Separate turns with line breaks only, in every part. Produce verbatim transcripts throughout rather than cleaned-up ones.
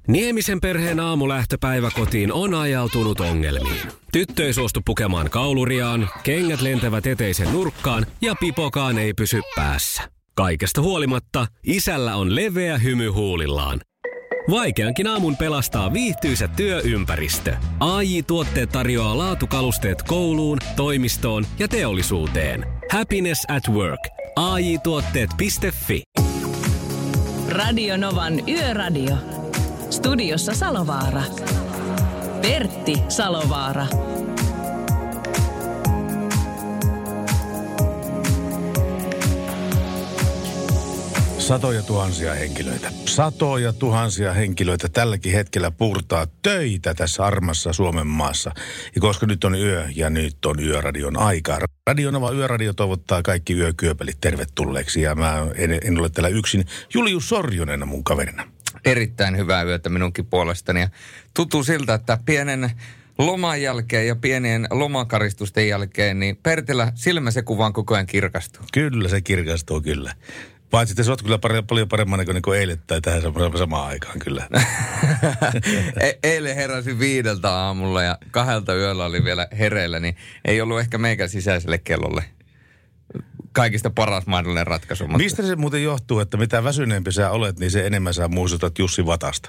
Niemisen perheen aamulähtöpäivä kotiin on ajautunut ongelmiin. Tyttö ei suostu pukemaan kauluriaan, kengät lentävät eteisen nurkkaan ja pipokaan ei pysy päässä. Kaikesta huolimatta, isällä on leveä hymy huulillaan. Vaikeankin aamun pelastaa viihtyisä työympäristö. A J-tuotteet tarjoaa laatukalusteet kouluun, toimistoon ja teollisuuteen. Happiness at work. A J tuotteet piste fi.
Radio Novan Yöradio. Studiossa Salovaara. Pertti Salovaara.
Satoja tuhansia henkilöitä. Satoja tuhansia henkilöitä tälläkin hetkellä purtaa töitä tässä armassa Suomen maassa. Ja koska nyt on yö ja nyt on Yöradion aika. Radio Nova Yöradio toivottaa kaikki yökyöpelit tervetulleeksi. Ja mä en, en ole täällä yksin. Julius Sorjonen mun kaverina.
Erittäin hyvää yötä minunkin puolestani. Ja tuntuu siltä, että pienen loman jälkeen ja pienien lomakaristusten jälkeen, niin Pertillä silmä se kuvaan koko ajan kirkastuu.
Kyllä se kirkastuu, kyllä. Paitsi, että sä oot kyllä pare, paljon paremman näköinen kuin eilen tai tähän samaan aikaan, kyllä.
e- eilen heräsin viideltä aamulla ja kahdelta yöllä oli vielä hereillä, niin ei ollut ehkä meikän sisäiselle kellolle kaikista paras mahdollinen ratkaisu. Mutta...
Mistä se muuten johtuu, että mitä väsyneempi sä olet, niin se enemmän sä muistutat Jussi Vatasta?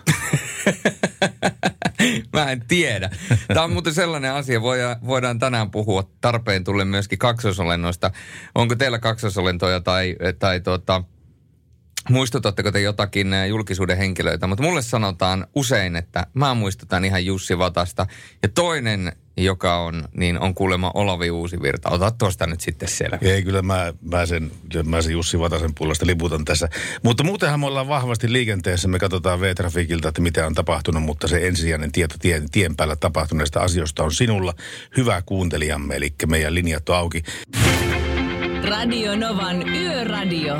Mä en tiedä. Tämä on muuten sellainen asia, voidaan tänään puhua tarpeen tullen myöskin kaksoisolennoista. Onko teillä kaksoisolentoja tai, tai tuota, muistutatteko te jotakin julkisuuden henkilöitä? Mutta mulle sanotaan usein, että mä muistutan ihan Jussi Vatasta. Ja toinen, joka on, niin on kuulemma Olavi Uusivirta. Ota tuosta nyt sitten selvä.
Ei, kyllä mä, mä, sen, mä sen Jussi Vatasen puolesta liputan tässä. Mutta muutenhan me ollaan vahvasti liikenteessä. Me katsotaan V-trafiikilta, että mitä on tapahtunut, mutta se ensisijainen tieto tien, tien päällä tapahtuneista asioista on sinulla. Hyvä kuuntelijamme, eli meidän linjat on auki.
Radio Novan Yöradio.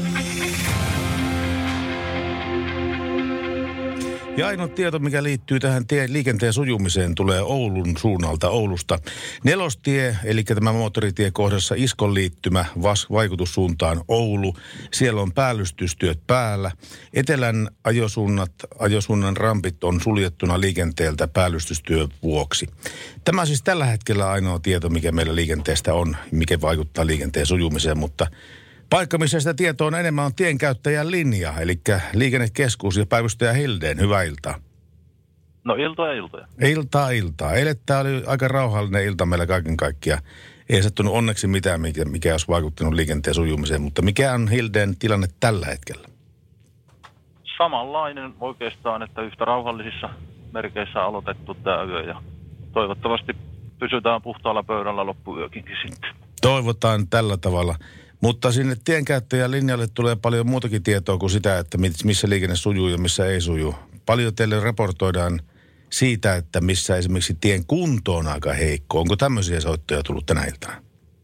Ja ainoa tieto, mikä liittyy tähän tie, liikenteen sujumiseen, tulee Oulun suunnalta Oulusta. Nelostie, eli tämä moottoritie kohdassa Iskon liittymä vas, vaikutussuuntaan Oulu. Siellä on päällystystyöt päällä. Etelän ajosuunnat, ajosuunnan rampit on suljettuna liikenteeltä päällystystyön vuoksi. Tämä on siis tällä hetkellä ainoa tieto, mikä meillä liikenteestä on, mikä vaikuttaa liikenteen sujumiseen, mutta... Paikka, missä sitä tietoa on enemmän, on tienkäyttäjän linja, eli liikennekeskus ja päivystäjä Hildeen. Hyvää iltaa.
No iltaa iltoja.
Iltaa iltaa. Eilen tämä oli aika rauhallinen ilta meillä kaiken kaikkiaan. Ei sattunut onneksi mitään, mikä, mikä olisi vaikuttanut liikenteen sujumiseen, mutta mikä on Hildeen tilanne tällä hetkellä?
Samanlainen oikeastaan, että yhtä rauhallisissa merkeissä on aloitettu tämä yö ja toivottavasti pysytään puhtaalla pöydällä loppuyökinkin sitten.
Toivotaan tällä tavalla. Mutta sinne tienkäyttäjän linjalle tulee paljon muutakin tietoa kuin sitä, että missä liikenne sujuu ja missä ei suju. Paljon teille raportoidaan siitä, että missä esimerkiksi tien kunto on aika heikko. Onko tämmöisiä soittoja tullut tänä iltana?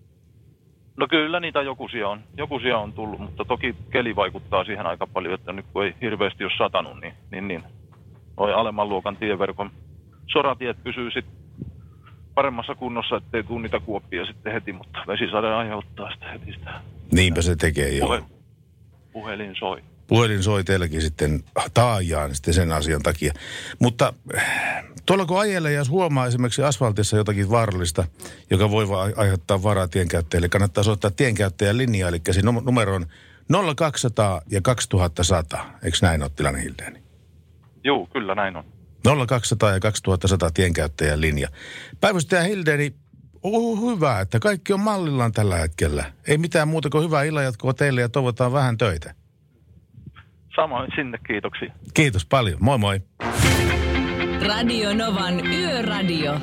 No kyllä niitä jokusia on. Jokusia on tullut, mutta toki keli vaikuttaa siihen aika paljon, että nyt kun ei hirveästi ole satanut, niin, niin, niin noi alemman luokan tieverkon soratiet pysyy sitten paremmassa kunnossa, ettei tule niitä kuoppia sitten heti, mutta vesisade aiheuttaa sitä heti sitä.
Niinpä se tekee, joo.
Puhe, puhelin soi.
Puhelin soi teilläkin sitten taajaan sitten sen asian takia. Mutta tuolla kun ajelee, jos huomaa esimerkiksi asfaltissa jotakin vaarallista, joka voi aiheuttaa varaa tienkäyttäjille, kannattaa soittaa tienkäyttäjän linjaa, eli se numero on nolla kaksisataa ja kaksituhattasata. Eikö näin ole tilanne, Hildeeni?
Joo, kyllä näin on.
nolla kaksisataa ja kaksituhattasata tienkäyttäjän linja. Päivystäjä Hildeni, oh, hyvä, että kaikki on mallillaan tällä hetkellä. Ei mitään muuta kuin hyvää illanjatkoa teille ja toivotaan vähän töitä.
Samoin sinne, kiitoksia.
Kiitos paljon, moi moi.
Radio Novan Yöradio.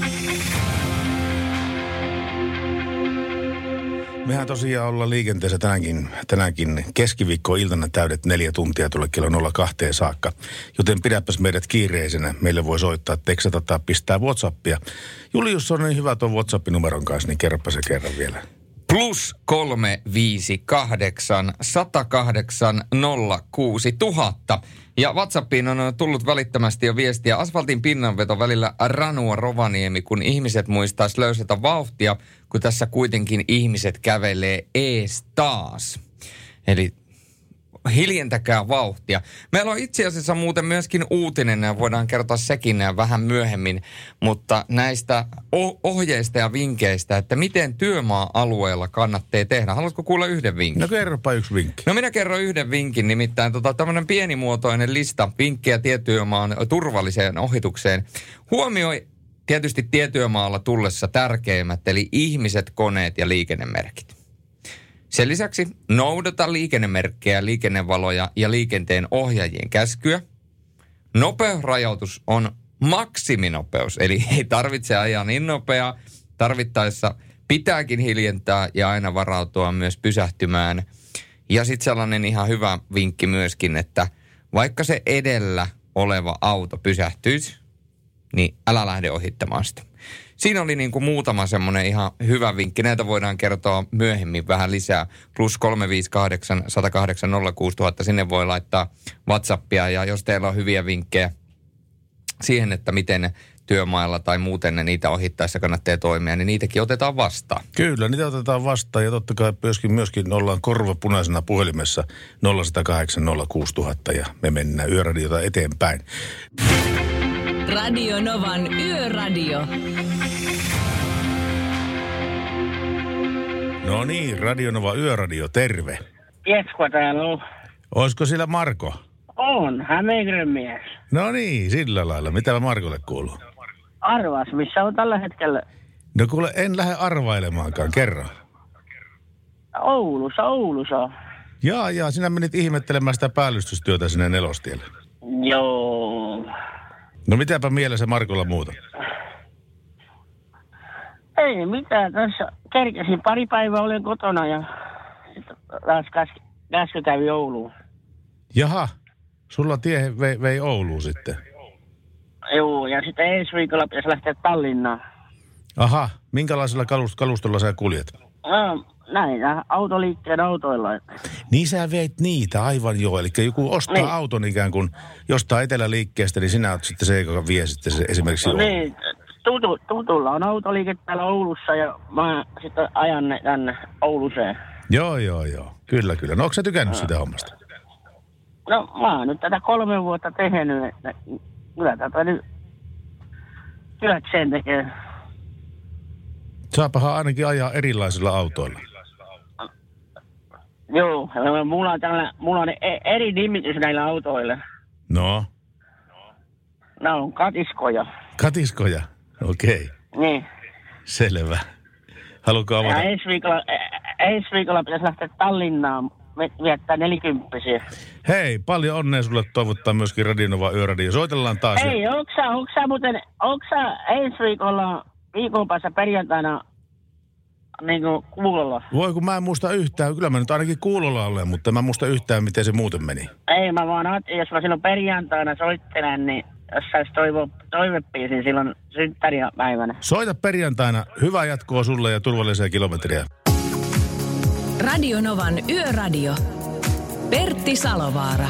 Mehän tosiaan ollaan liikenteessä tänäänkin, tänäänkin keskiviikko-iltana täydet neljä tuntia tuolle kello nolla kaksi saakka. Joten pidäpäs meidät kiireisenä. Meille voi soittaa, tekstata tai pistää WhatsAppia. Julius on niin hyvä tuon WhatsApp-numeron kanssa, niin kerropa se kerran vielä.
Plus kolme viisi kahdeksan sata kahdeksan nolla kuusi tuhatta. Ja WhatsAppiin on tullut välittömästi jo viestiä asfaltin pinnanveto välillä Ranua Rovaniemi, kun ihmiset muistaisi löysätä vauhtia, kun tässä kuitenkin ihmiset kävelee ees taas. Eli hiljentäkää vauhtia. Meillä on itse asiassa muuten myöskin uutinen, ja voidaan kertoa sekin vähän myöhemmin, mutta näistä ohjeista ja vinkkeistä, että miten työmaa-alueella kannattaa tehdä. Haluatko kuulla yhden vinkin?
No kerropa yksi vinkki.
No minä kerron yhden vinkin, nimittäin tota, tämmöinen pienimuotoinen lista vinkkejä tietyömaan turvalliseen ohitukseen. Huomioi tietysti tietyömaalla tullessa tärkeimmät, eli ihmiset, koneet ja liikennemerkit. Sen lisäksi noudata liikennemerkkejä, liikennevaloja ja liikenteen ohjaajien käskyä. Nopeusrajoitus on maksiminopeus, eli ei tarvitse ajaa niin nopeaa. Tarvittaessa pitääkin hiljentää ja aina varautua myös pysähtymään. Ja sitten sellainen ihan hyvä vinkki myöskin, että vaikka se edellä oleva auto pysähtyisi, niin älä lähde ohittamaan sitä. Siinä oli niin kuin muutama semmoinen ihan hyvä vinkki. Näitä voidaan kertoa myöhemmin vähän lisää. Plus kolme viisi kahdeksan, yksi nolla kahdeksan, nolla kuusi tuhatta. Sinne voi laittaa WhatsAppia. Ja jos teillä on hyviä vinkkejä siihen, että miten työmailla tai muuten niitä ohittaessa kannattaa toimia, niin niitäkin otetaan vastaan.
Kyllä, niitä otetaan vastaan. Ja totta kai myöskin, myöskin ollaan korvapunaisena puhelimessa nolla yksi nolla kahdeksan, nolla kuusi tuhatta. Ja me mennään Yöradiota eteenpäin.
Radio Novan Yöradio.
No niin, Radio Nova Yöradio, terve.
Jesko täällä on.
Olisiko sillä Marko?
On, Hämeenkyrön mies.
No niin, sillä lailla. Mitä Markolle kuuluu?
Arvas, missä on tällä hetkellä?
No kuule, en lähde arvailemaankaan, kerro.
Oulussa, Oulussa.
Jaa, jaa, sinä menit ihmettelemään sitä päällystystyötä sinne Nelostielle.
Joo.
No mitäpä mielessä Markolla muuta?
Ei mitään, tässä kerkesin pari päivää olen kotona ja sitten taas käsky, käsky kävi Ouluun.
Jaha, sulla tie vei, vei Ouluun sitten.
Joo, ja sitten ensi viikolla pitäisi lähteä Tallinnaan.
Aha, minkälaisella kalust- kalustolla sä kuljet?
No, näin, autoliikkeen autoilla.
Niin sä veit niitä, aivan joo. Eli joku ostaa niin auton ikään kuin jostain eteläliikkeestä, niin sinä oot sitten se, joka vie sitten se esimerkiksi
no niin, tutu, tutulla on autoliike täällä Oulussa ja mä sitten ajan ne tänne Ouluseen.
Joo, joo, joo. Kyllä, kyllä. No onko sä tykännyt no. sitä hommasta?
No mä oon nyt tätä kolme vuotta tehnyt, että kyllä tätä nyt työkseen tekee.
Saapahan ainakin ajaa erilaisilla autoilla.
Joo, mulla on, tällä, mulla on eri nimitys näillä autoilla.
No?
Nämä on katiskoja.
Katiskoja? Okei. Okay.
Niin.
Selvä. Haluatko avata?
Ja ensi viikolla, ensi viikolla pitäisi lähteä Tallinnaan viettää nelikymppisiä.
Hei, paljon onnea sulle toivottaa myöskin Radio Nova Yöradio. Soitellaan taas.
Hei, ja... onko sä, onko sä muuten, onko sä ensi viikolla viikon päässä perjantaina niin kuin kuulolla?
Voi kun mä en muista yhtään. Kyllä mä nyt ainakin kuulolla olen, mutta mä en muista yhtään, miten se muuten meni.
Ei, mä vaan ajattelin, jos mä silloin perjantaina soittelen, niin jos sais toivo, toivepiisin silloin synttäripäivänä.
Soita perjantaina. Hyvää jatkoa sulle ja turvallisia kilometriä.
Radio Novan Yöradio. Pertti Salovaara.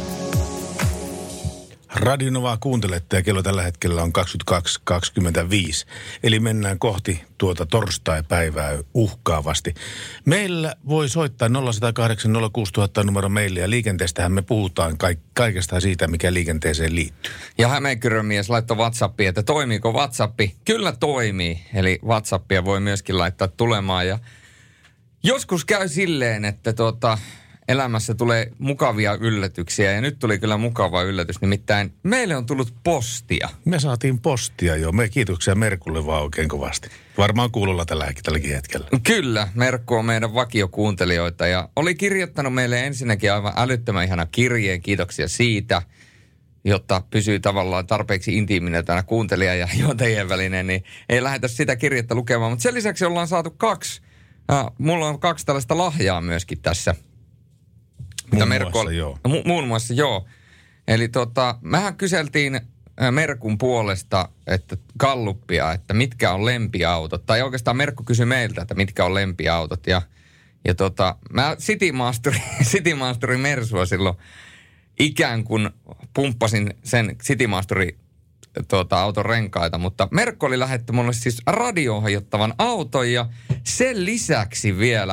Radio Novaa kuuntelette ja kello tällä hetkellä on kaksikymmentäkaksi kaksikymmentäviisi. Eli mennään kohti tuota torstai-päivää uhkaavasti. Meillä voi soittaa nolla yksi nolla kahdeksan nolla kuusi tuhatta numero meille ja liikenteestähän me puhutaan ka- kaikesta siitä, mikä liikenteeseen liittyy.
Ja Hämeenkyrön mies laittoi WhatsAppia, että toimiiko WhatsAppi? Kyllä toimii. Eli WhatsAppia voi myöskin laittaa tulemaan ja joskus käy silleen, että tuota... elämässä tulee mukavia yllätyksiä ja nyt tuli kyllä mukava yllätys, nimittäin meille on tullut postia.
Me saatiin postia jo. Me kiitoksia Merkulle vaan oikein kovasti. Varmaan kuulolla tällä, tälläkin hetkellä.
Kyllä, Merkku on meidän vakiokuuntelijoita ja oli kirjoittanut meille ensinnäkin aivan älyttömän ihana kirjeen, kiitoksia siitä, jotta pysyy tavallaan tarpeeksi intiiminä tänä kuuntelija ja juontajien välinen, niin ei lähdetä sitä kirjettä lukemaan. Mutta sen lisäksi ollaan saatu kaksi, äh, mulla on kaksi tällaista lahjaa myöskin tässä.
Muun
Merkku,
muassa, joo.
Mu- muun muassa, joo. Eli tota, mehän kyseltiin Merkun puolesta, että galluppia, että mitkä on lempiautot. Tai oikeastaan Merkku kysyi meiltä, että mitkä on lempiautot. Ja, ja tota, mä Citymasterin, Citymasterin Mersua silloin ikään kuin pumppasin sen Citymasterin tuota, auton renkaita. Mutta Merkku oli lähettänyt mulle siis radioon hajottavan auton ja sen lisäksi vielä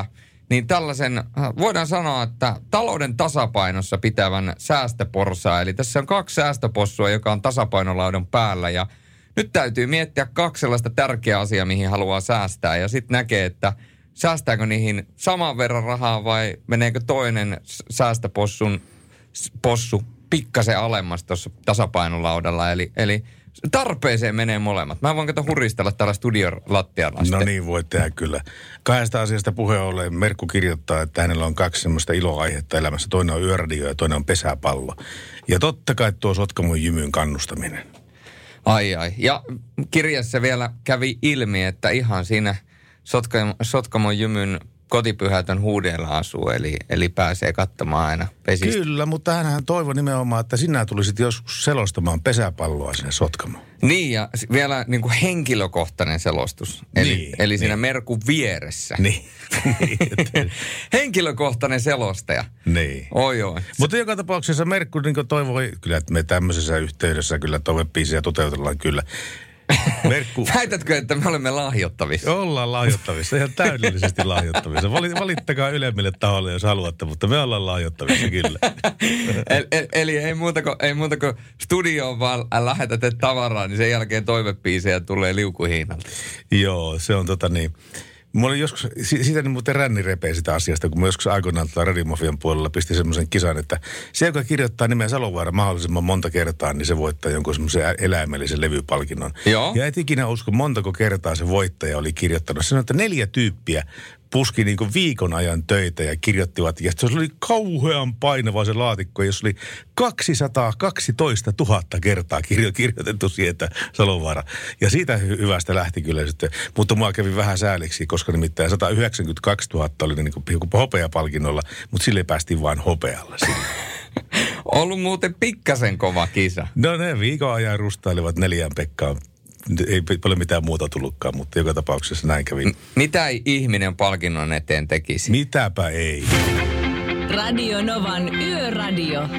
niin tällaisen, voidaan sanoa, että talouden tasapainossa pitävän säästöporsaa. Eli tässä on kaksi säästöpossua, joka on tasapainolaudan päällä ja nyt täytyy miettiä kaksi sellaista tärkeää asiaa, mihin haluaa säästää ja sitten näkee, että säästääkö niihin saman verran rahaa vai meneekö toinen säästöpossun possu pikkasen alemmas tuossa tasapainolaudalla. Eli, eli tarpeeseen menee molemmat. Mä voin kato huristella täällä studion lattialla.
No niin, voit tehdä kyllä. Kahdesta asiasta puheen ollen Merkku kirjoittaa, että hänellä on kaksi semmoista iloaihetta elämässä. Toinen on yöradio ja toinen on pesäpallo. Ja totta kai tuo Sotkamon jymyn kannustaminen.
Ai ai. Ja kirjassa vielä kävi ilmi, että ihan siinä Sotkamo, Sotkamon jymyn kotipyhätön huudeella asuu, eli, eli pääsee katsomaan aina pesistä.
Kyllä, mutta hänhän toivoi nimenomaan, että sinä tulisit joskus selostamaan pesäpalloa sinne Sotkamoon.
Niin, ja vielä niin kuin henkilökohtainen selostus. Eli,
niin,
eli siinä
niin.
Merkun vieressä.
Niin.
Henkilökohtainen selostaja.
Niin.
Oi, oi.
Mutta joka tapauksessa Merkku niin toivoi, kyllä että me tämmöisessä yhteydessä kyllä toivebiisiä toteutellaan kyllä. Merkku.
Väitätkö, että me olemme lahjottavissa?
Ollaan lahjottavissa, ihan täydellisesti lahjottavissa. Valittakaa ylemmille tahoille, jos haluatte, mutta me ollaan lahjottavissa kyllä.
eli, eli ei muuta kuin, ei muuta kuin studioon vaan lähetätte tavaraa, niin sen jälkeen toivebiisejä tulee liukuhiinalta.
Joo, se on tota niin. Mä olin joskus, siitä niin muuten ränni repee sitä asiasta, kun mä joskus aikoinaan tuolla Radiomafian puolella pistin semmoisen kisan, että se, joka kirjoittaa nimeä Salovaara mahdollisimman monta kertaa, niin se voittaa jonkun semmoisen eläimellisen levypalkinnon.
Joo.
Ja et ikinä usko, montako kertaa se voittaja oli kirjoittanut. Se sanoi, että neljä tyyppiä puski niin kuin viikon ajan töitä ja kirjoittivat. Ja se oli kauhean painava se laatikko, jos oli kaksisataakaksitoista tuhatta kertaa kirjo, kirjoitettu sieltä Salovaara. Ja siitä hy- hyvästä lähti kyllä sitten. Mutta mua kävi vähän sääliksi, koska nimittäin sata yhdeksänkymmentäkaksituhatta oli niin kuin hopeapalkinnolla, mutta sille päästiin vain hopealla sille.
Ollut muuten pikkasen kova kisa.
No ne viikon ajan rustailivat neljään Pekkaan. Ei paljon mitään muuta tullutkaan, mutta joka tapauksessa näin kävi. M-
mitä ei ihminen palkinnon eteen tekisi?
Mitäpä ei.
Radio Novan Yöradio.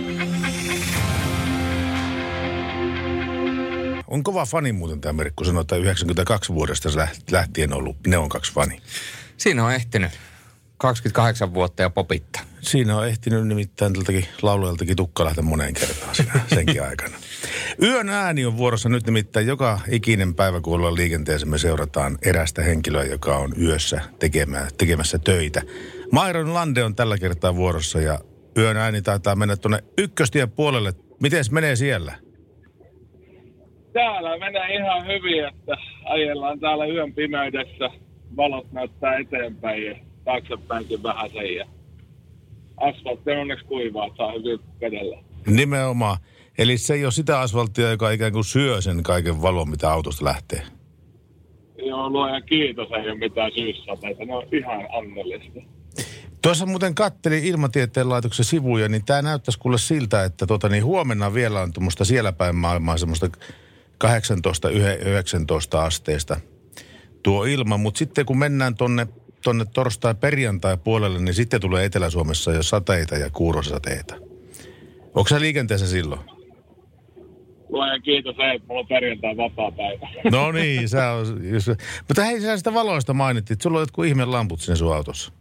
On kova fani muuten tämä Merkku sanoi, että yhdeksänkymmentäkaksi vuodesta lähtien ollut Neon kaksi fani.
Siinä on ehtinyt kaksikymmentäkahdeksan vuotta ja popittaa.
Siinä on ehtinyt nimittäin tältäkin laulujaltakin tukka lähteä moneen kertaan siinä, senkin aikana. Yön ääni on vuorossa nyt nimittäin joka ikinen päivä, kun ollaan liikenteessä, me seurataan erästä henkilöä, joka on yössä tekemään, tekemässä töitä. Myron Lande on tällä kertaa vuorossa ja yön ääni taitaa mennä tuonne ykköstien puolelle. Mites menee siellä?
Täällä menee ihan hyvin, että ajellaan täällä yön pimeydessä. Valot näyttää eteenpäin ja taaksepäinkin vähän sen ja asfaltti on onneksi kuivaa, että saa hyvin vedellä.
Nimenomaan. Eli se ei ole sitä asfalttia, joka ikään kuin syö sen kaiken valon, mitä autosta lähtee.
Joo, luojan kiitos, ei ole mitään syyssateita. Ne on ihan annellista.
Tuossa muuten kattelin Ilmatieteen laitoksen sivuja, niin tämä näyttäisi kuule siltä, että tota, niin huomenna vielä on tuommoista siellä päin maailmaa semmoista kahdeksantoista yhdeksäntoista asteista tuo ilma. Mutta sitten kun mennään tonne, tonne torstai-perjantai puolelle, niin sitten tulee Etelä-Suomessa jo sateita ja kuurosateita. Onko sä liikenteessä silloin?
Luojan kiitos, ei, että mulla on perjantai vapaa päivä.
No niin, sä on, jos, mutta hei, sä sitä valoista mainittit. Sulla on jotkut ihme lamput sinne sun autossa.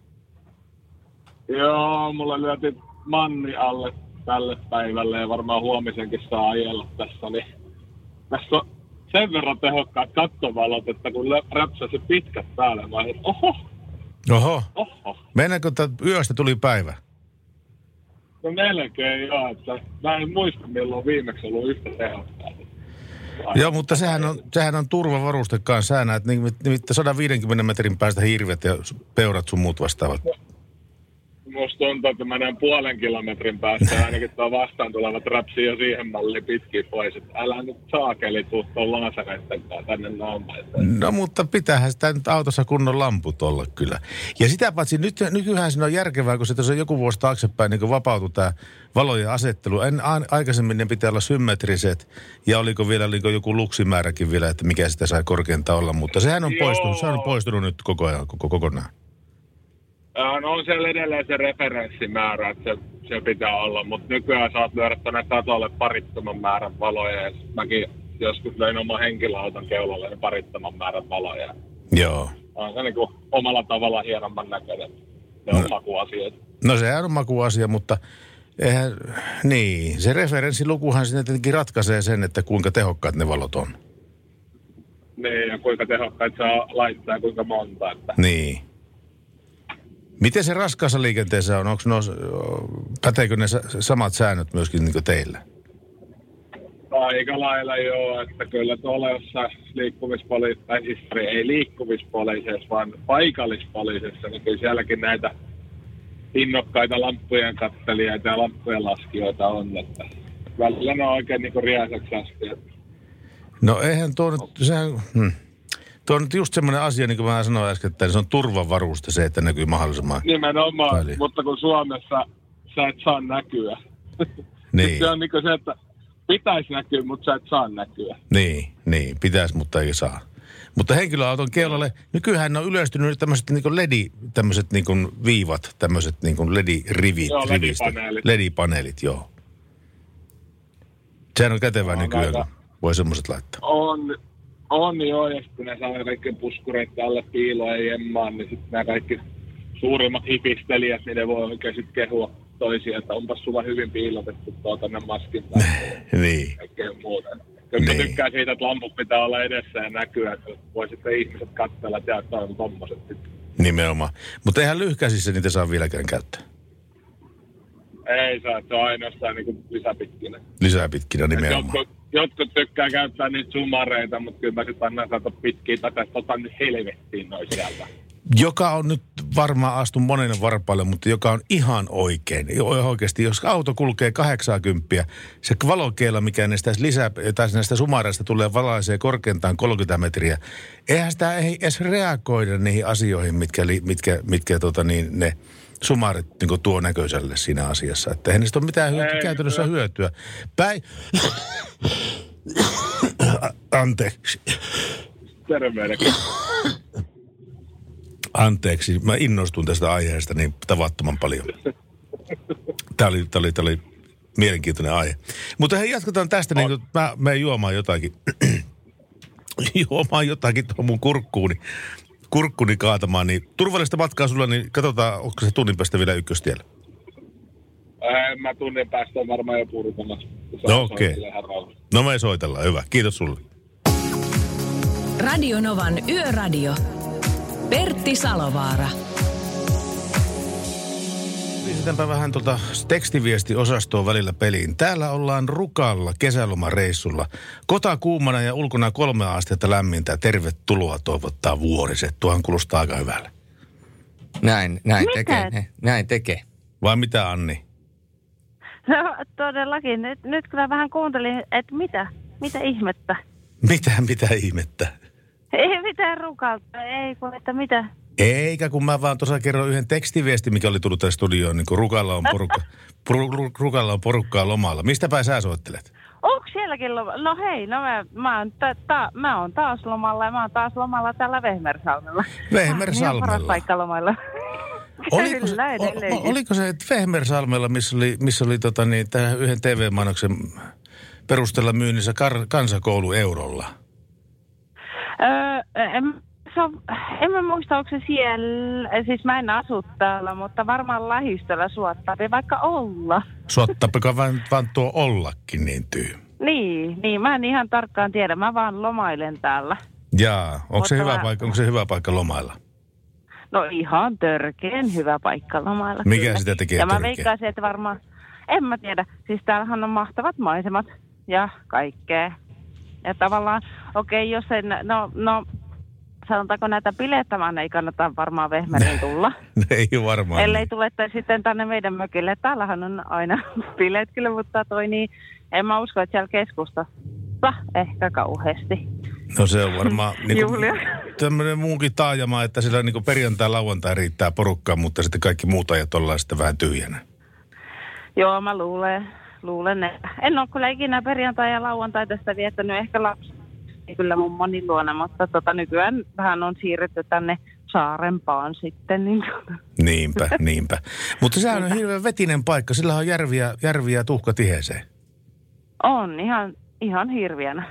Joo, mulla lyötiin manni alle tälle päivälle ja varmaan huomisenkin saa ajella tässä. Niin tässä on sen verran tehokkaat kattovalot, että kun räpsäsi pitkät päälle, mä ajattelin, oho,
Oho.
oho.
Mennäänkö yöstä tuli päivä?
No melkein joo, että mä en muista milloin viimeksi ollut yhtä tehokkaat.
Joo, mutta sehän on, sehän on turvavaruste kanssa. Sä näet nimittäin sata viisikymmentä metrin päästä hirvet ja peurat sun muut vastaavat.
Musta tuntuu, että menen puolen kilometrin päästä ja ainakin tuo vastaan tulevat räpsii jo siihen malliin pitkin pois. Että älä nyt saakeli tuu tuon lasereitten kanssa tänne naamaan.
No mutta pitäähän sitä nyt autossa kunnon lamput olla kyllä. Ja sitä paitsi nyt, nykyään siinä on järkevää, kun se tuossa joku vuosi taaksepäin niin vapautui tämä valojen asettelu. En, a, aikaisemmin ne pitää olla symmetriset ja oliko vielä niin joku luksimääräkin vielä, että mikä sitä sai korkeinta olla. Mutta sehän on poistunut, sehän on poistunut nyt koko ajan, koko, kokonaan.
No on siellä edelleen se referenssimäärä, että se, se pitää olla, mutta nykyään saat lyödä tuonne katolle parittoman määrän valoja. Ja mäkin joskus löin oman henkilöauton keulalle parittoman määrän valoja.
Joo.
On se niin kuin omalla tavalla hienomman näköinen. Se on no. makuasia.
No sehän on makuasia, mutta eihän, niin, se referenssilukuhan sinne tietenkin ratkaisee sen, että kuinka tehokkaat ne valot on.
Niin, ja kuinka tehokkaat saa laittaa ja kuinka monta. Että.
Niin. Miten se raskaassa liikenteessä on? Onko no, päteekö ne samat säännöt myöskin niin kuin teillä?
Aika lailla joo, että kyllä tuolla jossain liikkumispoliisissa, tai siis ei liikkumispoliisissa, vaan paikallispoliisissa, niin kyllä sielläkin näitä innokkaita lamppujen kattelijoita ja lamppujen laskijoita on, että välillä ne on oikein niin kuin riesaksi asti.
No eihän tuo nyt, sehän, hmm. tuo on nyt just semmoinen asia, niin kuin mä sanoin äsken, että se on turvavaruste se, että näkyy mahdollisimman
nimenomaan,
paljon.
Mutta kun Suomessa sä et saa näkyä.
Niin.
Se on niin kuin se, että pitäisi näkyä, mutta sä et saa näkyä.
Niin, niin, pitäisi, mutta ei saa. Mutta henkilöauton keulalle, nykyään on yleistynyt tämmöiset niin ledi, tämmöiset niin viivat, tämmöiset niin ledi-rivit.
Joo, ledipaneelit.
Ledipaneelit, joo. Sehän on kätevää no, nykyään, kun voi semmoiset laittaa.
On, on joo, ja sitten ne saa kaikki puskureita alle piiloa ja jemmaan, niin sitten nämä kaikki suurimmat hipistelijät, niin ne voi oikein sitten kehua toisia, että onpas sulla hyvin piilotettu tuota tänne maskin tai
niin.
kaikkea muuta. Kyllä
niin.
tykkää siitä, että lamput pitää olla edessä ja näkyä, että voi sitten ihmiset katsella, että jää, on tommoset.
Nimenomaan. Mutta eihän lyhkäisissä niitä saa vieläkään käyttää.
Ei saa, se on ainoastaan niin kuin lisäpitkinä.
Lisäpitkinä nimenomaan.
Jotkut, jotkut tykkää käyttää niitä sumareita, mutta kyllä mä sitten annan saada pitkiä takaisin, että otan nyt helvettiin noin sieltä. Joka on nyt
varmaan astu monen varpaille, mutta joka on ihan oikein. Oikeasti, jos auto kulkee kahdeksankymmentä, se valokeila, mikä näistä, lisää, tai näistä sumareista tulee valaisee korkeintaan kolmekymmentä metriä, eihän sitä ei edes reagoida niihin asioihin, mitkä, mitkä, mitkä tota niin, ne sumarit niin tuo näköiselle siinä asiassa. Että eihän niistä ole mitään hyötyä, ei, käytännössä ei. hyötyä. Päin... Anteeksi.
Terveyden.
Anteeksi, mä innostun tästä aiheesta niin tavattoman paljon. Tämä oli, tämä oli, tämä oli mielenkiintoinen aihe. Mutta hei, jatketaan tästä, niin kuin mä menen juomaan jotakin. juomaan jotakin tuohon mun kurkkuuni. Kurkkuni kaatamaan, niin turvallista matkaa sulla, niin katsotaan, onko se tunnin päästä vielä ykköstiellä.
Ää, mä tunnin päästä on varmaan jo purkamassa.
No okei. Okay. No me soitellaan, hyvä. Kiitos sulle.
Radio Novan Yöradio. Pertti Salovaara.
Pistetäänpä vähän tuota tekstiviestiosastoa välillä peliin. Täällä ollaan Rukalla kesälomareissulla. Kota kuumana ja ulkona kolme astetta lämmintä. Tervetuloa toivottaa Vuoriset. Tuohan kuulostaa aika hyvälle.
Näin, näin tekee. Näin tekee.
Vai mitä, Anni?
No todellakin. Nyt, nyt kyllä vähän kuuntelin, että mitä? Mitä ihmettä?
Mitä, mitä ihmettä?
Ei mitään Rukalta, ei kun että mitä.
Eikä, kun mä vaan tuossa kerron yhden tekstiviesti, mikä oli tullut tästä studioon, niin kun Rukalla on, porukka, Rukalla on porukkaa lomalla. Mistä päin sä soittelet?
Onko sielläkin lomalla? No hei, no mä, mä, oon ta, ta, mä oon taas lomalla ja mä oon taas lomalla täällä Vehmersalmella.
Vehmersalmella?
Ihan paras paikka lomailla.
Oliko se, o, oliko se Vehmersalmella, missä oli, missä oli tota niin, tämän yhden T V-mainoksen perusteella myynnissä kar, kansakoulu eurolla?
Öö, en, se on, en mä muista, onko se siellä, siis mä en asu täällä, mutta varmaan lähistöllä suottaapi vaikka olla.
Suottaapiko vaan, vaan tuo ollakin niin tyy?
Niin, niin, mä en ihan tarkkaan tiedä, mä vaan lomailen täällä.
Jaa, onko se, hyvä mä... paikka, onko se hyvä paikka lomailla?
No ihan törkeen hyvä paikka lomailla.
Mikä
kyllä.
Sitä tekee
ja
törkeen?
Ja mä veikkaisin, että varmaan, en mä tiedä, siis täällähän on mahtavat maisemat ja kaikkea. Ja tavallaan, okei, okay, jos ei, no, no, sanotaanko näitä bilettämään, ei kannata varmaan Vehmeriin tulla.
Ei varmaan.
Ellei tule sitten tänne meidän mökille. Täällähän on aina bileet kyllä, mutta toi niin, en mä usko, että siellä keskustassa ehkä kauheasti.
No se on varmaan niin tämmöinen muunkin taajama, että sillä niin perjantai lauantai riittää porukkaa, mutta sitten kaikki muut ajat ollaan sitten vähän tyhjänä. Joo,
mä luulen. Luulen, että en ole kyllä ikinä perjantai- ja lauantai tästä viettänyt ehkä lapsi. Kyllä mun moni luona, mutta tota, nykyään vähän on siirretty tänne saarempaan sitten. Niin
niinpä, niinpä. Mutta sehän on hirveän vetinen paikka. Sillä on järviä, järviä tuhka tiheeseen.
On, ihan, ihan hirviänä.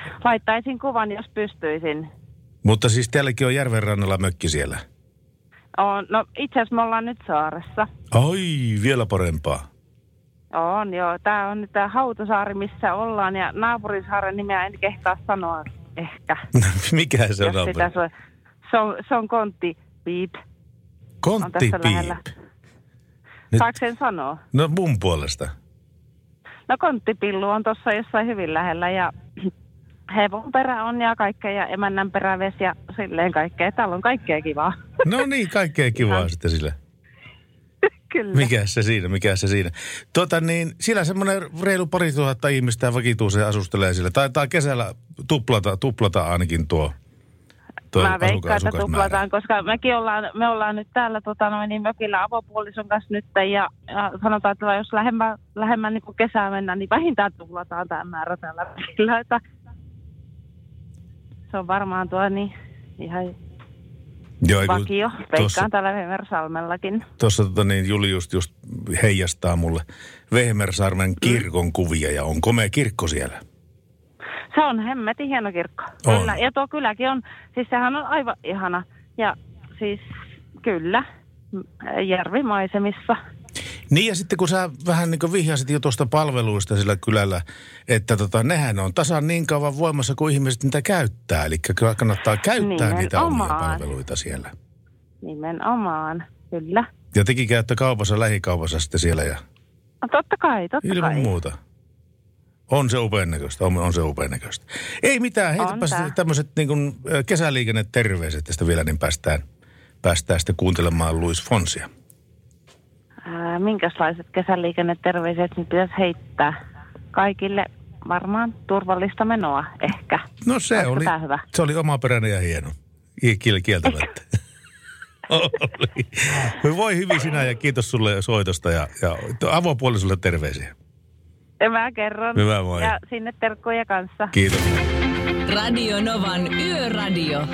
Laittaisin kuvan, jos pystyisin.
Mutta siis teilläkin on järven rannalla mökki siellä?
On, no itse asiassa me ollaan nyt saaressa.
Ai, vielä parempaa.
On joo. Tää on nyt tää Hautasaari, missä ollaan. Ja naapurisaaren nimeä en kehtaa sanoa ehkä.
Mikä se on?
Jos sitä se, se on? Se on Kontti Piip.
Kontti Piip. Nyt...
Saako sen sanoa?
No mun puolesta.
No Konttipillu on tuossa jossain hyvin lähellä ja hevon perä on ja kaikkea ja emännän peräves ja silleen kaikkea. Täällä on kaikkea kivaa.
No niin, kaikkea kivaa no. sitten sille.
Kyllä.
Mikäs se siinä, mikäs se siinä. Tota niin, siellä semmoinen reilu pari tuhatta ihmistä vakituuseen asustelee sille. Taitaa kesällä tuplata, tuplata ainakin tuo. tuo
Mä veikkaan, että tuplataan, koska mekin ollaan, me ollaan nyt täällä tota noin, niin mökillä avopuolison kanssa nyt ja, ja sanotaan, että jos lähemmän, lähemmän niin kuin kesää mennään, niin vähintään tuplataan tämä määrä täällä mökillä. Että se on varmaan tuo niin ihan
Joo,
vakio. Veikkaan täällä Vehmersalmellakin.
Tuossa tota niin, Juli just, just heijastaa mulle Vehmersalmen kirkon kuvia ja on komea kirkko siellä.
Se on hemmetin hieno kirkko.
On.
Kyllä. Ja tuo kyläkin on, siis sehän on aivan ihana. Ja siis kyllä, järvimaisemissa.
Niin ja sitten kun sä vähän niin kuin vihjasit jo tuosta palveluista sillä kylällä, että tota, nehän on tasan niin kauan voimassa kuin ihmiset niitä käyttää. Eli kannattaa käyttää Nimenomaan. niitä omia palveluita siellä.
Nimenomaan, kyllä.
Ja tekin käytte kaupassa, lähikaupassa sitten siellä ja...
No totta kai, totta
Ilman
kai.
muuta. On se upean näköistä, on, on se upean näköistä. Ei mitään, heitäpäs tämmöiset niin kuin kesäliikenneterveiset tästä vielä, niin päästään, päästään sitten kuuntelemaan Luis Fonsia.
Ää, minkälaiset kesäliikenneterveiset nyt pitäisi heittää? Kaikille varmaan turvallista menoa ehkä.
No se oli, se oli omaperäinen ja hieno. Kiel, kieltämättä. Oli. Voi hyvin sinä ja kiitos sulle soitosta ja, ja avopuolisulle terveisiä.
Mä kerron.
Hyvä, moi.
Ja sinne terkkuja kanssa.
Kiitos.
Radio Novan Yöradio.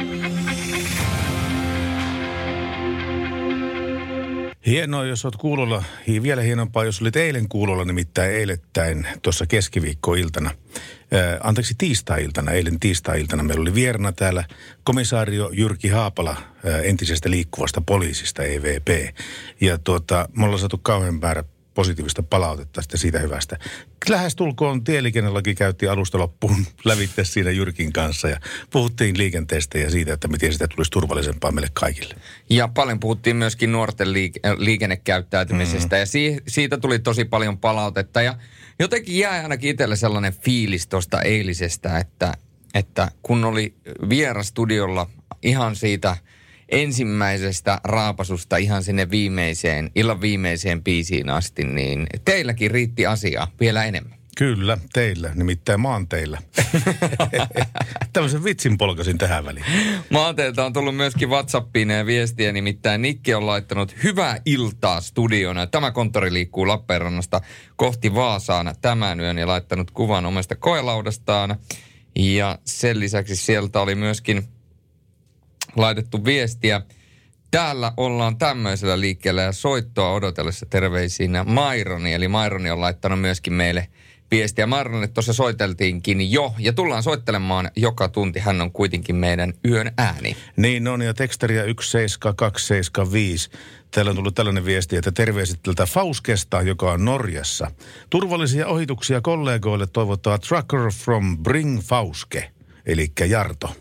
Hienoa, jos olet kuulolla. Vielä hienompaa, jos olit eilen kuulolla, nimittäin eilettäin tuossa keskiviikkoiltana. Ää, anteeksi, tiistai-iltana, eilen tiistai-iltana. Meillä oli vierana täällä komisario Jyrki Haapala ää, entisestä liikkuvasta poliisista, E V P. Ja tuota, me ollaan saatu kauhean määrä positiivista palautetta sitten siitä hyvästä. Lähestulkoon tieliikennelaki käytti alusta loppuun lävitte siinä Jyrkin kanssa ja puhuttiin liikenteestä ja siitä, että miten sitä tulisi turvallisempaa meille kaikille.
Ja paljon puhuttiin myöskin nuorten liik- liikennekäyttäytymisestä mm. ja si- siitä tuli tosi paljon palautetta ja jotenkin jäi ainakin itselle sellainen fiilis tuosta eilisestä, että, että kun oli vierastudiolla ihan siitä ensimmäisestä raapasusta ihan sinne viimeiseen, illan viimeiseen biisiin asti, niin teilläkin riitti asiaa vielä enemmän.
Kyllä, teillä, nimittäin maanteillä. Tämmöisen vitsin polkasin tähän väliin.
Maanteilta on tullut myöskin WhatsAppiin ja viestiä, nimittäin Nikki on laittanut hyvää iltaa studiona. Tämä konttori liikkuu Lappeenrannasta kohti Vaasaan tämän yön ja laittanut kuvan omasta koelaudastaan. Ja sen lisäksi sieltä oli myöskin laitettu viestiä. Täällä ollaan tämmöisellä liikkeellä ja soittoa odotellessa terveisiin Maironi. Eli Maironi on laittanut myöskin meille viestiä. Maironille tuossa soiteltiinkin jo ja tullaan soittelemaan joka tunti. Hän on kuitenkin meidän yön ääni.
Niin on ja tekstaria yksi seitsemän kaksi seitsemän viisi. Täällä on tullut tällainen viesti, että terveiset tältä Fauskesta, joka on Norjassa. Turvallisia ohituksia kollegoille toivottaa Trucker from Bring Fauske, eli Jarto.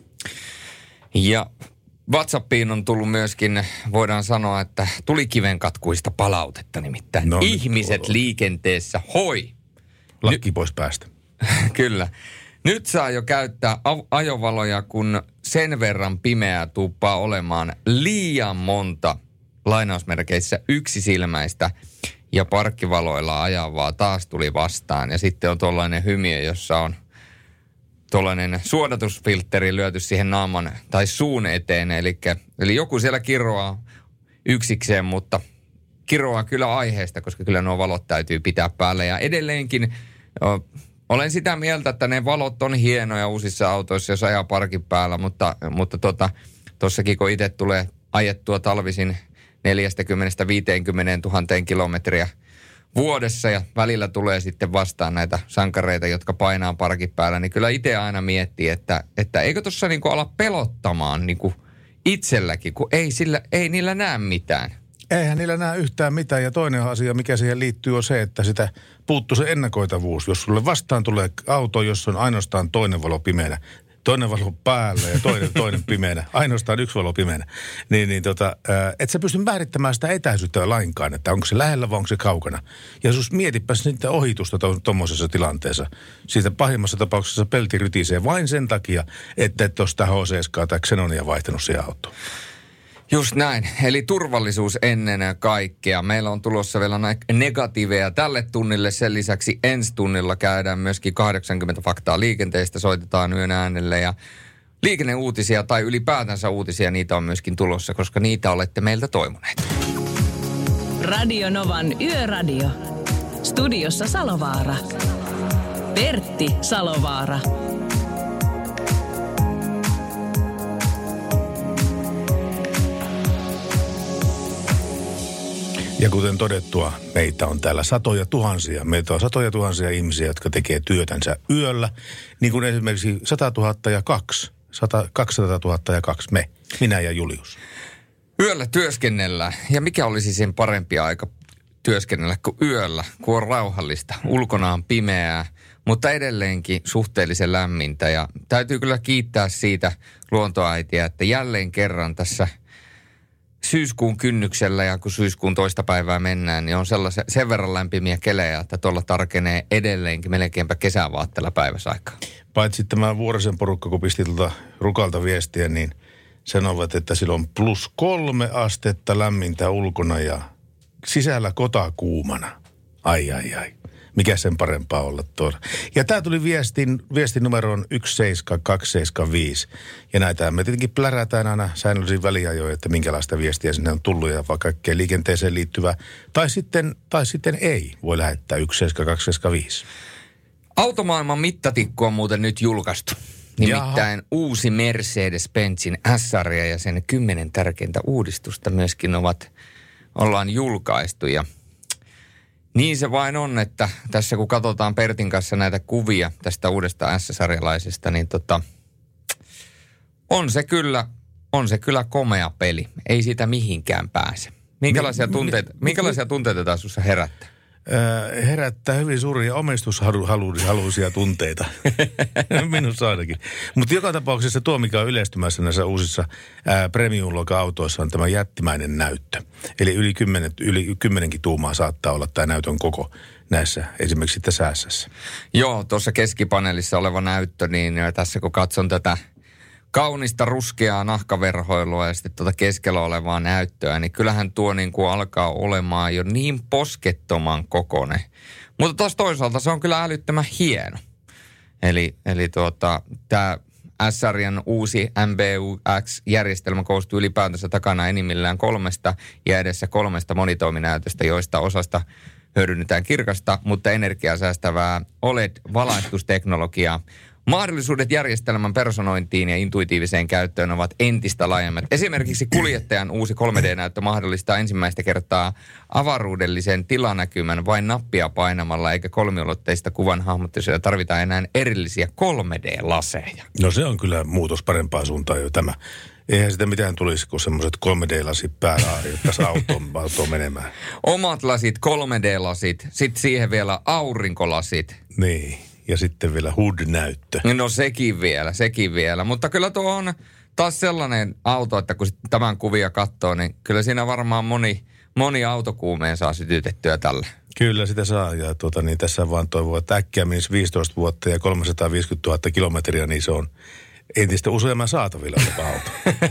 Ja WhatsAppiin on tullut myöskin, voidaan sanoa, että tuli kivenkatkuista palautetta nimittäin. No, ihmiset liikenteessä, hoi!
Lakki Ny- pois päästä.
Kyllä. Nyt saa jo käyttää ajovaloja, kun sen verran pimeää tuppaa olemaan liian monta lainausmerkeissä yksisilmäistä ja parkkivaloilla ajavaa taas tuli vastaan. Ja sitten on tuollainen hymiö, jossa on tuollainen suodatusfiltteri lyöty siihen naaman tai suun eteen. Eli, eli joku siellä kiroaa yksikseen, mutta kiroaa kyllä aiheesta, koska kyllä nuo valot täytyy pitää päällä. Ja edelleenkin o, olen sitä mieltä, että ne valot on hienoja uusissa autoissa, jos ajaa parkin päällä, mutta mutta tota, tossakin kun itse tulee ajettua talvisin neljäkymmentä viisikymmentä tuhatta kilometriä vuodessa ja välillä tulee sitten vastaan näitä sankareita, jotka painaa parkin päällä, niin kyllä itse aina miettii, että, että eikö tuossa niinku ala pelottamaan niinku itselläkin, kun ei, sillä, ei niillä näe mitään.
Eihän niillä näe yhtään mitään. Ja toinen asia, mikä siihen liittyy, on se, että sitä puuttuu se ennakoitavuus. Jos sulle vastaan tulee auto, jossa on ainoastaan toinen valo pimeänä, toinen valo päällä ja toinen, toinen pimeänä, ainoastaan yksi valo pimeänä, niin, niin tota, ää, et sä pysty määrittämään sitä etäisyyttä lainkaan, että onko se lähellä vai onko se kaukana. Ja jos mietipäs niitä ohitusta tuommoisessa tilanteessa, siitä pahimmassa tapauksessa pelti rytisee vain sen takia, että et ole sitä H C tai Xenonia vaihtanut siihen autoon.
Just näin. Eli turvallisuus ennen kaikkea. Meillä on tulossa vielä negatiiveja tälle tunnille. Sen lisäksi ensi tunnilla käydään myöskin kahdeksankymmentä faktaa liikenteestä. Soitetaan yön äänelle ja liikenneuutisia tai ylipäätänsä uutisia. Niitä on myöskin tulossa, koska niitä olette meiltä toivoneet.
Radio Novan Yöradio. Studiossa Salovaara. Pertti Salovaara.
Ja kuten todettua, meitä on täällä satoja tuhansia. Meitä on satoja tuhansia ihmisiä, jotka tekee työtänsä yöllä. Niin kuin esimerkiksi sata tuhatta ja kaksi. kaksisataa tuhatta ja kaksi. Me, minä ja Julius.
Yöllä työskennellään. Ja mikä olisi sen parempi aika työskennellä kuin yöllä, kun on rauhallista. Ulkona on pimeää, mutta edelleenkin suhteellisen lämmintä. Ja täytyy kyllä kiittää siitä luontoäitiä, että jälleen kerran tässä syyskuun kynnyksellä ja kun syyskuun toista päivää mennään, niin on sellaisen, sen verran lämpimiä kelejä, että tuolla tarkenee edelleenkin melkeinpä kesävaatteella päiväsaikaa.
Paitsi tämä Vuorisen porukka, kun pisti tuolta Rukalta viestiä, niin sanovat, että sillä on plus kolme astetta lämmintä ulkona ja sisällä kotakuumana. Ai, ai, ai. Mikä sen parempaa olla tuolla. Ja tämä tuli viestin, viestin numeroon yksi seitsemän kaksi seitsemän viisi. Ja näitä me tietenkin plärätään aina säännöllisiin väliajoin, että minkälaista viestiä sinne on tullut ja vaikka kaikkeen liikenteeseen liittyvää. Tai sitten, tai sitten ei voi lähettää yksi seitsemän kaksi seitsemän viisi.
Automaailman mittatikku on muuten nyt julkaistu. Nimittäin Jaha. Uusi Mercedes-Benzin S-sarja ja sen kymmenen tärkeintä uudistusta myöskin ovat, ollaan julkaistu ja niin se vain on, että tässä kun katsotaan Pertin kanssa näitä kuvia tästä uudesta S-sarjalaisesta, niin tota, on se kyllä, on se kyllä komea peli. Ei siitä mihinkään pääse. Minkälaisia tunteita, minkälaisia tunteita taas sinussa herättää?
Äh, herättää hyvin suuria omistushaluisia tunteita. Minussa ainakin. Mutta joka tapauksessa tuo, mikä on yleistymässä näissä uusissa äh, premium-luokan autoissa, on tämä jättimäinen näyttö. Eli yli, kymmenet, yli kymmenenkin tuumaa saattaa olla tämä näytön koko näissä, esimerkiksi tässä ässässä.
Joo, tuossa keskipaneelissa oleva näyttö, niin tässä kun katson tätä kaunista ruskeaa nahkaverhoilua ja sitten tuota keskellä olevaa näyttöä, niin kyllähän tuo niin kuin alkaa olemaan jo niin poskettoman kokoinen. Mutta taas toisaalta se on kyllä älyttömän hieno. Eli, eli tuota, tämä S-sarjan uusi M B U X-järjestelmä koostuu ylipäätänsä takana enimmillään kolmesta ja edessä kolmesta monitoiminäytöstä, joista osasta hyödynnetään kirkasta, mutta energiaa säästävää O L E D-valaistusteknologiaa. Mahdollisuudet järjestelmän personointiin ja intuitiiviseen käyttöön ovat entistä laajemmat. Esimerkiksi kuljettajan uusi kolme D-näyttö mahdollistaa ensimmäistä kertaa avaruudellisen tilanäkymän vain nappia painamalla, eikä kolmiulotteista kuvan hahmottelua tarvitaan enää erillisiä kolme D-laseja.
No se on kyllä muutos parempaan suuntaan jo tämä. Eihän sitä mitään tulisi, kun semmoiset kolme D-lasit päällä ajettaisiin autoon, autoon menemään.
Omat lasit, kolme D-lasit, sitten siihen vielä aurinkolasit.
Niin. Ja sitten vielä H U D-näyttö.
No sekin vielä, sekin vielä. Mutta kyllä tuo on taas sellainen auto, että kun tämän kuvia katsoo, niin kyllä siinä varmaan moni, moni autokuumeen saa sytytettyä tällä.
Kyllä sitä saa ja tuota, niin tässä vaan toivoo, että äkkiä menisi viisitoista vuotta ja kolmesataaviisikymmentätuhatta kilometriä, niin se on entistä useamman saatavilla oleva auto.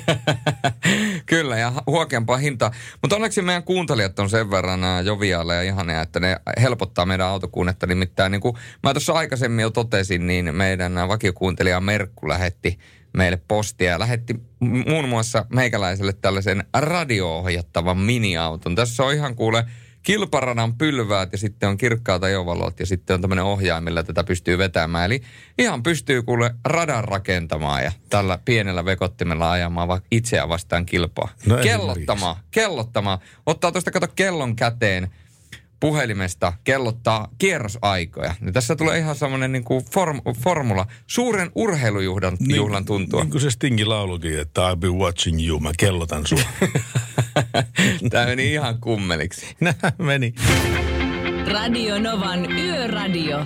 Kyllä, ja huokeampaa hintaa. Mutta onneksi meidän kuuntelijat on sen verran joviaaleja ja ihania, että ne helpottaa meidän autokuunnetta. Nimittäin niin kuin mä tuossa aikaisemmin jo totesin, niin meidän vakiokuuntelija Merkku lähetti meille postia ja lähetti muun muassa meikäläiselle tällaisen radio-ohjattavan mini-auton. Tässä on ihan kuule kilparadan pylväät ja sitten on kirkkaat ajovalot ja sitten on tämmöinen ohjaaja, millä tätä pystyy vetämään. Eli ihan pystyy kuule radan rakentamaan ja tällä pienellä vekottimella ajamaan vaikka itseään vastaan kilpaa. No kellottamaan, kellottamaan. Ottaa tuosta kato kellon käteen, puhelimesta kellottaa kierrosaikoja. Ja tässä tulee ihan semmoinen niin kuin form, formula, suuren urheilujuhlan
niin,
juhlan tuntua.
Niin kuin se Stingin laulukin, että I'll be watching you, mä kellotan sua.
Tämä meni ihan kummeliksi.
Näin meni.
Radio Novan Yöradio.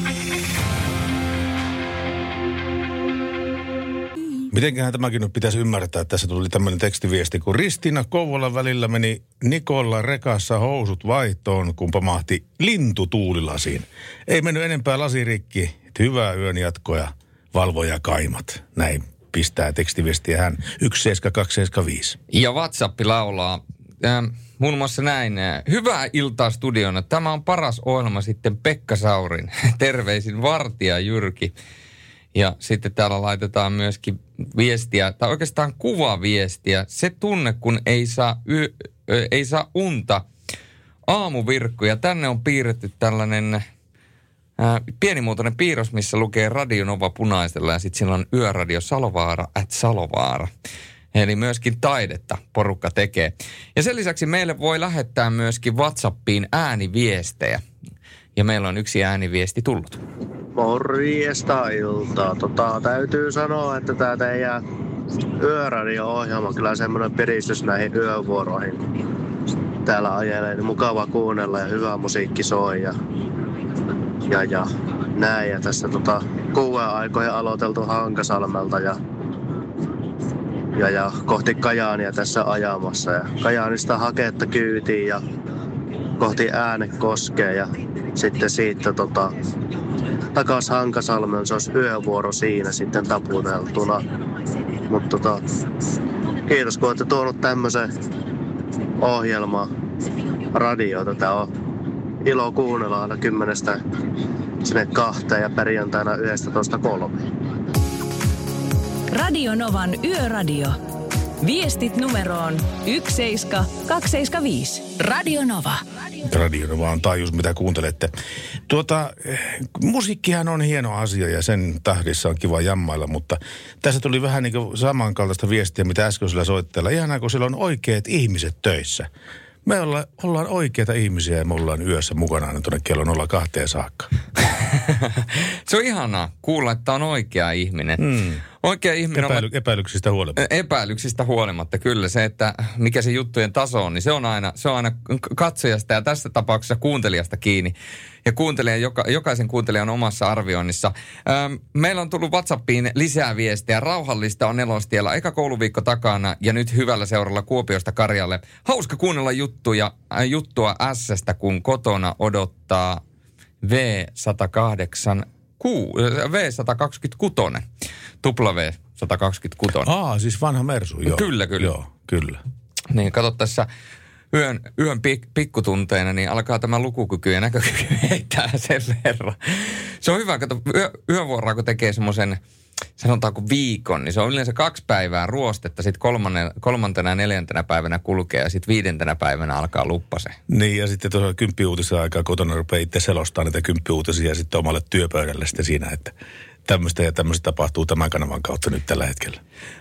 Mitenköhän tämäkin nyt pitäisi ymmärtää? Tässä tuli tämmöinen tekstiviesti, kun Ristiina Kouvolan välillä meni Nikolla rekassa housut vaihtoon, kun pamahti lintu tuulilasiin. Ei mennyt enempää lasirikki. Hyvää yön jatkoa, valvoja kaimat. Näin pistää tekstiviestiä hän yksi seitsemän kaksi seitsemän viisi.
Ja WhatsApp laulaa äh, muun muassa näin. Äh, Hyvää iltaa studiona. Tämä on paras ohjelma sitten Pekka Saurin. Terveisin Vartija Jyrki. Ja sitten täällä laitetaan myöskin viestiä, tai oikeastaan kuvaviestiä. Se tunne, kun ei saa, y, ö, ei saa unta, aamuvirkku. Ja tänne on piirretty tällainen ää, pienimuotoinen piirros, missä lukee Radio Nova punaisella. Ja sitten sillä on Yöradio Salovaara at Salovaara. Eli myöskin taidetta porukka tekee. Ja sen lisäksi meille voi lähettää myöskin WhatsAppiin ääniviestejä. Ja meillä on yksi ääniviesti tullut.
Morjesta iltaa. Tota, täytyy sanoa, että tämä teidän Yöradio-ohjelma on kyllä semmoinen piristys näihin yövuoroihin. Täällä ajelee, niin mukava kuunnella ja hyvä musiikki soi ja, ja, ja näin. Ja tässä tota, kuuden aikoihin aloiteltu Hankasalmelta ja, ja, ja kohti Kajaania tässä ajamassa. Ja Kajaanista Haketta kyytiin ja kohti Äänekoskea ja sitten siitä tota, takas Hankasalmen, se olisi yövuoro siinä sitten taputeltuna. Mutta tota, kiitos kun olette tuonut tämmöisen ohjelman radioita. Tätä on ilo kuunnella aina kymmenestä sinne kahteen ja perjantaina yhdestätoista kolmeen.
Radio Novan Yöradio. Viestit numeroon yksi seitsemän kaksi seitsemän viisi. Radio Nova.
Radio Nova on taajuus, mitä kuuntelette. Tuota, musiikkihan on hieno asia ja sen tahdissa on kiva jammailla, mutta tässä tuli vähän niin kuin samankaltaista viestiä, mitä äskeisellä soitteella. Ihanaa, kun siellä on oikeat ihmiset töissä. Me olla, ollaan oikeita ihmisiä ja me ollaan yössä mukana aina tuonne kello nolla kaksi saakka.
Se on ihanaa kuulla, että on oikea ihminen.
Mm.
Oikea ihminen
Epäily,
on...
Epäilyksistä huolimatta.
Epäilyksistä huolimatta, kyllä. Se, että mikä se juttujen taso on, niin se on aina, se on aina katsojasta ja tässä tapauksessa kuuntelijasta kiinni. Ja kuuntelijan, joka, jokaisen kuuntelijan omassa arvioinnissa. Ähm, meillä on tullut WhatsAppiin lisää viestiä. Rauhallista on Nelostiellä. Eka kouluviikko takana ja nyt hyvällä seuralla Kuopiosta Karjalle. Hauska kuunnella juttuja, äh, juttua Ässästä, kun kotona odottaa V sata kahdeksan V sata kaksikymmentäkuusi. Tupla V sata kaksikymmentäkuusi.
Aa, siis vanha Mersu, joo.
Kyllä, kyllä.
Joo, kyllä.
Niin, kato tässä yön, yön pik, pikkutunteina, niin alkaa tämä lukukyky ja näkökyky heittää sen verran. Se on hyvä, kato, yö, yövuoroa kun tekee semmoisen, sanotaanko viikon, niin se on yleensä kaksi päivää ruostetta, sitten kolmantena ja neljäntenä päivänä kulkee ja sitten viidentenä päivänä alkaa luppase.
Niin, ja sitten tuossa kymppiuutisen aikaa kotona rupeaa itse selostaa niitä kymppiuutisia sitten omalle työpöydälle sitten siinä, että tämmöistä ja tämmöistä tapahtuu tämän kanavan kautta nyt tällä hetkellä.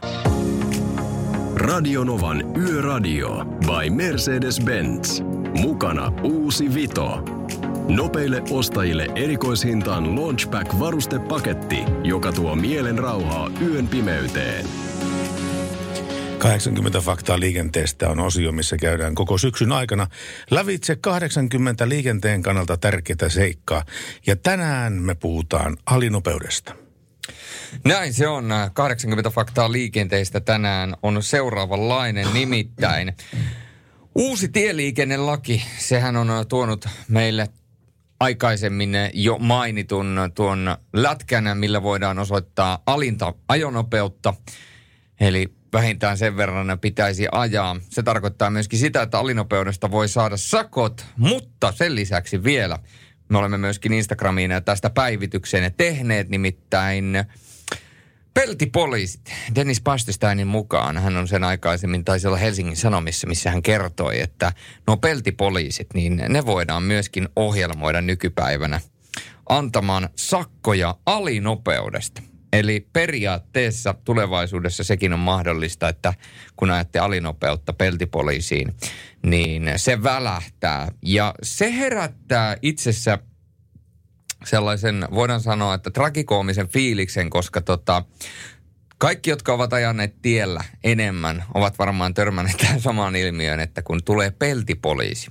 Radio Novan Yöradio by Mercedes-Benz. Mukana uusi Vito. Nopeille ostajille erikoishintaan Launchback-varustepaketti, joka tuo mielen rauhaa yön pimeyteen.
kahdeksankymmentä faktaa liikenteestä on osio, missä käydään koko syksyn aikana lävitse kahdeksankymmentä liikenteen kannalta tärkeää seikkaa. Ja tänään me puhutaan alinopeudesta.
Näin se on. kahdeksankymmentä faktaa liikenteestä tänään on seuraavanlainen nimittäin. Uusi tieliikennelaki, sehän on tuonut meille aikaisemmin jo mainitun tuon lätkän, millä voidaan osoittaa alinta ajonopeutta. Eli vähintään sen verran pitäisi ajaa. Se tarkoittaa myöskin sitä, että alinopeudesta voi saada sakot, mutta sen lisäksi vielä me olemme myöskin Instagramiin tästä päivityksen tehneet, nimittäin peltipoliisit. Dennis Pastesteinin mukaan, hän on sen aikaisemmin, taisi olla Helsingin Sanomissa, missä hän kertoi, että no peltipoliisit, niin ne voidaan myöskin ohjelmoida nykypäivänä antamaan sakkoja alinopeudesta. Eli periaatteessa tulevaisuudessa sekin on mahdollista, että kun ajatte alinopeutta peltipoliisiin, niin se välähtää. Ja se herättää itsessä sellaisen, voidaan sanoa, että tragikoomisen fiiliksen, koska tota, kaikki, jotka ovat ajaneet tiellä enemmän, ovat varmaan törmänneet tähän samaan ilmiöön, että kun tulee peltipoliisi,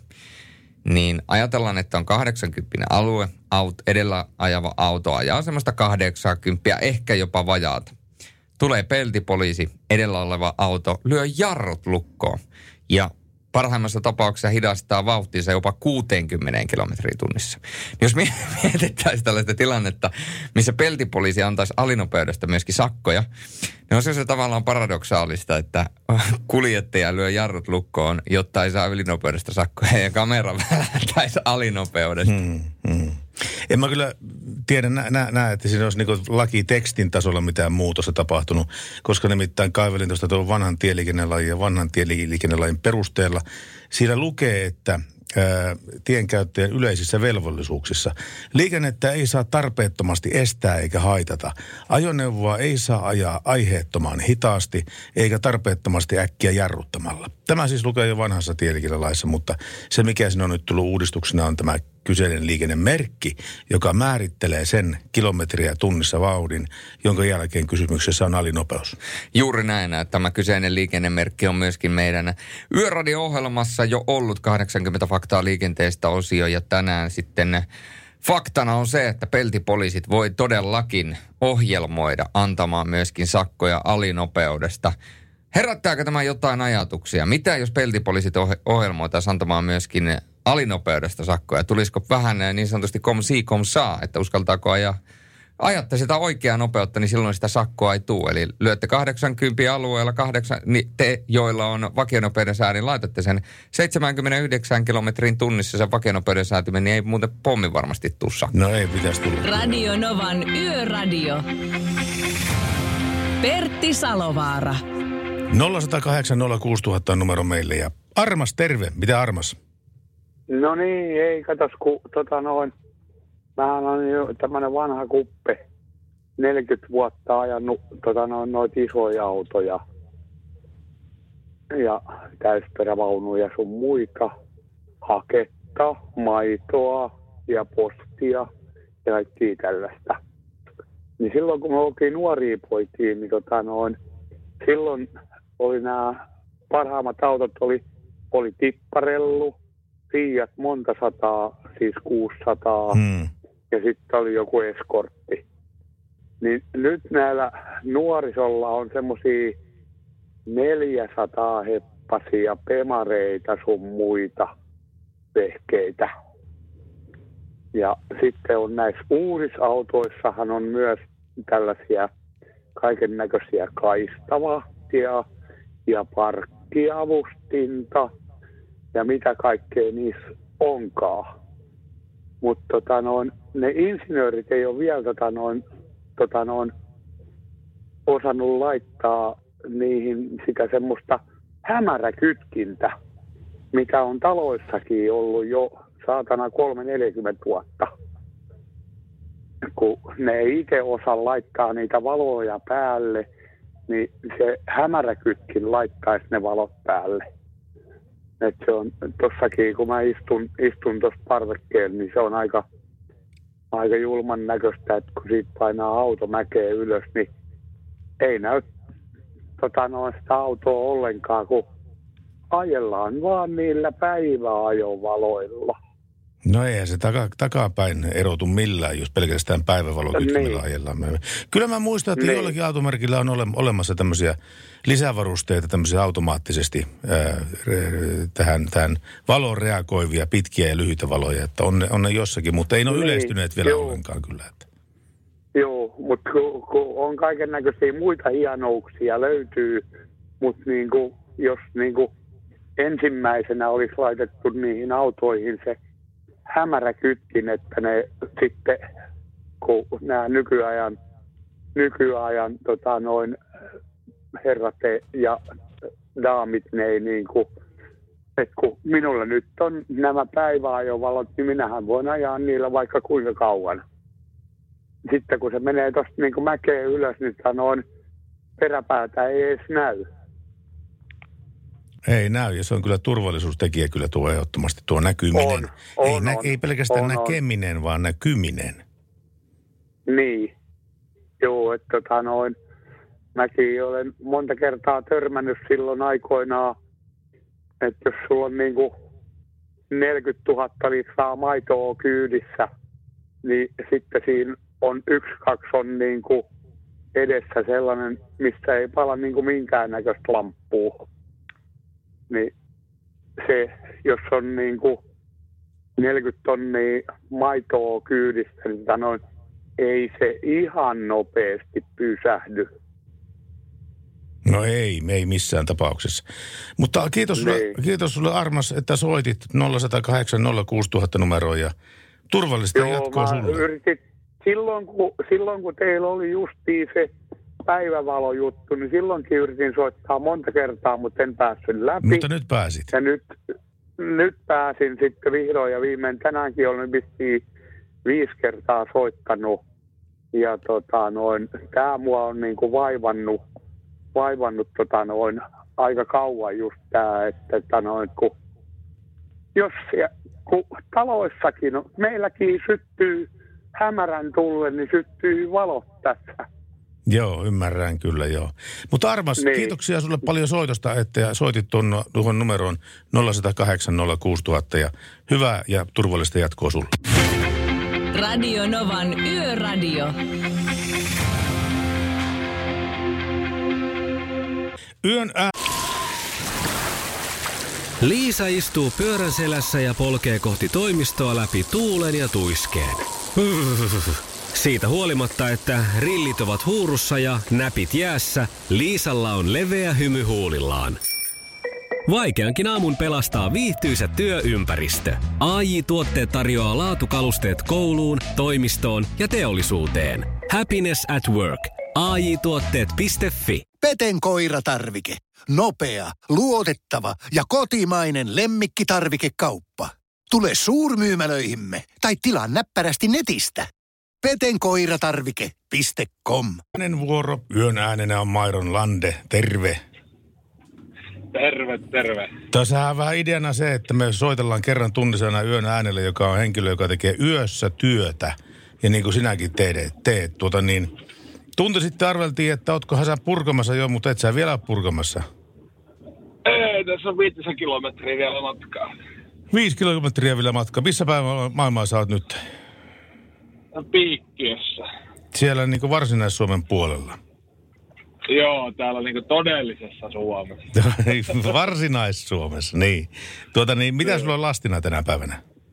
niin ajatellaan, että on kahdeksankymmentä alue, aut, edellä ajava auto ajaa semmoista kahdeksankymmentä, ehkä jopa vajaata. Tulee peltipoliisi, edellä oleva auto lyö jarrut lukkoon ja parhaimmassa tapauksessa hidastaa vauhtinsa jopa kuusikymmentä kilometriä tunnissa. Jos mietittäisiin tällaista tilannetta, missä peltipoliisi antaisi alinopeudesta myöskin sakkoja, niin on se, se tavallaan paradoksaalista, että kuljettaja lyö jarrut lukkoon, jotta ei saa ylinopeudesta sakkoja ja kamera välähtäisi alinopeudesta. Hmm, hmm.
En mä kyllä tiedä nä, nä, että siinä olisi niinku lakitekstin tasolla mitään muutosta tapahtunut, koska nimittäin kaivelin tuosta tuon vanhan tieliikennelajin ja vanhan tieliikennelajin perusteella. Siinä lukee, että ää, tienkäyttäjän yleisissä velvollisuuksissa liikennettä ei saa tarpeettomasti estää eikä haitata. Ajoneuvoa ei saa ajaa aiheettoman hitaasti eikä tarpeettomasti äkkiä jarruttamalla. Tämä siis lukee jo vanhassa tieliikennelaissa, mutta se mikä siinä on nyt tullut uudistuksena on tämä kyseinen liikennemerkki, joka määrittelee sen kilometriä tunnissa vauhdin, jonka jälkeen kysymyksessä on alinopeus.
Juuri näin, että tämä kyseinen liikennemerkki on myöskin meidän Yöradio-ohjelmassa jo ollut kahdeksankymmentä faktaa liikenteestä osio, ja tänään sitten faktana on se, että peltipoliisit voi todellakin ohjelmoida antamaan myöskin sakkoja alinopeudesta. Herättääkö tämä jotain ajatuksia? Mitä jos peltipoliisit oh- ohjelmoitaisiin antamaan myöskin alinopeudesta sakkoja? Tulisiko vähän niin sanotusti comme si comme ça, että uskaltaako ajaa? Ajatte sitä oikeaa nopeutta, niin silloin sitä sakkoa ei tule. Eli lyötte kahdeksankymmentä alueella, kahdeksan, niin te, joilla on vakionopeuden sää, niin laitatte sen seitsemänkymmentäyhdeksän kilometrin tunnissa sen vakionopeuden säätimen, niin ei muuten pommi varmasti tuu sakkoa.
No ei pitäisi tulla.
Radio Novan Yöradio. Pertti Salovaara.
nolla yksi nolla kahdeksan nolla kuusi nolla nolla nolla on numero meille. Ja Armas, terve. Mitä Armas?
No niin, ei katos, kun tota noin, mähän on jo tämmönen vanha kuppe, neljäkymmentä vuotta ajanut tota noin noita isoja autoja ja täysperävaunuja sun muita, haketta, maitoa ja postia ja kaikkia tällaista. Niin silloin kun me oltiin nuoria poikia, niin tota noin, silloin oli nämä parhaimmat autot, oli, oli tipparellu, Fiat monta sataa, siis kuusisataa, hmm. ja sitten oli joku eskortti. Niin nyt näillä nuorisolla on semmosia neljäsataa heppasia pemareita sun muita vehkeitä. Ja sitten on näissä uusissa autoissahan on myös tällaisia kaiken näköisiä kaistavahtia ja parkkiavustinta ja mitä kaikkea niissä onkaan. Mutta tota ne insinöörit ei ole vielä tota noin, tota noin, osannut laittaa niihin sitä semmoista hämäräkytkintä, mikä on taloissakin ollut jo saatana kolme neljäkymmentä vuotta. Kun ne ei itse osaa laittaa niitä valoja päälle, niin se hämäräkytkin laittaisi ne valot päälle. Et se on tossakin, kun mä istun, istun tuossa parvekkeella, niin se on aika, aika julman näköistä, että kun siitä painaa auto mäkeä ylös, niin ei näy tota, noin sitä autoa ollenkaan, kun ajellaan vaan niillä päiväajovaloilla.
No eihän se taka, takapäin erotu millään, jos pelkästään päivävalokytkimellä niin ajellaan. Kyllä mä muistan, että niin jollakin automerkillä on ole, olemassa tämmöisiä lisävarusteita, tämmöisiä automaattisesti ää, tähän, tähän valoon reagoivia pitkiä ja lyhyitä valoja. Että on, ne, on ne jossakin, mutta ei ne ole niin yleistyneet vielä joo ollenkaan kyllä. Että.
Joo, mutta kun, kun on kaiken näköisiä muita hienouksia löytyy, mutta niin kuin, jos niin kuin ensimmäisenä olisi laitettu niihin autoihin se hämärä kytkin, että ne sitten, kun nämä nykyajan, nykyajan tota noin, herrat ja daamit, ne ei niin kuin, että kun minulla nyt on nämä päiväajovalot, niin minähän voin ajaa niillä vaikka kuinka kauan. sitten kun se menee tuosta niin mäkeen ylös, niin sanoin, peräpäätä ei edes näy.
Ei näy, ja se on kyllä turvallisuustekijä kyllä tuo ehdottomasti, tuo näkyminen.
On, on,
ei, nä,
on,
ei pelkästään
on,
näkeminen, on. vaan näkyminen.
Niin. Joo, että tota noin, mäkin olen monta kertaa törmännyt silloin aikoinaan, että jos sulla on niinku neljäkymmentätuhatta litraa maitoa kyydissä, niin sitten siinä on yksi, kaksi on niinku edessä sellainen, missä ei pala niinku minkäännäköistä lamppua. Niin se, jos on niinku neljäkymmentä tonnia maitoa kyydistä, niin sanoin, ei se ihan nopeasti pysähdy.
No ei, ei missään tapauksessa. Mutta kiitos sulle, kiitos sulle Armas, että soitit nolla yksi nolla kahdeksan nolla kuusi nolla nolla nolla numeroon ja turvallista
Joo,
jatkoa sulle.
Yritin, silloin, kun, silloin kun teillä oli justiin se päivävalojuttu, niin silloinkin yritin soittaa monta kertaa, mutta en päässyt läpi.
Mutta nyt pääsit.
Ja nyt, nyt pääsin sitten vihdoin ja viimein. Tänäänkin olen vissiin viisi kertaa soittanut. Ja tota noin, tää mua on niinku vaivannut, vaivannut tota noin aika kauan just tää, että tota noin, kun, jos ja, kun taloissakin, no, meilläkin syttyy hämärän tullen, niin syttyy valot tässä.
Joo, ymmärrän kyllä, joo. Mutta Armas, niin. Kiitoksia sulle paljon soitosta, että soitit tuon, tuohon numeroon nolla yksi nolla kahdeksan nolla kuusi nolla nolla nolla ja hyvää ja turvallista jatkoa sulle.
Radio Novan Yöradio.
Yön ää...
Liisa istuu pyörän selässä ja polkee kohti toimistoa läpi tuulen ja tuiskeen. Siitä huolimatta, että rillit ovat huurussa ja näpit jäässä, Liisalla on leveä hymy huulillaan. Vaikeankin aamun pelastaa viihtyisä työympäristö. A J-tuotteet tarjoaa laatukalusteet kouluun, toimistoon ja teollisuuteen. Happiness at work. A J tuotteet piste fi.
Peten koiratarvike. Nopea, luotettava ja kotimainen lemmikkitarvikekauppa. Tule suurmyymälöihimme tai tilaa näppärästi netistä. peten koiratarvike piste com.
Hänen vuoro. Yön äänenä on Myron Lande. Terve.
Terve, terve.
Tässä on vähän ideana se, että me soitellaan kerran tunnisena yön äänelle, joka on henkilö, joka tekee yössä työtä. Ja niin kuin sinäkin teet, teet tuota niin. Tunti sitten arveltiin, että ootkohan sä purkamassa jo, mutta et sä vielä ole purkamassa.
Ei, tässä on viitisen kilometriä vielä matkaa.
Viisi kilometriä vielä matkaa. Missä päivä maailmaa sä oot nyt?
Piikkiössä.
Siellä niin kuin Varsinais-Suomen puolella.
Joo, täällä niin kuin todellisessa Suomessa.
Varsinais-Suomessa, niin. Tuota niin, mitä sulla on lastina tänä päivänä?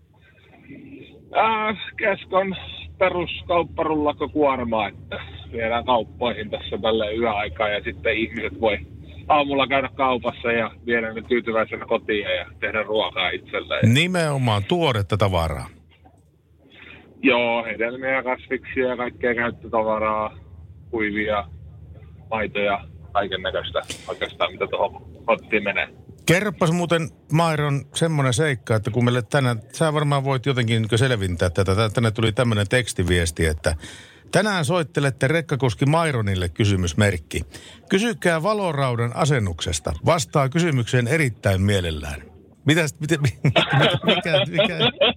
Äh, keskon peruskaupparullakko kuormaa, että viedään kauppoihin tässä tälle yöaikaa ja sitten ihmiset voi aamulla käydä kaupassa ja viedä ne tyytyväisenä kotiin ja tehdä ruokaa itselleen.
Nimenomaan tuoretta tavaraa.
Joo, hedelmiä ja kasviksia ja kaikkea käyttötavaraa, kuivia, maitoja, kaiken näköistä oikeastaan, mitä tuohon hottiin menee.
Kerropas muuten, Myron, semmoinen seikka, että kun meille tänään, sä varmaan voit jotenkin selvintää tätä. Tänne tuli tämmöinen tekstiviesti, että tänään soittelette rekkakuski Myronille kysymysmerkki. Kysykää valoraudan asennuksesta. Vastaa kysymykseen erittäin mielellään. Mitäs, mitä, mikä, mikä, mikä,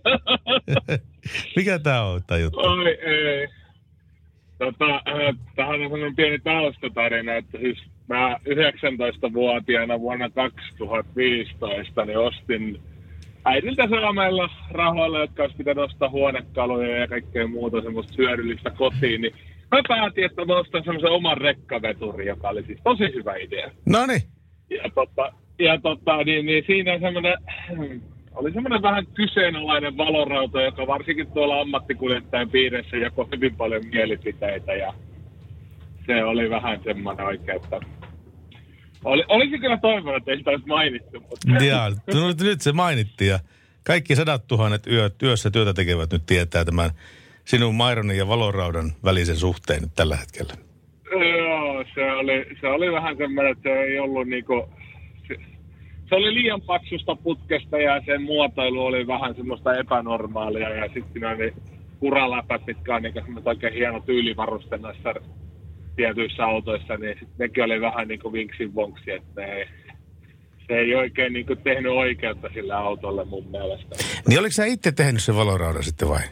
mikä tää on tää juttu?
Oi ei. Tota, äh, tähän on sellainen pieni taustatarina, että siis mä yhdeksäntoistavuotiaana vuonna kaksituhattaviisitoista niin ostin äidiltä saamalla rahoilla, jotka olisi pitänyt ostaa huonekaluja ja kaikkea muuta semmoista hyödyllistä kotiin, niin mä päätin, että mä ostan semmoisen oman rekkaveturin, joka oli siis tosi hyvä idea.
Noniin.
Ja tota, ja tota niin, niin siinä semmoinen, oli semmoinen vähän kyseenalainen valorauta, joka varsinkin tuolla ammattikuljettajan piirissä jakoi hyvin paljon mielipiteitä ja se oli vähän semmoinen oikein, että oli, olisi kyllä toivonut, että ei sitä olisi mainittu. Mutta...
Jaa, no, nyt se mainittiin ja kaikki sadat tuhannet yö, työssä työtä tekevät nyt tietää tämän sinun Myronin ja valoraudan välisen suhteen nyt tällä hetkellä.
Joo, se oli, se oli vähän semmoinen, että se ei ollut niinku... Se, se oli liian paksusta putkesta ja sen muotoilu oli vähän semmoista epänormaalia ja sitten niin kuraläpät, mitkä on niin oikein hieno tyylivaruste näissä tietyissä autoissa, niin sit nekin oli vähän niin kuin vinksin vonksi, että ne, se ei oikein niin kuin tehnyt oikeutta sille autolle mun mielestä.
Niin oliko sä itse tehnyt se valorauda sitten vai?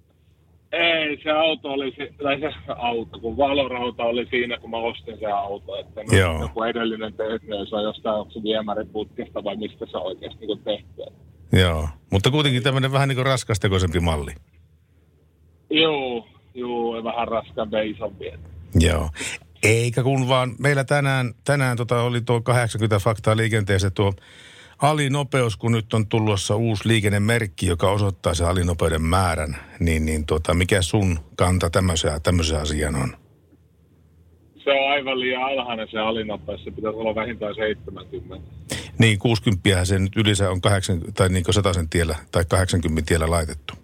Ei, se auto oli, se, tai se auto, kun valorauta oli siinä, kun mä ostin se auto, että no, joku edellinen tehty, se on jostain, onko se viemäriputkesta vai mistä se on oikeasti niin kuin tehty.
Joo, mutta kuitenkin tämmöinen vähän niin kuin raskastekoisempi malli.
Joo, joo, vähän raskaampi ja isompi.
Joo. Eikä kun vaan meillä tänään, tänään tota oli tuo kahdeksankymmentä faktaa liikenteessä tuo alinopeus, kun nyt on tulossa uusi liikennemerkki, joka osoittaa se alinopeuden määrän, niin, niin tota, mikä sun kanta tämmöiseen, tämmöiseen asiaan on?
Se on aivan liian alhainen se alinopeus, se pitäisi olla vähintään seitsemänkymmentä.
Niin, kuusikymmentä se nyt yleensä on kahdeksankymmentä, tai niin kuin sataisen tiellä tai kahdeksankymmentä tiellä laitettu.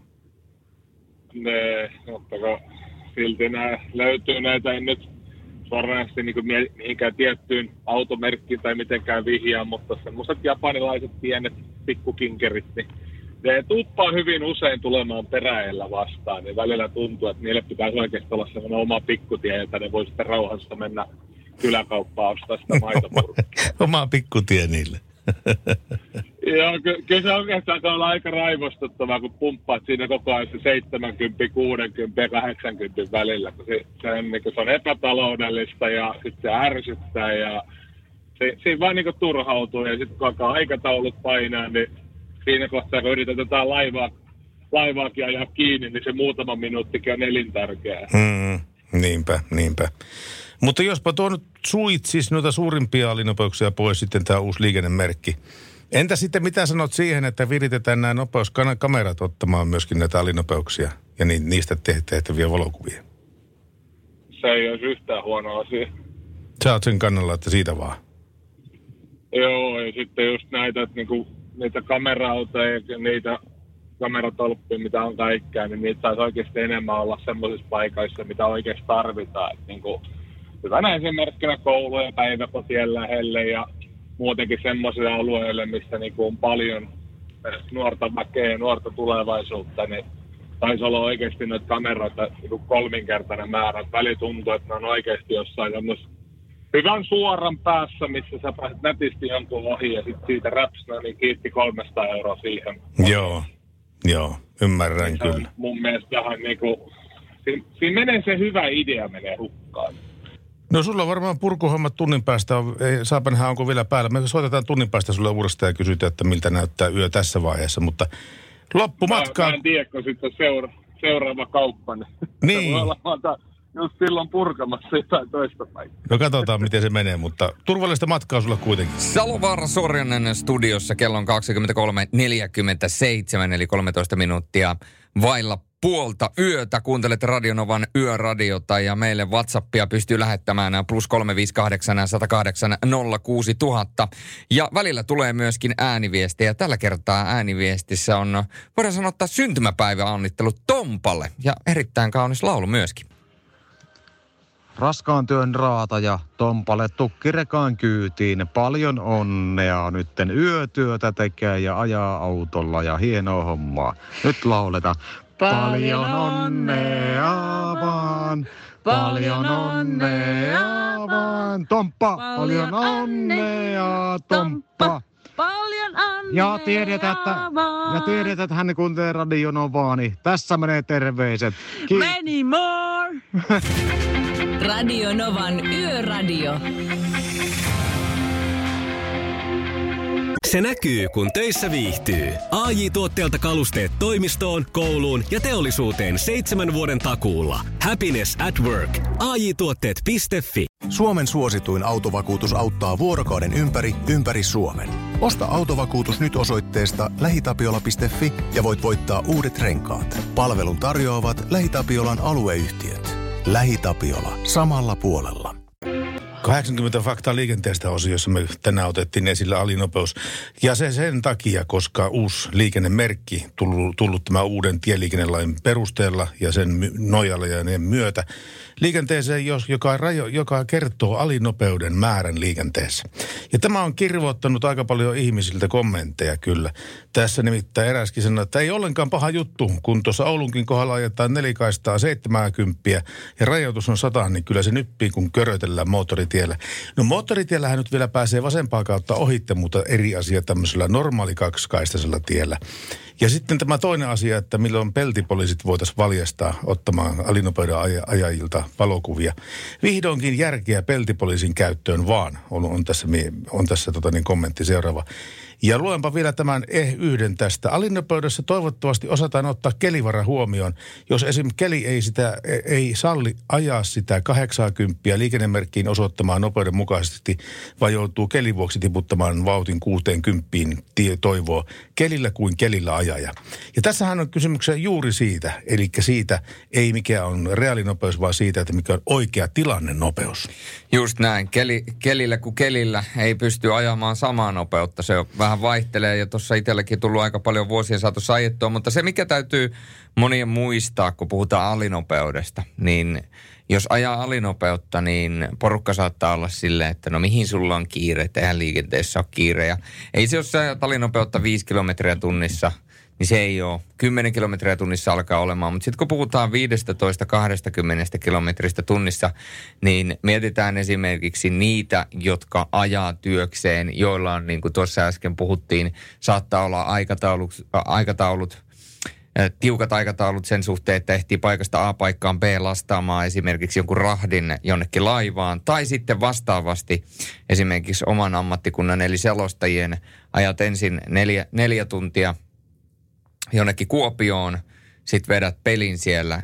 Ne, mutta silti nämä löytyy näitä, en nyt suoranaisesti niin mihinkään tiettyyn automerkkiin tai mitenkään vihjaa, mutta semmoiset japanilaiset pienet pikkukinkerit, niin ne tuppaa hyvin usein tulemaan peräillä vastaan, niin välillä tuntuu, että niille pitäisi oikeasti olla semmoinen oma pikkutie, jota ne voi sitten rauhassa mennä kyläkauppaan ostaa sitä maitopurkkia.
Oma pikkutie niille.
Joo, ky- kyllä se oikeastaan olla aika raivostuttavaa, kun pumppaat siinä koko ajan se seitsemänkymmentä, kuusikymmentä ja kahdeksankymmentä välillä, kun se, se, niin kun se on epätaloudellista ja sitten se ärsyttää ja se, siinä vaan niin turhautuu ja sitten kun alkaa aikataulut painaa, niin siinä kohtaa, kun yritetään laivaa, laivaakin ajaa kiinni, niin se muutama minuuttikin on elintärkeää.
Mm, niinpä, niinpä. Mutta jospa tuo nyt suitsisi noita suurimpia alinopeuksia pois sitten tämä uusi liikennemerkki. Entä sitten mitä sanot siihen, että viritetään nämä nopeuskamerat ottamaan myöskin näitä alinopeuksia ja ni, niistä tehtäviä valokuvia?
Se ei olisi yhtään huono asia.
Sä oot sen kannalla, että siitä vaan.
Joo, ja sitten just näitä, että niinku, niitä kamera-autoja ja niitä kameratolppia, mitä on kaikkea, niin niitä saisi oikeasti enemmän olla semmoisissa paikoissa, mitä oikeasti tarvitaan. Että niinku, hyvänä esimerkkinä koulujen päiväkotien lähelle ja muutenkin semmoisille alueille, missä niinku on paljon nuorta väkeä ja nuorta tulevaisuutta, niin taisi olla oikeasti noita kameroita niinku kolminkertainen määrä. Väli tuntuu, että ne on oikeasti jossain semmoisessa hyvän suoran päässä, missä sä pääset nätisti jonkun ohi ja sitten siitä räpsnä, niin kiitti kolmesataa euroa siihen.
Joo, joo, ymmärrän se kyllä.
Mun mielestä vähän niinku, siinä, siinä menee se hyvä idea menee hukkaan.
No sulla on varmaan purkuhommat tunnin päästä, saapa nähdä onko vielä päällä. Me soitetaan tunnin päästä sulle uudestaan ja kysytään, että miltä näyttää yö tässä vaiheessa, mutta loppumatkaan.
Mä, mä en tiedä, kun sitten seura, seuraava kauppa, niin, niin. Se voi olla vaan just silloin purkamassa jotain toista paikkaa.
No katsotaan, miten se menee, mutta turvallista matkaa sulle kuitenkin.
Salovaara Sorjonen studiossa, kello on kaksikymmentäkolme neljäkymmentäseitsemän, eli kolmetoista minuuttia vailla puolta yötä. Kuuntelet Radionovan yöradiota ja meille WhatsAppia pystyy lähettämään plus kolme viisi kahdeksan, sata kahdeksan, nolla kuusi tuhatta. Ja välillä tulee myöskin ääniviestejä. Tällä kertaa ääniviestissä on, voidaan sanoa, syntymäpäiväonnittelut Tompalle ja erittäin kaunis laulu myöskin.
Raskaan työn raataja Tompalle tukkirekaan kyytiin. Paljon onnea nytten yötyötä tekee ja ajaa autolla ja hienoa hommaa. Nyt lauleta. Paljon onnea vaan, paljon onnea vaan. Tomppa, paljon onnea, Tomppa.
Paljon onnea
ja tiedetään, että, ja tiedetään, että hän kuuntelee Radionovaa, niin tässä menee terveiset.
Ki- Many more!
Radio Novan Yöradio.
Se näkyy, kun töissä viihtyy. A J-tuotteelta kalusteet toimistoon, kouluun ja teollisuuteen seitsemän vuoden takuulla. Happiness at work. A J tuotteet piste fi.
Suomen suosituin autovakuutus auttaa vuorokauden ympäri, ympäri Suomen. Osta autovakuutus nyt osoitteesta lähitapiola piste fi ja voit voittaa uudet renkaat. Palvelun tarjoavat LähiTapiolan alueyhtiöt. LähiTapiola. Samalla puolella.
kahdeksankymmentä faktaa liikenteestä osiossa me tänään otettiin esille alinopeus. Ja se sen takia, koska uusi liikennemerkki tullut, tullut tämän uuden tieliikennelain perusteella ja sen nojalla ja ne myötä liikenteeseen, joka, rajo, joka kertoo alinopeuden määrän liikenteessä. Ja tämä on kirvoittanut aika paljon ihmisiltä kommentteja kyllä. Tässä nimittäin eräskin sanoi, että ei ollenkaan paha juttu, kun tuossa Oulunkin kohdalla ajetaan nelikaistaa seitsemänkymmentä ja rajoitus on sata, niin kyllä se nyppii, kun körötellään moottoritiellä. No moottoritiellähän nyt vielä pääsee vasempaa kautta ohitte, mutta eri asia tämmöisellä normaali kaksikaistaisella tiellä. Ja sitten tämä toinen asia, että milloin peltipoliisit voitaisiin valjastaa ottamaan alinopeuden aj- ajajilta valokuvia. Vihdoinkin järkeä peltipoliisin käyttöön vaan, on, on tässä, on tässä tota niin, kommentti seuraava. Ja luenpa vielä tämän eh yhden tästä. Alinopeudessa toivottavasti osataan ottaa kelivara huomioon. Jos esim. Keli ei, sitä, ei salli ajaa sitä kahdeksankymmentä liikennemerkkiin osoittamaan nopeuden mukaisesti, vaan joutuu kelin vuoksi tiputtamaan vauhtin kuuteenkymmentä tie toivoo kelillä kuin kelillä ajaja. Ja tässähän on kysymyksessä juuri siitä, eli siitä ei mikä on reaalinopeus, vaan siitä, että mikä on oikea tilanne nopeus.
Just näin. Keli, kelillä kuin kelillä ei pysty ajamaan samaa nopeutta. Se vähän vaihtelee ja tuossa itselläkin tullut aika paljon vuosien saatossa ajettua, mutta se mikä täytyy monien muistaa, kun puhutaan alinopeudesta, niin jos ajaa alinopeutta, niin porukka saattaa olla silleen, että no mihin sulla on kiire, että eihän liikenteessä ole kiire. Ja ei se, jos sä ajat alinopeutta viisi kilometriä tunnissa, niin se ei ole. kymmenen kilometriä tunnissa alkaa olemaan, mutta sitten kun puhutaan viisitoista kaksikymmentä kilometristä tunnissa, niin mietitään esimerkiksi niitä, jotka ajaa työkseen, joilla on, niin kuin tuossa äsken puhuttiin, saattaa olla aikataulut, aikataulut tiukat aikataulut sen suhteen, että ehtii paikasta A paikkaan B lastaamaan esimerkiksi jonkun rahdin jonnekin laivaan. Tai sitten vastaavasti esimerkiksi oman ammattikunnan eli selostajien ajat ensin neljä, neljä tuntia jonnekin Kuopioon, sit vedät pelin siellä,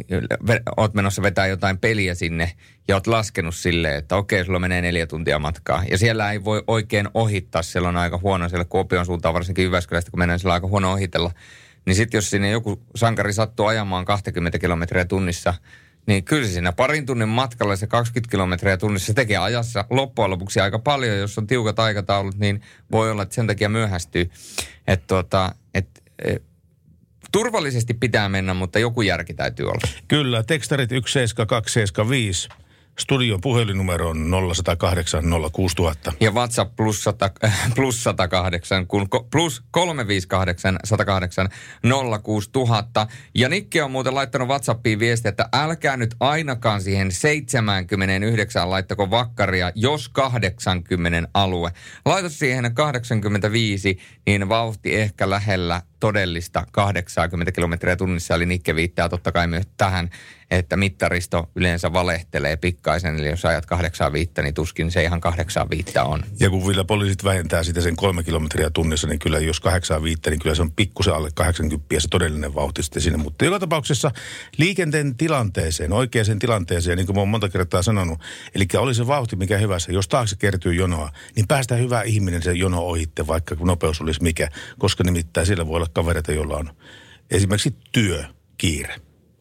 oot menossa vetää jotain peliä sinne ja oot laskenut silleen, että okei, sulla menee neljä tuntia matkaa. Ja siellä ei voi oikein ohittaa, siellä on aika huono siellä Kuopion suuntaan, varsinkin Jyväskylästä, kun mennään siellä aika huono ohitella. Niin sitten jos sinne joku sankari sattuu ajamaan kaksikymmentä kilometriä tunnissa, niin kyllä siinä parin tunnin matkalla se kaksikymmentä kilometriä tunnissa se tekee ajassa loppujen lopuksi aika paljon. Jos on tiukat aikataulut, niin voi olla, että sen takia myöhästyy. Että tuota, et, et, turvallisesti pitää mennä, mutta joku järki täytyy olla.
Kyllä, tekstarit yksi seitsemän kaksi seitsemän viisi. Studion puhelinnumero on nolla yksi nolla kahdeksan nolla kuusi nolla nolla nolla.
Ja WhatsApp plus, sata, plus sata kahdeksan, kun plus kolme viisi kahdeksan sata kahdeksan nolla kuusi nolla nolla nolla. Ja Nikke on muuten laittanut WhatsAppiin viestiä, että älkää nyt ainakaan siihen seitsemänkymmentäyhdeksän laittako vakkaria, jos kahdeksankymmentä alue. Laita siihen kahdeksankymmentäviisi, niin vauhti ehkä lähellä todellista kahdeksankymmentä kilometriä tunnissa, eli Nikke viittaa totta kai myös tähän, että mittaristo yleensä valehtelee pikkaisen, eli jos ajat kahdeksan viittä, niin tuskin se ihan kahdeksan viittä on.
Ja kun vielä poliisit vähentää sitä sen kolme kilometriä tunnissa, niin kyllä jos kahdeksan viittä, niin kyllä se on pikkusen alle kahdeksankymmentä ja se todellinen vauhti sitten sinne. Mutta joka tapauksessa liikenteen tilanteeseen, oikeaan tilanteeseen, niin kuin mä oon monta kertaa sanonut, eli oli se vauhti mikä hyvässä, jos taakse kertyy jonoa, niin päästään hyvä ihminen sen jono ohitte, vaikka nopeus olisi mikä, koska nimittäin siellä voi olla kavereita, joilla on esimerkiksi työkiire.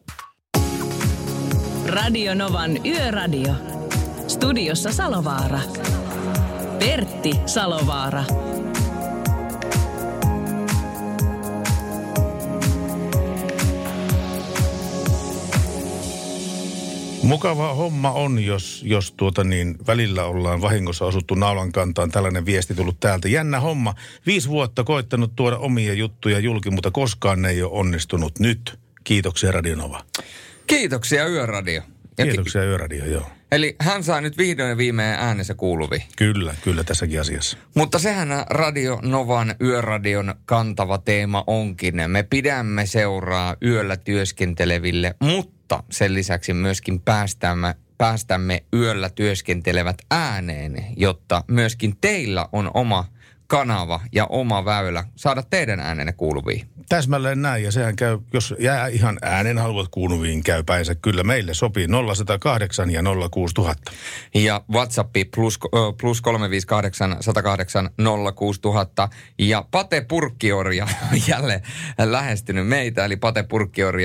Radio Novan Yöradio. Studiossa Salovaara. Pertti Salovaara.
Mukava homma on, jos, jos tuota niin, välillä ollaan vahingossa osuttu naulan kantaan. Tällainen viesti tullut täältä. Jännä homma. Viisi vuotta koittanut tuoda omia juttuja julki, mutta koskaan ne ei ole onnistunut. Nyt. Kiitoksia Radio Nova.
Kiitoksia Yöradio.
Ja Kiitoksia Yöradio, joo.
Eli hän saa nyt vihdoin ja viimein äänensä kuuluviin.
Kyllä, kyllä tässäkin asiassa.
Mutta sehän Radio Novan Yöradion kantava teema onkin. Me pidämme seuraa yöllä työskenteleville, mutta sen lisäksi myöskin päästämme, päästämme yöllä työskentelevät ääneen, jotta myöskin teillä on oma kanava ja oma väylä saada teidän äänenne kuuluviin.
Täsmälleen näin, ja sehän käy, jos jää ihan äänen haluat kuuluviin, käy päinsä. Kyllä meille sopii nolla yksi nolla kahdeksan ja nolla kuusi nolla nolla nolla.
Ja WhatsAppi plus, plus kolme viisi kahdeksan sata kahdeksan nolla kuusi nolla nolla nolla. Ja Pate Purkkiorja on jälleen lähestynyt meitä, eli Pate Purkkiorja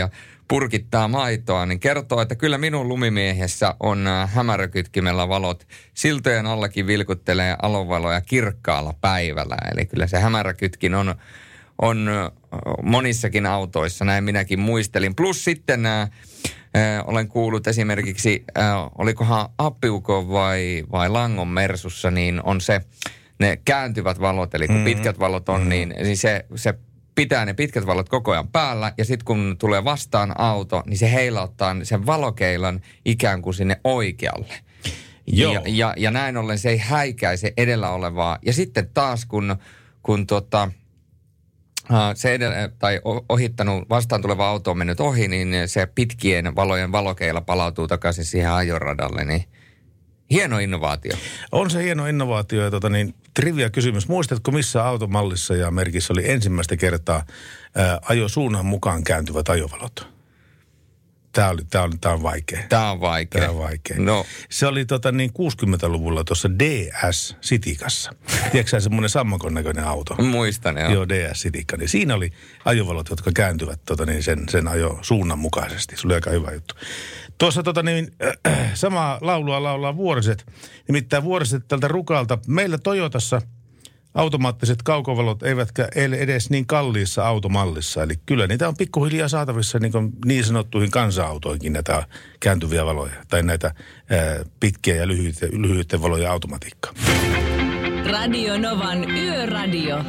purkittaa maitoa, niin kertoo, että kyllä minun lumimiehessä on hämäräkytkimellä valot. Siltojen allakin vilkuttelee alovaloja kirkkaalla päivällä. Eli kyllä se hämäräkytkin on, on monissakin autoissa, näin minäkin muistelin. Plus sitten äh, olen kuullut esimerkiksi, äh, olikohan Appiukon vai, vai Langon Mersussa, niin on se, ne kääntyvät valot, eli kun mm-hmm. pitkät valot on, mm-hmm. niin, niin se, se pitää ne pitkät valot koko ajan päällä, ja sitten kun tulee vastaan auto, niin se heilauttaa sen valokeilan ikään kuin sinne oikealle. Joo. Ja, ja, ja näin ollen se ei häikäise edellä olevaa. Ja sitten taas kun, kun tota, se edellä, tai ohittanut vastaan tuleva auto on mennyt ohi, niin se pitkien valojen valokeila palautuu takaisin siihen ajoradalle, niin hieno innovaatio. On se hieno innovaatio ja tota niin, trivia kysymys. Muistatko missä automallissa ja merkissä oli ensimmäistä kertaa ää, ajosuunnan mukaan kääntyvät ajovalot? Tämä, oli, tämä, on, tämä on vaikea. Tämä on vaikea. Tämä on vaikea. No. Se oli tota niin kuusikymmentäluvulla tuossa D S-sitikassa. Tiedätkö sä semmoinen sammakon näköinen auto? Muistan, joo. Joo, D S-sitikka. Niin siinä oli ajovalot, jotka kääntyvät tota niin sen, sen ajosuunnan mukaisesti. Se oli aika hyvä juttu. Tuossa tota niin, äh, samaa laulua laulaa Vuoriset. Nimittäin Vuoriset tältä Rukalta. Meillä Toyotassa automaattiset kaukovalot eivätkä ele edes niin kalliissa automallissa. Eli kyllä niitä on pikkuhiljaa saatavissa niin, kuin niin sanottuihin kansa-autoihinkin näitä kääntyviä valoja. Tai näitä ää, pitkiä ja lyhyitä, lyhyiden valoja automatiikkaa.
Radio Novan Yöradio.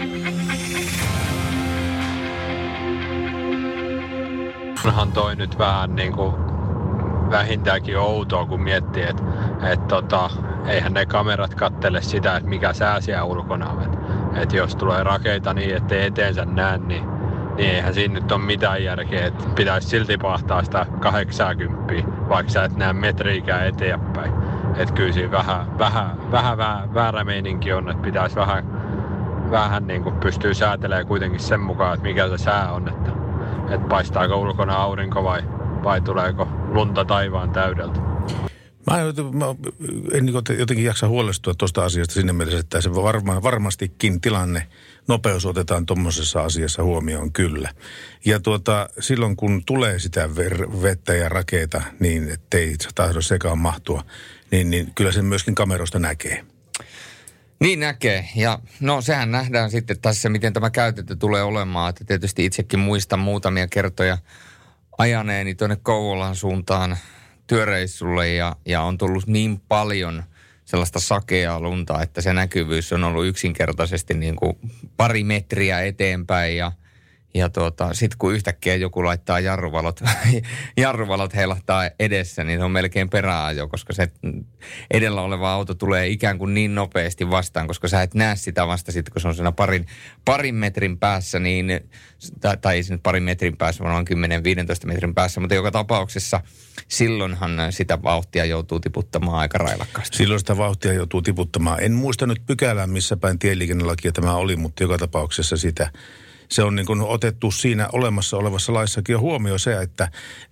Onhan toi nyt vähän niin kuin vähintäänkin outoa, kun miettii, että et tota, eihän ne kamerat kattele sitä, että mikä sää siellä ulkona on. Että et jos tulee rakeita niin, ettei eteensä näe, niin, niin eihän siinä nyt ole mitään järkeä. Että pitäisi silti pahtaa sitä kahdeksankymmentä, vaikka sä et näe metriikään eteenpäin. Että kyllä siinä vähän, vähän, vähän, vähän väärä meininki on, että pitäisi vähän, vähän niin kuin pystyy säätelemään kuitenkin sen mukaan, että mikä se sää on. Että, että paistaako ulkona aurinko vai, vai tuleeko lunta taivaan täydeltä.
Mä en, mä en jotenkin jaksa huolestua tuosta asiasta siinä mielessä, että se varma, varmastikin tilanne, nopeus otetaan tuommoisessa asiassa huomioon kyllä. Ja tuota, silloin kun tulee sitä ver- vettä ja rakeita, niin ettei se tahdo sekaan mahtua, niin, niin kyllä sen myöskin kamerosta näkee.
Niin näkee. Ja no sehän nähdään sitten tässä, miten tämä käytetty tulee olemaan. Että tietysti itsekin muistan muutamia kertoja ajaneeni tuonne Kouvolan suuntaan työreissulle ja, ja on tullut niin paljon sellaista sakeaa lunta, että se näkyvyys on ollut yksinkertaisesti niin kuin pari metriä eteenpäin ja, ja tuota, sitten kun yhtäkkiä joku laittaa jarruvalot, jarruvalot heilahtaa edessä, niin se on melkein peräajo, koska se edellä oleva auto tulee ikään kuin niin nopeasti vastaan, koska sä et näe sitä vasta sitten, kun se on siinä parin, parin metrin päässä, niin, tai, tai ei se nyt parin metrin päässä, vaan kymmenen viisitoista metrin päässä, mutta joka tapauksessa silloinhan sitä vauhtia joutuu tiputtamaan aika railakkaasti. Silloin sitä vauhtia joutuu tiputtamaan. En muista nyt pykälää, missä päin tieliikennelakia tämä oli, mutta joka tapauksessa sitä se on niin kuin otettu siinä olemassa olevassa laissakin jo huomioon se, että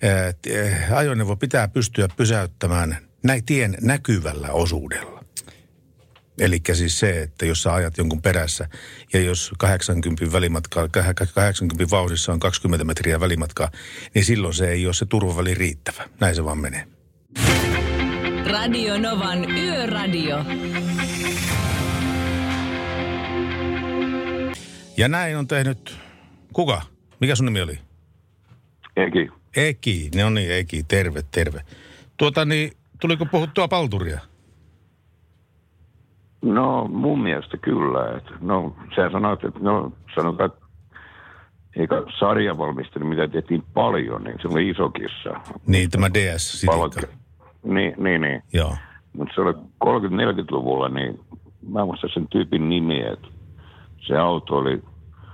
ää, ajoneuvo pitää pystyä pysäyttämään näin tien näkyvällä osuudella. Eli siis se, että jos sä ajat jonkun perässä ja jos kahdeksankymmentä välimatkaa, kahdeksankymmentä vauhdissa on kaksikymmentä metriä välimatkaa, niin silloin se ei ole se turvaväli riittävä. Näin se vaan menee.
Radio Novan Yöradio.
Ja näin on tehnyt, kuka? Mikä sun nimi oli?
Eki.
Eki, no niin, Eki, terve, terve. Tuota niin, tuliko puhuttua palturia?
No mun mielestä kyllä. Että, no sä sanoit, että no sanotaan, eikä sarjavalmistelu, mitä tehtiin paljon, niin se oli Isokissa.
Niin, tämä D S-sitikka.
Niin, niin, niin.
Joo.
Mutta se oli kolmekymmentä-neljäkymmentäluvulla, niin mä muistan sen tyypin nimi, että se auto oli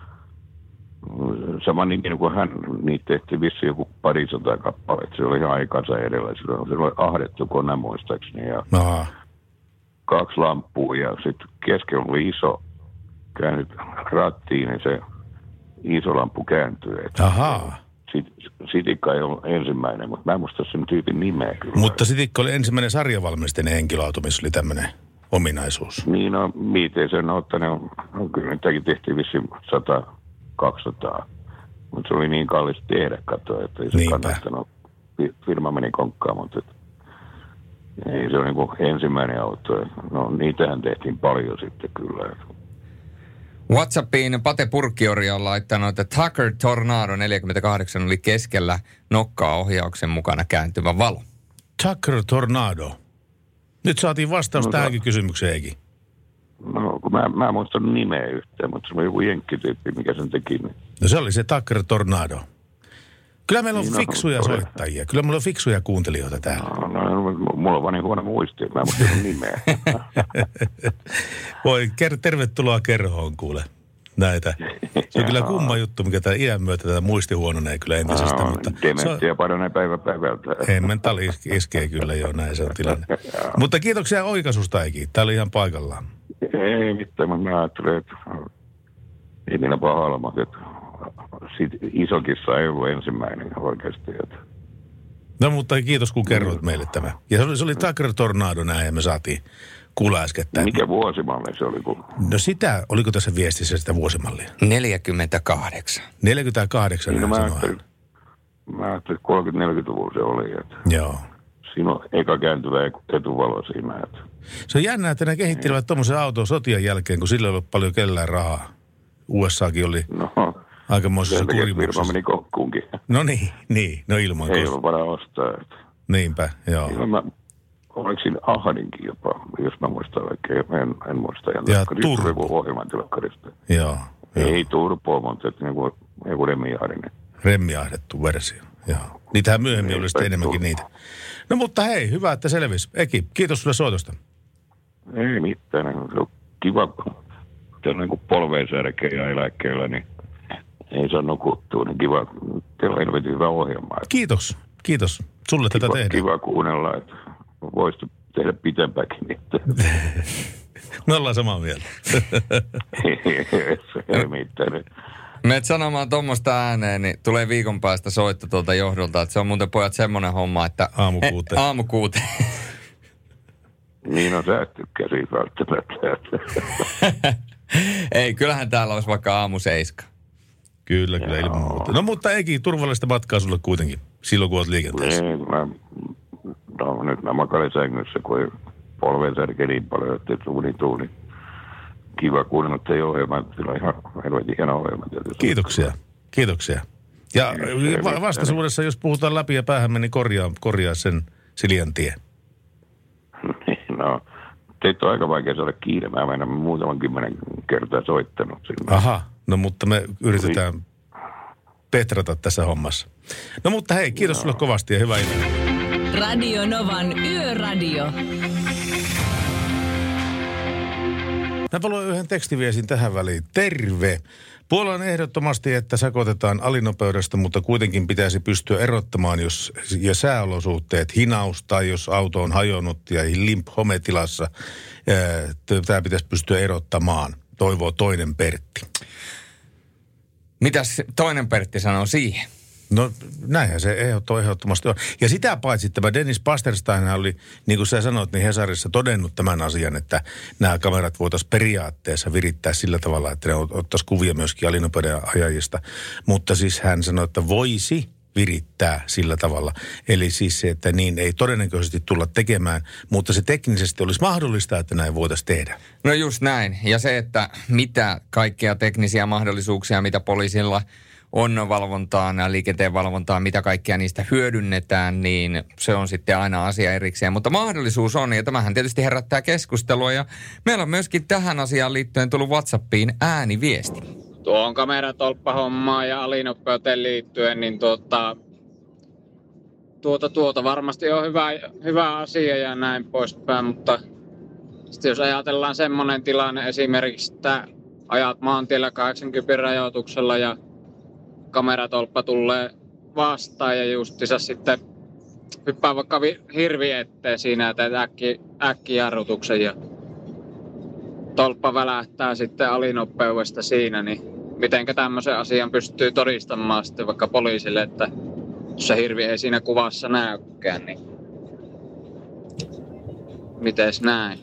sama nimi kuin hän, niitä tehtiin vissiin joku parisataa kappaletta. Se oli ihan aikansa edellä. Se oli ahdettu kone muistaakseni ja Aha. kaksi lamppua ja sitten keskellä oli iso käännyt rattiin, niin se iso lamppu kääntyi.
Ahaa.
Sitikka ei ollut ensimmäinen, mutta mä en muista sen tyypin nimeä kyllä.
Mutta Sitikka oli ensimmäinen sarjavalmisteinen henkilöauto, missä oli tämmöinen ominaisuus.
Niin, no miten sen ottanut, no kyllä niitäkin tehtiin vissiin sata kaksisataa Mutta se oli niin kallis tehdä, katsoa, että ei se Niinpä. kannattanut. Firma meni konkkaan, mutta ei se ole niin kuin ensimmäinen auto. No niitähän tehtiin paljon sitten kyllä.
WhatsAppiin Pate Purkkiori on laittanut, että Tucker Tornado neljäkymmentäkahdeksan oli keskellä nokkaa ohjauksen mukana kääntyvä valo.
Tucker Tornado. Nyt saatiin vastaus no, tähänkin kysymykseen, Eiki.
No, kun mä, mä en muistanut nimeä yhteen, mutta se on joku jenkkityyppi, mikä sen teki. Niin.
No se oli se Tucker Tornado. Kyllä meillä on niin, fiksuja no, soittajia. Kyllä meillä on fiksuja kuuntelijoita täällä.
No, no, mulla on vaan niin huono muisti, että mä en muistanut nimeä.
Voi, ker- tervetuloa kerhoon kuule näitä. Se on kyllä kumma juttu, mikä tämä iän myötä tätä muisti huononee kyllä entisestä.
No,
mutta
dementtiä paranee päivä päivältä.
Emmental iskee kyllä jo, näin se on tilanne. Mutta kiitoksia oikaisusta, Eiki. Tämä oli ihan paikallaan.
Ei mitään, mutta mä ajattelin, että ei niillä pahalla, mutta että Isokissa ei ollut ensimmäinen oikeasti. Että.
No mutta kiitos kun kerroit meille tämä. Ja se oli, se oli Tucker Tornado näin ja me saatiin kuulla äskettäin.
Mikä vuosimalli se oli? Kun...
No sitä, oliko tässä viestissä sitä vuosimallia?
neljäkymmentäkahdeksan.
neljäkymmentäkahdeksan
niin,
näin
mä ajattelin, mä ajattelin, että kolmekymmentä-neljäkymmentäluvulla se oli. Että.
Joo.
Siinä on eka kääntyvä etuvalo siinä. Että.
Se on jännä, että ne kehittelevät tuommoisen auton sotien jälkeen, kun sillä ei ollut paljon kellään rahaa. U S Akin oli no, aikamoisessa kurimuksessa.
Firma meni kokkuunkin.
No niin, niin. No ilman.
Ei ollut varaa ostaa. Että.
Niinpä, joo.
Ilman mä, oliko siinä Ahdinkin jopa, jos mä muistan oikein. En, en muista.
Ja Turpo.
Ohjelmantilakkarista.
Joo.
Ei Turpo, mutta että joku, joku remmiahdinen.
Remmiahdettu versio, joo. Niitähän myöhemmin ei, oli sitten enemmänkin niitä. No mutta hei, hyvä, että selvisi. Eki, kiitos sulle soitosta.
Ei mitään. Se on kiva, kun teillä on niin kuin polveensärkeä ja eläkkeellä, niin ei saa nukuttua. Niin kiva. Teillä on helvetin hyvä ohjelma.
Kiitos. Kiitos. Sulle
kiva,
tätä tehdään.
Kiva kuunnella, että voisi tehdä pitempääkin.
Me ollaan samaa mieltä.
Ei mitään.
Meet sanomaan tuommoista ääneen, niin tulee viikon päästä soitto tuolta johdolta, että se on muuten pojat semmoinen homma, että...
Aamukuuteen.
Aamukuuteen.
Niin on, sä et tykkää siitä välttämättä.
Ei, kyllähän täällä olisi vaikka aamu seiska.
Kyllä, kyllä ilman muuta. No mutta eikin turvallista matkaa sulle kuitenkin, silloin kun olet liikenteessä.
Ei, mä... No nyt mä makailin sängyssä, kun ei polven särkeä niin paljon, että tuuli tuuli. Kiva kuunnella teidän ohjelmaa. Sillä on ihan helvetin hieno ohjelma.
Kiitoksia. Kiitoksia. Ja va- vastaisuudessa, jos puhutaan läpi ja päähän meni, korjaa, korjaa sen Siljan tie.
No, teitä on aika vaikea saada kiinni. Mä en muutaman kymmenen kertaa soittanut sinne.
Aha, no mutta me yritetään Oli. petrata tässä hommassa. No mutta hei, kiitos no. sulle kovasti ja hyvää iltaa.
Radio Novan Yöradio.
Mä luen yhden tekstiviesin tähän väliin. Terve! Puolan ehdottomasti, että sakotetaan alinopeudesta, mutta kuitenkin pitäisi pystyä erottamaan, jos ja sääolosuhteet, hinaus tai jos auto on hajonnut ja limp hometilassa, tämä pitäisi pystyä erottamaan, toivoo toinen Pertti.
Mitäs toinen Pertti sanoo siihen?
No näinhän se ehdottomasti on. Ja sitä paitsi tämä Dennis Pasterstein oli, niin kuin sä sanoit, niin Hesarissa todennut tämän asian, että nämä kamerat voitaisiin periaatteessa virittää sillä tavalla, että ne ottaisi kuvia myöskin alinopeuden ajajista. Mutta siis hän sanoi, että voisi virittää sillä tavalla. Eli siis se, että niin ei todennäköisesti tulla tekemään, mutta se teknisesti olisi mahdollista, että näin voitaisiin tehdä.
No just näin. Ja se, että mitä kaikkea teknisiä mahdollisuuksia, mitä poliisilla on valvontaan ja liikenteen valvontaan, mitä kaikkea niistä hyödynnetään, niin se on sitten aina asia erikseen. Mutta mahdollisuus on, ja tämähän tietysti herättää keskustelua, ja meillä on myöskin tähän asiaan liittyen tullut WhatsAppiin ääniviesti.
Tuohon kameratolppahommaan ja alinopeuteen liittyen, niin tuota, tuota, tuota varmasti on hyvä, hyvä asia ja näin poispäin, mutta sitten jos ajatellaan semmoinen tilanne esimerkiksi, että ajat maantiellä kahdeksankymmentä rajoituksella ja kameratolppa tulee vastaan ja justiinsa sitten hyppää vaikka hirvi eteen siinä ja teet äkki, äkkijarrutuksen ja tolppa välähtää sitten alinopeudesta siinä, niin mitenkä tämmöisen asian pystyy todistamaan sitten vaikka poliisille, että jos se hirvi ei siinä kuvassa näykään, niin mites näin?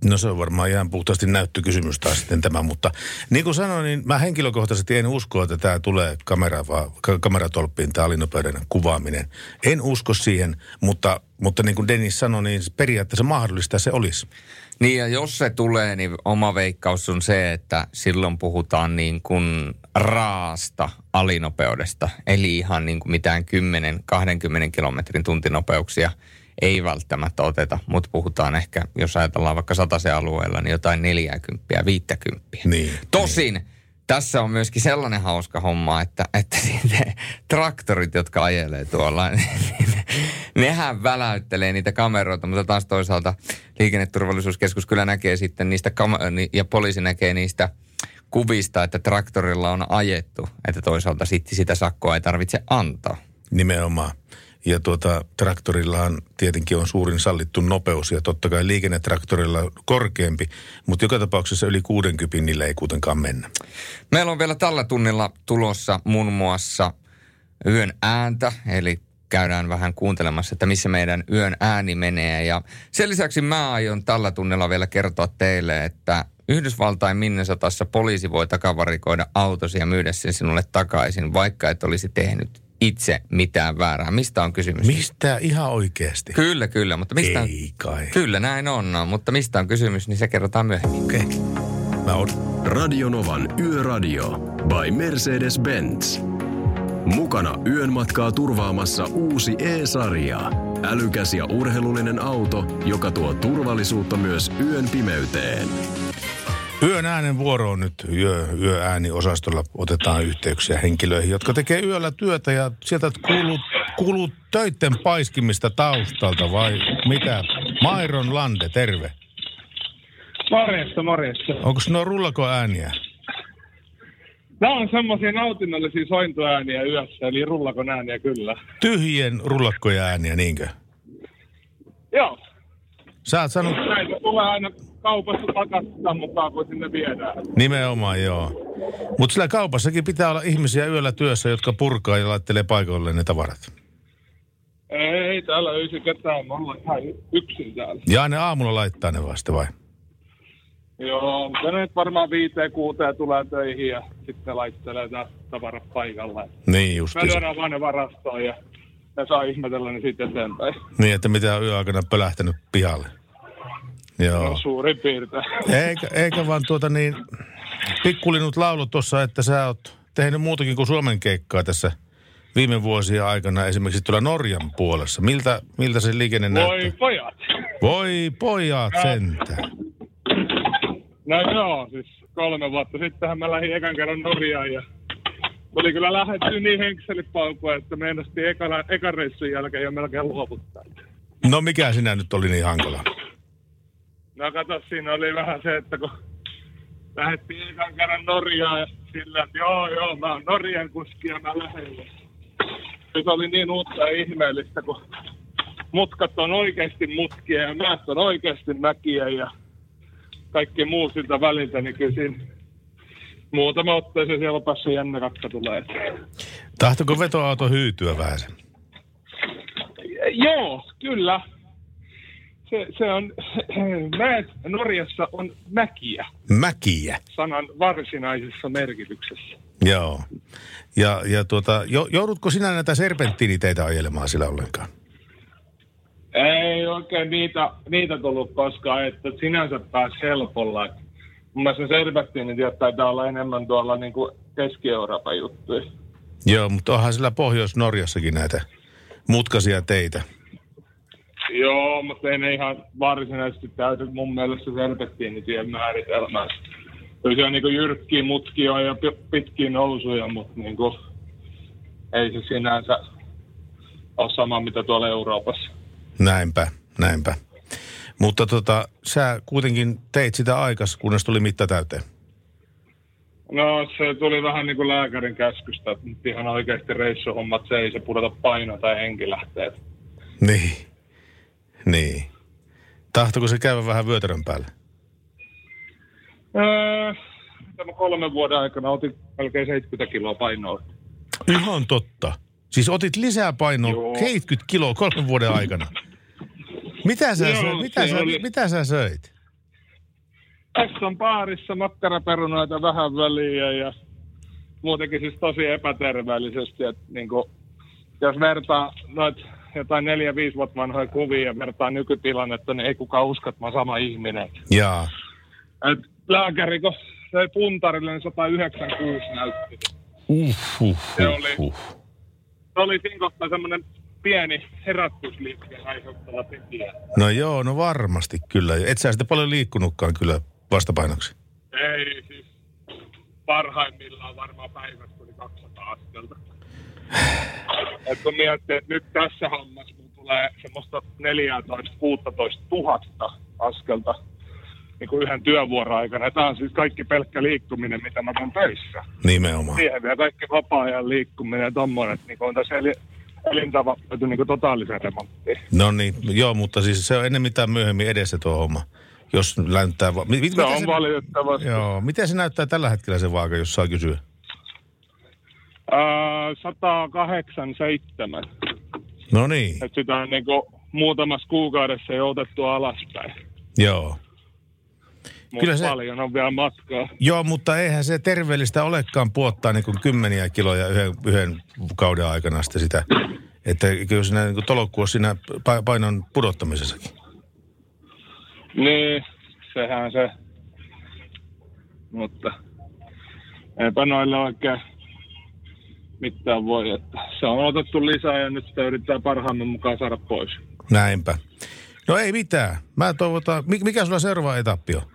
No se on varmaan ihan puhtaasti näyttökysymys taas sitten tämä, mutta niin kuin sanoin, niin mä henkilökohtaisesti en usko, että tämä tulee kamera, vaan, kameratolppiin, tämä alinopeuden kuvaaminen. En usko siihen, mutta, mutta niin kuin Dennis sanoi, niin periaatteessa mahdollista se olisi.
Niin ja jos se tulee, niin oma veikkaus on se, että silloin puhutaan niin kuin raasta alinopeudesta. Eli ihan niin kuin mitään kymmenen kaksikymmentä kilometrin tuntinopeuksia ei välttämättä oteta, mutta puhutaan ehkä, jos ajatellaan vaikka Satasen alueella, niin jotain neljäkymppiä, viittäkymppiä.
Niin,
Tosin
niin.
Tässä on myöskin sellainen hauska homma, että, että sitten traktorit, jotka ajelee tuolla, niin nehän väläyttelee niitä kameroita, mutta taas toisaalta liikenneturvallisuuskeskus kyllä näkee sitten niistä, kam- ja poliisi näkee niistä kuvista, että traktorilla on ajettu, että toisaalta sitten sitä sakkoa ei tarvitse antaa.
Nimenomaan. Ja tuota, traktorillahan tietenkin on suurin sallittu nopeus ja totta kai liikennetraktorilla korkeampi, mutta joka tapauksessa yli kuusikymmentä niillä ei kuitenkaan mennä.
Meillä on vielä tällä tunnilla tulossa muun muassa yön ääntä, eli käydään vähän kuuntelemassa, että missä meidän yön ääni menee. Ja sen lisäksi mä aion tällä tunnilla vielä kertoa teille, että Yhdysvaltain Minnesotassa poliisi voi takavarikoida autosi ja myydä sen sinulle takaisin, vaikka et olisi tehnyt itse mitään väärää. Mistä on kysymys?
Mistä ihan oikeasti?
Kyllä, kyllä. Mutta mistä on...
Ei kai.
Kyllä, näin on. No, mutta mistä on kysymys, niin se kerrotaan myöhemmin.
Okei. Okay. Mä oon...
Radionovan Yöradio by Mercedes-Benz. Mukana yön matkaa turvaamassa uusi E-sarja. Älykäs ja urheilullinen auto, joka tuo turvallisuutta myös yön pimeyteen.
Yön äänen vuoro on nyt yö, yöääniosastolla. Otetaan yhteyksiä henkilöihin, jotka tekee yöllä työtä ja sieltä kuuluu, kuuluu töitten paiskimista taustalta vai mitä? Mairon Lande, terve.
Morjesta, morjesta.
Onko nuo rullako ääniä?
Nämä on semmoisia nautinnollisia sointuääniä yössä, eli rullakon ääniä kyllä.
Tyhjien rullakkoja ääniä, niinkö?
Joo.
Sä oot sanonut...
Näitä tulee aina kaupassa takaisin mukaan, kun sinne viedään.
Nimenomaan, joo. Mutta sillä kaupassakin pitää olla ihmisiä yöllä työssä, jotka purkaa ja laittelee paikoille ne tavarat.
Ei, täällä ei se ketään. Me ollaan ihan yksin täällä.
Ja ne aamulla laittaa ne vasta, vai?
Joo, mutta nyt varmaan viiteen kuuteen tulee töihin ja sitten laittelee taas tavarat paikalle.
Niin justiinsa.
Me lyödään vaan ne varastoon ja ne saa ihmetellä ne sitten eteenpäin.
Niin, että mitä on yöaikana pölähtänyt pihalle. Joo.
No, suurin piirtein.
Eikä, eikä vaan tuota niin, pikkulinut laulu tuossa, että sä oot tehnyt muutakin kuin Suomen keikkaa tässä viime vuosien aikana, esimerkiksi tuolla Norjan puolessa. Miltä, miltä se liikenne näyttää?
Voi pojat.
Voi pojat sentään.
No joo, siis kolme vuotta sittenhän mä lähdin ekan kerran Norjaan ja oli kyllä lähdetty niin henkselipalkua, että me ennastiin ekana, ekan reissun jälkeen jo melkein luovuttaa.
No mikä sinä nyt oli niin hankala?
No kato, siinä oli vähän se, että kun lähdettiin ekan kerran Norjaan ja sillä, että joo joo, mä oon Norjan kuski ja mä lähden. Nyt oli niin uutta ja ihmeellistä, kun mutkat on oikeasti mutkia ja määt on oikeasti mäkiä ja kaikki muu siltä väliltä, niin kyllä siinä muutama otteeseen siellä on päässyt jännä kakka tulee.
Tahtoko vetoauto hyytyä vähän sen?
Joo, kyllä. Se, se on, mäet Norjassa on mäkiä.
Mäkiä?
Sanan varsinaisessa merkityksessä.
Joo. Ja, ja tuota, joudutko sinä näitä serpenttiiniteitä ajelemaan sillä ollenkaan?
Ei oikein niitä, niitä tullut koskaan, että sinänsä pääsi helpolla. Mun mielestä serpenttiinit taitaa olla enemmän tuolla niin kuin Keski-Euroopan juttuja.
Joo, mutta onhan sillä Pohjois-Norjassakin näitä mutkaisia teitä.
Joo, mutta ei ne ihan varsinaisesti täytä mun mielestä serpenttiinitien määritelmää. Kyllä niin kuin jyrkkiä mutkia ja pitkiä nousuja, mutta niin kuin, ei se sinänsä ole sama mitä tuolla Euroopassa.
Näinpä, näinpä. Mutta tota, sä kuitenkin teit sitä aikas, kunnes tuli mitta täyteen.
No se tuli vähän niin kuin lääkärin käskystä, että ihan oikeasti reissuhommat se ei se pudota paino tai henki lähtee.
Niin, niin. Tahtoiko se käydä vähän vyötärön päälle?
Öö, tämä kolmen vuoden aikana otin melkein seitsemänkymmentä kiloa painoa.
Ihan totta. Siis otit lisää painoa Joo. seitsemänkymmentä kiloa kolmen vuoden aikana. Mitä sä,
Joo,
söit? Mitä, sä,
oli...
mitä sä söit?
tässä on baarissa makkaraperunoita vähän väliä ja muutenkin siis tosi epäterveellisesti, että niinku, jos vertaa noit jotain neljä, viisi vuotta vanhoja kuvia ja vertaa nykytilannetta, niin ei kukaan usko, että mä oon sama ihminen.
Jaa.
Et lääkäri, kun se puntarille, niin sata yhdeksänkymmentäkuusi näytti.
Uh, uh,
se oli,
uh, uh.
se oli siinä kohtaa semmoinen pieni herätysliikkeen aiheuttava tekijä.
No joo, no varmasti kyllä. Et sä sitä paljon liikkunutkaan kyllä vastapainoksi.
Ei, siis parhaimmillaan varmaan päivässä tuli kaksisataa askelta. Et kun miettii, että nyt tässä hommassa mun tulee semmoista neljätoista kuusitoista tuhatta askelta niin kuin yhden työvuoron aikana. Tämä on siis kaikki pelkkä liikkuminen, mitä mä teen töissä.
Nimenomaan.
Siihen vielä kaikki vapaa-ajan liikkuminen ja tommoinen, että niin on tässä eli, elintavat niin kuin totaalisen remonttiin.
No niin, joo, mutta siis se on ennen mitään myöhemmin edessä tuo homma. Jos näyttää... Va- mit,
se on se, valitettavasti.
Joo, miten se näyttää tällä hetkellä se vaaka, jos saa kysyä?
Uh, sata kahdeksankymmentäseitsemän.
No niin.
Että sitä on niin kuin muutamassa kuukaudessa jo otettu alaspäin.
Joo.
Mutta se... paljon on vielä matkaa.
Joo, mutta eihän se terveellistä olekaan puottaa niin kuin kymmeniä kiloja yhden, yhden kauden aikana sitten sitä. Että kyllä siinä niin kuin tolokku on siinä painon pudottamisessakin.
Niin, sehän se. Mutta eipä noille oikein mitään voi, että se on otettu lisää ja nyt sitä yrittää parhaamme mukaan saada pois.
Näinpä. No ei mitään. Mä toivotaan, mikä sulla seuraava etappi on?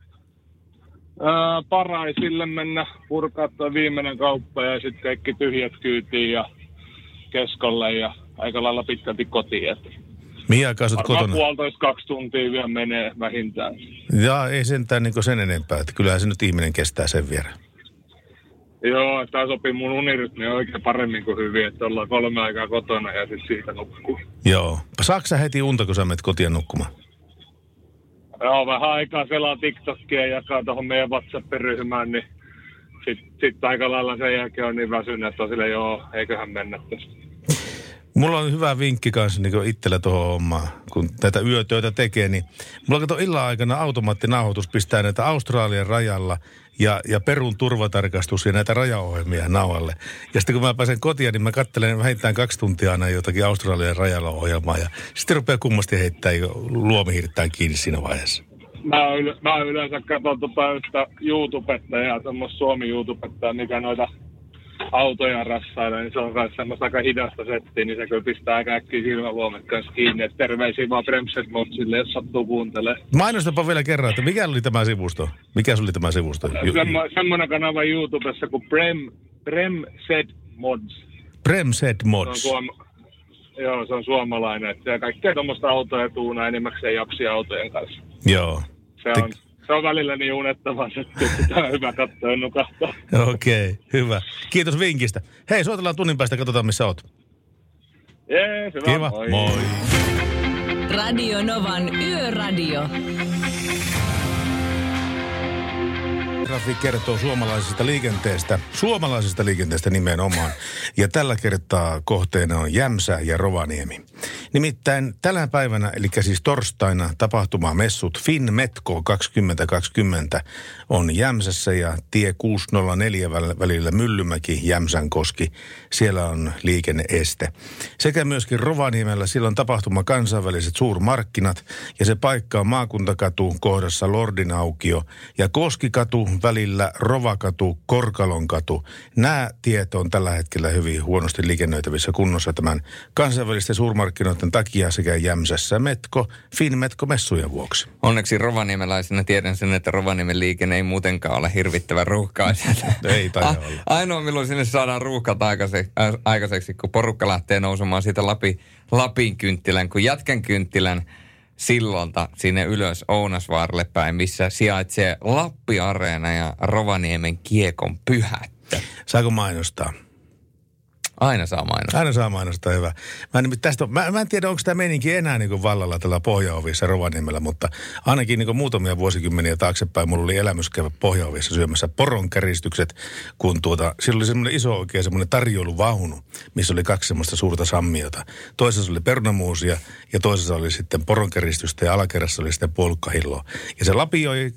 Ää, Paraisille mennä purkaa tuo viimeinen kauppa ja sitten kaikki tyhjät kyytiin ja keskolle ja aika lailla pitkälti kotiin.
Mihin aikaan sä oot kotona?
Puolitoista kaksi tuntia vielä menee vähintään.
Jaa, ei sentään niin sen enempää, että kyllähän se nyt ihminen kestää sen viereen.
Joo, tämä sopii mun unirytmi oikein paremmin kuin hyvin, että ollaan kolme aikaa kotona ja sitten siitä nukkuu.
Joo. Saatko sä heti unta, kun sä menet kotiin nukkumaan?
Joo, vähän aikaa selaa TikTokia ja jakaa tuohon meidän WhatsApp-ryhmään, niin sitten sit aika lailla sen jälkeen on niin väsynyt, että on silleen, joo, eiköhän mennä tästä.
Mulla on hyvä vinkki kanssa niin itsellä tuohon hommaan, kun näitä yötöitä tekee, niin mulla kato illan aikana automaattinauhoitus pistää näitä Australian rajalla ja, ja Perun turvatarkastus ja näitä rajaohjelmia nauhalle. Ja sitten kun mä pääsen kotiin, niin mä katselen vähintään kaksi tuntia aina jotakin Australian rajalla ohjelmaa ja sitten rupeaa kummasti heittää luomihirttään kiinni siinä vaiheessa.
Mä, yle, mä yleensä katson tota yhtä YouTubetta ja tämmöistä Suomi-YouTubetta, mikä noita autoja rassailla, niin se on myös semmoista aika hidasta settiä, niin se kyllä pistää aika äkkiä silmäluomet kanssa kiinni, että terveisiä vaan Bremset Modsille, jos sattuu kuuntelemaan.
Mainostapa vielä kerran, että mikä oli tämä sivusto? Mikä oli tämä sivusto?
Semmo, semmoinen kanava YouTubessa kuin Brem, Bremset Mods.
Bremset Mods.
Se on suom- joo, se on suomalainen, että kaikkea tuommoista autoja tuunaa enimmäkseen japsiautojen kanssa.
Joo.
Se on... Se on välillä niin unettavaa, että sitä on hyvä katsoa ja nukahtaa.
Okei, okay, hyvä. Kiitos vinkistä. Hei, soitellaan tunnin päästä, katsotaan missä oot.
Jees, hyvä.
Kiva, moi. moi.
Radio Novan Yöradio.
Trafi kertoo suomalaisesta liikenteestä, suomalaisesta liikenteestä nimenomaan. Ja tällä kertaa kohteena on Jämsä ja Rovaniemi. Nimittäin tällä päivänä, eli siis torstaina, tapahtumamessut FinMetco kaksituhattakaksikymmentä on Jämsässä ja tie kuusisataaneljä välillä Myllymäki, Jämsänkoski. Siellä on liikenneeste. Sekä myöskin Rovaniemellä sillä on tapahtuma kansainväliset suurmarkkinat ja se paikka on Maakuntakatu kohdassa Lordinaukio ja Koskikatu välillä Rovakatu, Korkalonkatu. Nämä tiet on tällä hetkellä hyvin huonosti liikennöitävissä kunnossa tämän kansainvälisten suurmarkkinoiden takia sekä Jämsässä Metko, FinMetco-messujen vuoksi.
Onneksi rovaniemeläisenä tiedän sen, että Rovaniemen liikenne ei muutenkaan ole hirvittävän ruuhkaisia.
Ei taida olla.
Ainoa milloin sinne saadaan ruuhkat aikaiseksi, äh, aikaiseksi, kun porukka lähtee nousemaan siitä Lapi, Lapin kynttilän, kun Jätkän kynttilän sillolta sinne ylös Ounasvaaralle päin, missä sijaitsee Lappi-areena ja Rovaniemen Kiekon pyhättö.
Saako mainostaa?
Aina saa mainostaa.
Aina saa mainostaa, hyvä. Mä en, tästä, mä, mä en tiedä, onko tämä meininki enää niin kuin vallalla tällä Pohjaovissa Rovaniemellä, mutta ainakin niin kuin muutamia vuosikymmeniä taaksepäin mulla oli elämys käydä Pohjaovissa syömässä poronkäristykset, kun tuota, siellä oli semmoinen iso oikein semmoinen tarjouluvaunu, missä oli kaksi semmoista suurta sammiota. Toisessa oli pernamuusia ja toisessa oli sitten poronkeristystä ja alakerrassa oli sitten puolukkahilloa. Ja se lapioi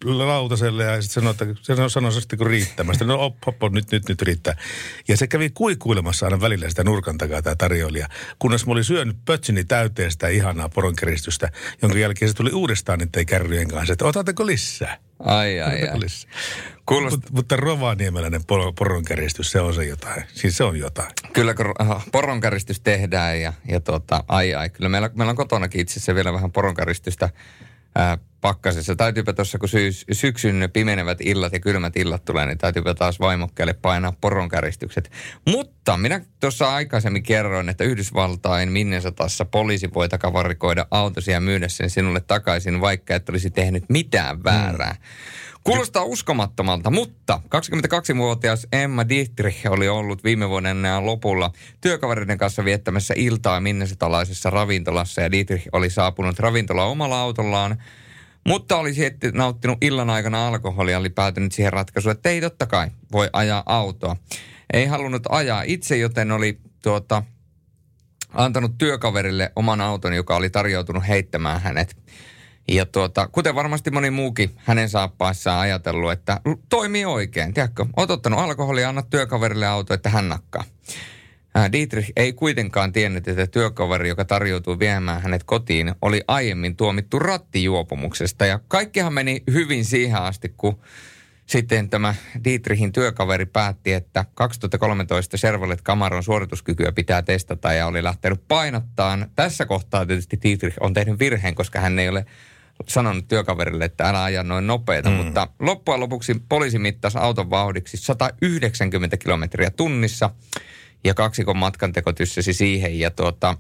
lautaselle ja sitten sanoi, että se sanoi sitten kun riittämästä. No op, op, op, nyt, nyt, nyt riittää. Ja se kävi kuikuilemassa aina välillä sitä nurkan takaa tämä tarjoilija, kunnes mä olin syönyt pötsini täyteen sitä ihanaa poronkeristystä, jonka jälkeen se tuli uudestaan niiden kärryjen kanssa, että otatteko lisää?
Ai, ai, ai.
Kuulost... Mut, mutta rovaniemeläinen por- poronkäristys, se on se jotain. Siis se on jotain.
Kyllä, kun poronkäristys tehdään ja, ja tota, ai ai. Kyllä meillä, meillä on kotonakin itse asiassa vielä vähän poronkäristystä ää, pakkasessa. Täytyypä tuossa, kun syys, syksyn pimenevät illat ja kylmät illat tulee, niin täytyypä taas vaimokkeelle painaa poronkäristykset. Mutta minä tuossa aikaisemmin kerroin, että Yhdysvaltain Minnesotassa poliisi voi takavarikoida autosi ja myydä sen sinulle takaisin, vaikka et olisi tehnyt mitään väärää. Hmm. Kuulostaa uskomattomalta, mutta kaksikymmentäkaksivuotias Emma Dietrich oli ollut viime vuoden lopulla työkavereiden kanssa viettämässä iltaa minnesotalaisessa ravintolassa ja Dietrich oli saapunut ravintolaan omalla autollaan, mutta oli sitten nauttinut illan aikana alkoholia, oli päätynyt siihen ratkaisuun, että ei totta kai voi ajaa autoa. Ei halunnut ajaa itse, joten oli tuota, antanut työkaverille oman auton, joka oli tarjoutunut heittämään hänet. Ja tuota, kuten varmasti moni muukin hänen saappaissaan ajatellut, että toimii oikein. Tiedätkö, oot ottanut alkoholia, anna työkaverille auto, että hän nakkaa. Dietrich ei kuitenkaan tiennyt, että työkaveri, joka tarjoutui viemään hänet kotiin, oli aiemmin tuomittu rattijuopumuksesta. Ja kaikkihan meni hyvin siihen asti, kun sitten tämä Dietrichin työkaveri päätti, että kaksituhattakolmetoista Chevrolet Camaron suorituskykyä pitää testata ja oli lähtenyt painottaan. Tässä kohtaa tietysti Dietrich on tehnyt virheen, koska hän ei ole sanonut työkaverille, että älä aja noin nopeita. Mm. Mutta loppujen lopuksi poliisi mittasi auton vauhdiksi sata yhdeksänkymmentä kilometriä tunnissa ja kaksikon matkanteko tyssäsi siihen. Ja tuota,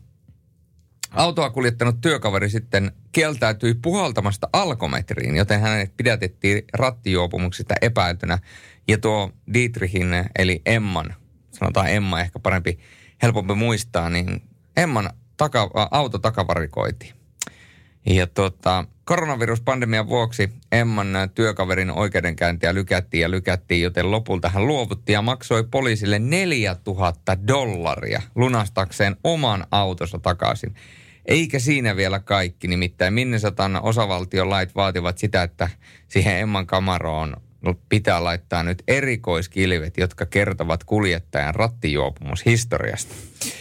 autoa kuljettanut työkaveri sitten kieltäytyi puhaltamasta alkometriin, joten hänet pidätettiin rattijuopumuksesta epäiltynä. Ja tuo Dietrichin, eli Emman, sanotaan Emma ehkä parempi, helpompi muistaa, niin Emman taka, auto takavarikoitiin. Ja tuota, koronaviruspandemian vuoksi Emman työkaverin oikeudenkäyntiä lykättiin ja lykättiin, joten lopulta hän luovutti ja maksoi poliisille neljätuhatta dollaria lunastakseen oman autonsa takaisin. Eikä siinä vielä kaikki, nimittäin Minnesotan osavaltion lait vaativat sitä, että siihen Emman Camaroon pitää laittaa nyt erikoiskilvet, jotka kertovat kuljettajan rattijuopumushistoriasta.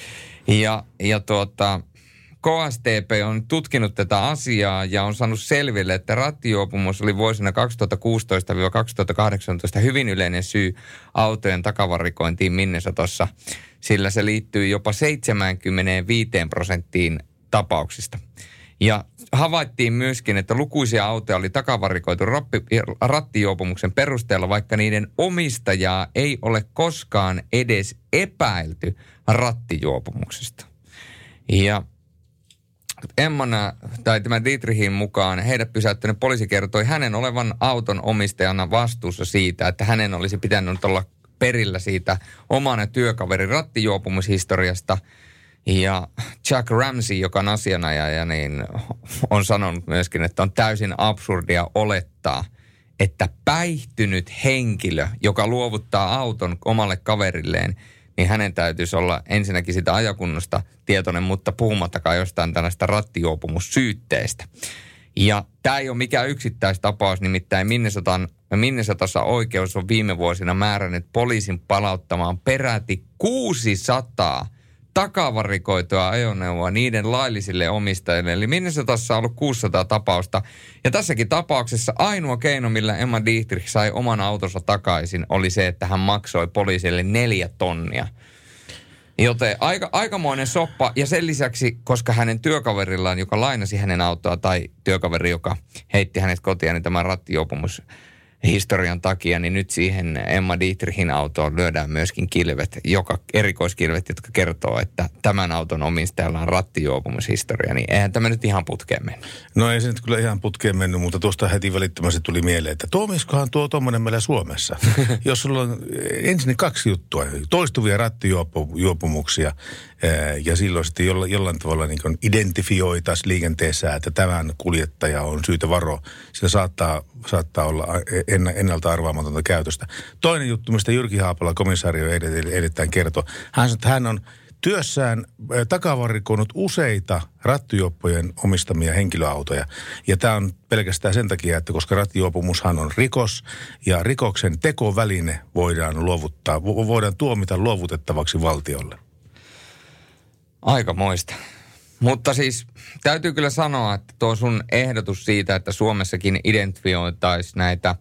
Ja, ja tuota, K S T P on tutkinut tätä asiaa ja on saanut selville, että rattijuopumus oli vuosina kaksituhattakuusitoista kaksituhattakahdeksantoista hyvin yleinen syy autojen takavarikointiin Minnesotassa, sillä se liittyy jopa seitsemänkymmentäviisi prosenttiin tapauksista. Ja havaittiin myöskin, että lukuisia autoja oli takavarikoitu rappi, rattijuopumuksen perusteella, vaikka niiden omistajaa ei ole koskaan edes epäilty rattijuopumuksesta. Ja Emman tai tämän Dietrichin mukaan heidät pysäyttänyt poliisi kertoi hänen olevan auton omistajana vastuussa siitä, että hänen olisi pitänyt olla perillä siitä oman työkaverin rattijuopumushistoriasta. Ja Chuck Ramsey, joka on asianajaja, niin on sanonut myöskin, että on täysin absurdia olettaa, että päihtynyt henkilö, joka luovuttaa auton omalle kaverilleen, niin hänen täytyisi olla ensinnäkin sitä ajokunnosta tietoinen, mutta puhumattakaan jostain tällaista rattijuopumussyytteestä. Ja tämä ei ole mikään yksittäistapaus, nimittäin Minnesotan, Minnesotassa oikeus on viime vuosina määrännyt poliisin palauttamaan peräti kuusisataa takavarikoitua ajoneuvoa niiden laillisille omistajille. Eli Minnesotassa on ollut kuusisataa tapausta. Ja tässäkin tapauksessa ainoa keino, millä Emma Dietrich sai oman autonsa takaisin, oli se, että hän maksoi poliisille neljä tonnia. Joten aika, aikamoinen soppa. Ja sen lisäksi, koska hänen työkaverillaan, joka lainasi hänen autoa, tai työkaveri, joka heitti hänet kotiin, niin tämä rattijuopumus historian takia, niin nyt siihen Emma Dietrichin autoon lyödään myöskin kilvet, joka, erikoiskilvet, jotka kertoo, että tämän auton omistajalla on rattijuopumushistoria, niin eihän tämä nyt ihan putkeen mennyt.
No ei se nyt kyllä ihan putkeen mennyt, mutta tuosta heti välittömästi tuli mieleen, että tuomiskohan tuo tuommoinen meillä Suomessa. Jos sulla on ensin kaksi juttua, toistuvia rattijuopumuksia, ja silloin sitten jollain tavalla niin kuin identifioitaisiin liikenteessä, että tämän kuljettaja on syytä varoa. Sillä saattaa, saattaa olla ennalta arvaamatonta käytöstä. Toinen juttu, mistä Jyrki Haapala, komisario, erittäin kertoo. Hän sanoi, että hän on työssään takavarikoinut useita rattijuoppojen omistamia henkilöautoja. Ja tämä on pelkästään sen takia, että koska rattijuopumushan on rikos ja rikoksen tekoväline voidaan luovuttaa, voidaan tuomita luovutettavaksi valtiolle.
Aikamoista. Mutta siis täytyy kyllä sanoa, että tuo sun ehdotus siitä, että Suomessakin identifioitaisiin näitä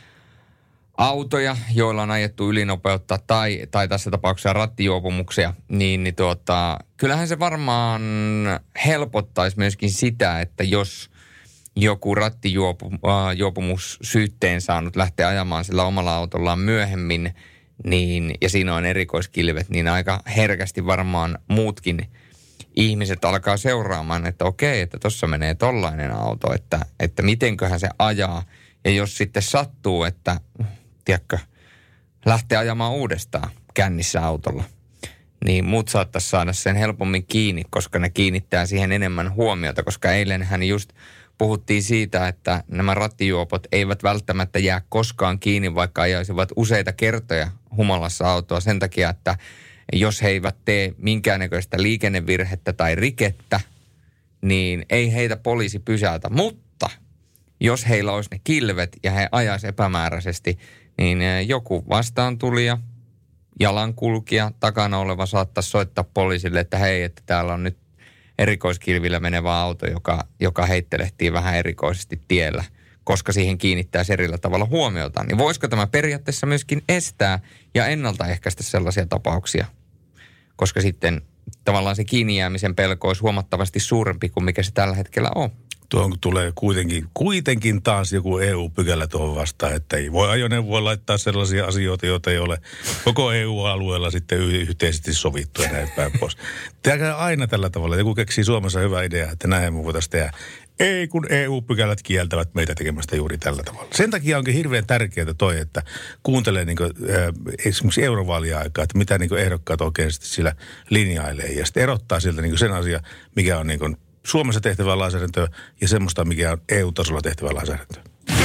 autoja, joilla on ajettu ylinopeutta tai, tai tässä tapauksessa rattijuopumuksia, niin, niin tuota, kyllähän se varmaan helpottaisi myöskin sitä, että jos joku rattijuopumus syytteen saanut lähtee ajamaan sillä omalla autollaan myöhemmin, niin, ja siinä on erikoiskilvet, niin aika herkästi varmaan muutkin ihmiset alkaa seuraamaan, että okei, että tuossa menee tollainen auto, että, että mitenköhän se ajaa. Ja jos sitten sattuu, että tiedätkö, lähtee ajamaan uudestaan kännissä autolla, niin muut saattaisi saada sen helpommin kiinni, koska ne kiinnittää siihen enemmän huomiota, koska eilenhän just puhuttiin siitä, että nämä rattijuopot eivät välttämättä jää koskaan kiinni, vaikka ajaisivat useita kertoja humalassa autoa sen takia, että jos he eivät tee minkäännäköistä liikennevirhettä tai rikettä, niin ei heitä poliisi pysäytä. Mutta jos heillä olisi ne kilvet ja he ajaisi epämääräisesti, niin joku vastaantulija, jalankulkija, takana oleva saattaisi soittaa poliisille, että hei, että täällä on nyt erikoiskilvillä menevä auto, joka, joka heittelehtii vähän erikoisesti tiellä, koska siihen kiinnittää erillä tavalla huomiota. Niin voisiko tämä periaatteessa myöskin estää ja ennaltaehkäistä sellaisia tapauksia? Koska sitten tavallaan se kiinni jäämisen pelko olisi huomattavasti suurempi kuin mikä se tällä hetkellä on.
Tuohon tulee kuitenkin, kuitenkin taas joku E U-pykälä tuohon vastaan, että ei voi ajoneuvoa laittaa sellaisia asioita, joita ei ole koko E U-alueella sitten yhteisesti sovittu ja näin päin pois. Tehdään aina tällä tavalla. Joku keksii Suomessa hyvä idea, että näin me voitaisiin tehdä. Ei, kun E U-pykälät kieltävät meitä tekemästä juuri tällä tavalla. Sen takia onkin hirveän tärkeää toi, että kuuntelee niin kuin, äh, esimerkiksi eurovaalia-aikaa, että mitä niin kuin ehdokkaat oikein sillä linjailee. Ja sitten erottaa sieltä niin kuin sen asia, mikä on niin kuin Suomessa tehtävää lainsäädäntöä ja semmoista, mikä on E U-tasolla tehtävää lainsäädäntöä.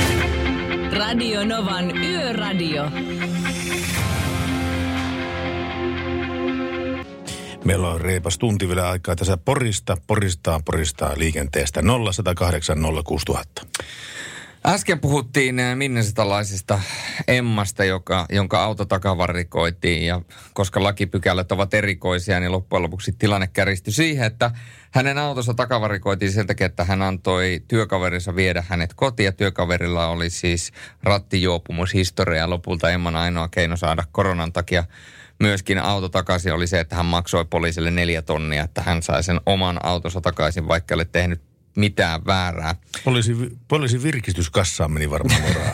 Radio Novan Yöradio.
Meillä on reipas tunti vielä aikaa tässä Porista, Poristaan, Poristaan liikenteestä nolla yksi nolla kahdeksan nolla kuusi nolla nolla nolla.
Äsken puhuttiin minnesotalaisesta Emmasta, joka, jonka auto takavarikoitiin, ja koska lakipykälät ovat erikoisia, niin loppujen lopuksi tilanne kärjistyi siihen, että hänen autonsa takavarikoitiin sen takia, että hän antoi työkaverinsa viedä hänet kotiin, ja työkaverilla oli siis rattijuopumushistoria. Lopulta Emman ainoa keino saada koronan takia myöskin auto takaisin oli se, että hän maksoi poliisille neljä tonnia, että hän sai sen oman autonsa takaisin, vaikka ei ole tehnyt mitään väärää.
Poliisi, poliisin virkistyskassaan meni varmaan oraa.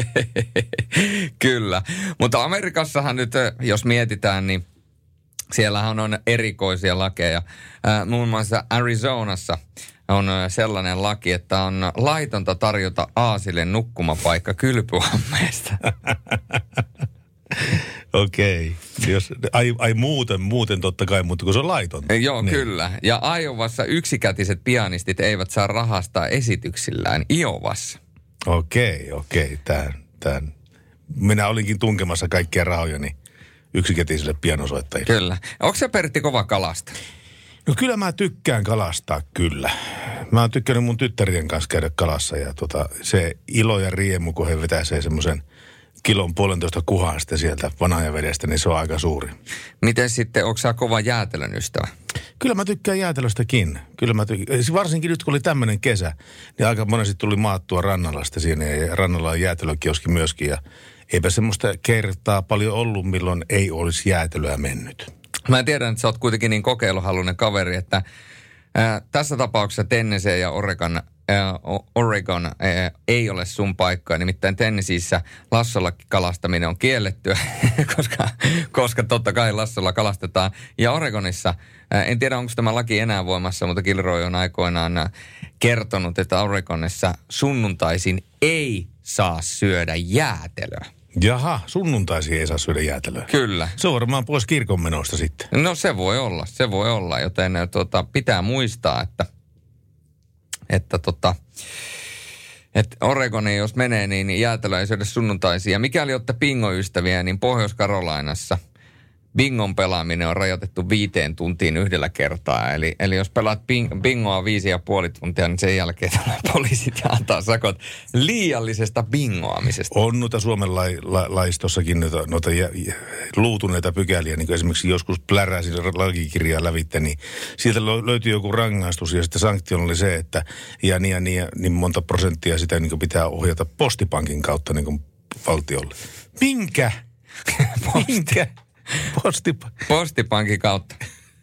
Kyllä, mutta Amerikassahan nyt, jos mietitään, niin siellähän on erikoisia lakeja. Äh, muun muassa Arizonassa on sellainen laki, että on laitonta tarjota aasille nukkumapaikka kylpyammeesta.
Okei. Jos, ai, ai muuten, muuten totta kai, mutta kun se on laitonta.
Joo,
niin.
Kyllä. Ja Iowassa yksikätiset pianistit eivät saa rahastaa esityksillään Iowassa.
Okei, okei. Tän, tän. Minä olinkin tunkemassa kaikkia rahojani yksikätisille pianosoittajille.
Kyllä. Onko se Pertti kova kalasta?
No kyllä mä tykkään kalastaa, kyllä. Mä oon tykkännyt mun tyttärien kanssa käydä kalassa ja tota, se ilo ja riemu, kun he vetäisee semmoisen kilon puolentoista kuhan sitten sieltä vanajavedestä, niin se on aika suuri.
Miten sitten, onko sä kova jäätelön ystävä?
Kyllä mä tykkään jäätelöstäkin. Kyllä mä tykkään. Varsinkin nyt, kun oli tämmöinen kesä, niin aika monesti tuli maattua rannalla sitten siinä. Ja rannalla on jäätelökioski myöskin. Ja eipä semmoista kertaa paljon ollut, milloin ei olisi jäätelöä mennyt.
Mä tiedän, että sä oot kuitenkin niin kokeiluhaluinen kaveri, että ää, tässä tapauksessa Tennessee ja Oregon Oregon äh, ei ole sun paikkaa, nimittäin Tennesseeissä lassolla kalastaminen on kiellettyä, koska, koska totta kai lassolla kalastetaan. Ja Oregonissa, äh, en tiedä onko tämä laki enää voimassa, mutta Kilroy on aikoinaan kertonut, että Oregonissa sunnuntaisin ei saa syödä jäätelöä.
Jaha, sunnuntaisin ei saa syödä jäätelöä.
Kyllä.
Se on varmaan pois kirkonmenosta sitten.
No se voi olla, se voi olla, joten tuota, pitää muistaa, että Että tota, että Oregoniin jos menee, niin jäätelö ei syödä sunnuntaisin. Ja mikäli olette pingoystäviä, niin Pohjois-Karolainassa bingon pelaaminen on rajoitettu viiteen tuntiin yhdellä kertaa. Eli, eli jos pelaat bing, bingoa viisi ja puoli tuntia, niin sen jälkeen tulee poliisit ja antaa sakot liiallisesta bingoamisesta.
On noita Suomen lai, la, laistossakin noita, noita jä, jä, luutuneita pykäliä, niin kuin esimerkiksi joskus pläräsin lakikirjaa lävitte, niin sieltä löytyy joku rangaistus ja sitten sanktio oli se, että ja niin ja niin, ja niin monta prosenttia sitä niin pitää ohjata postipankin kautta niin kuin valtiolle. Minkä? Minkä? Postipa-
Postipankin kautta.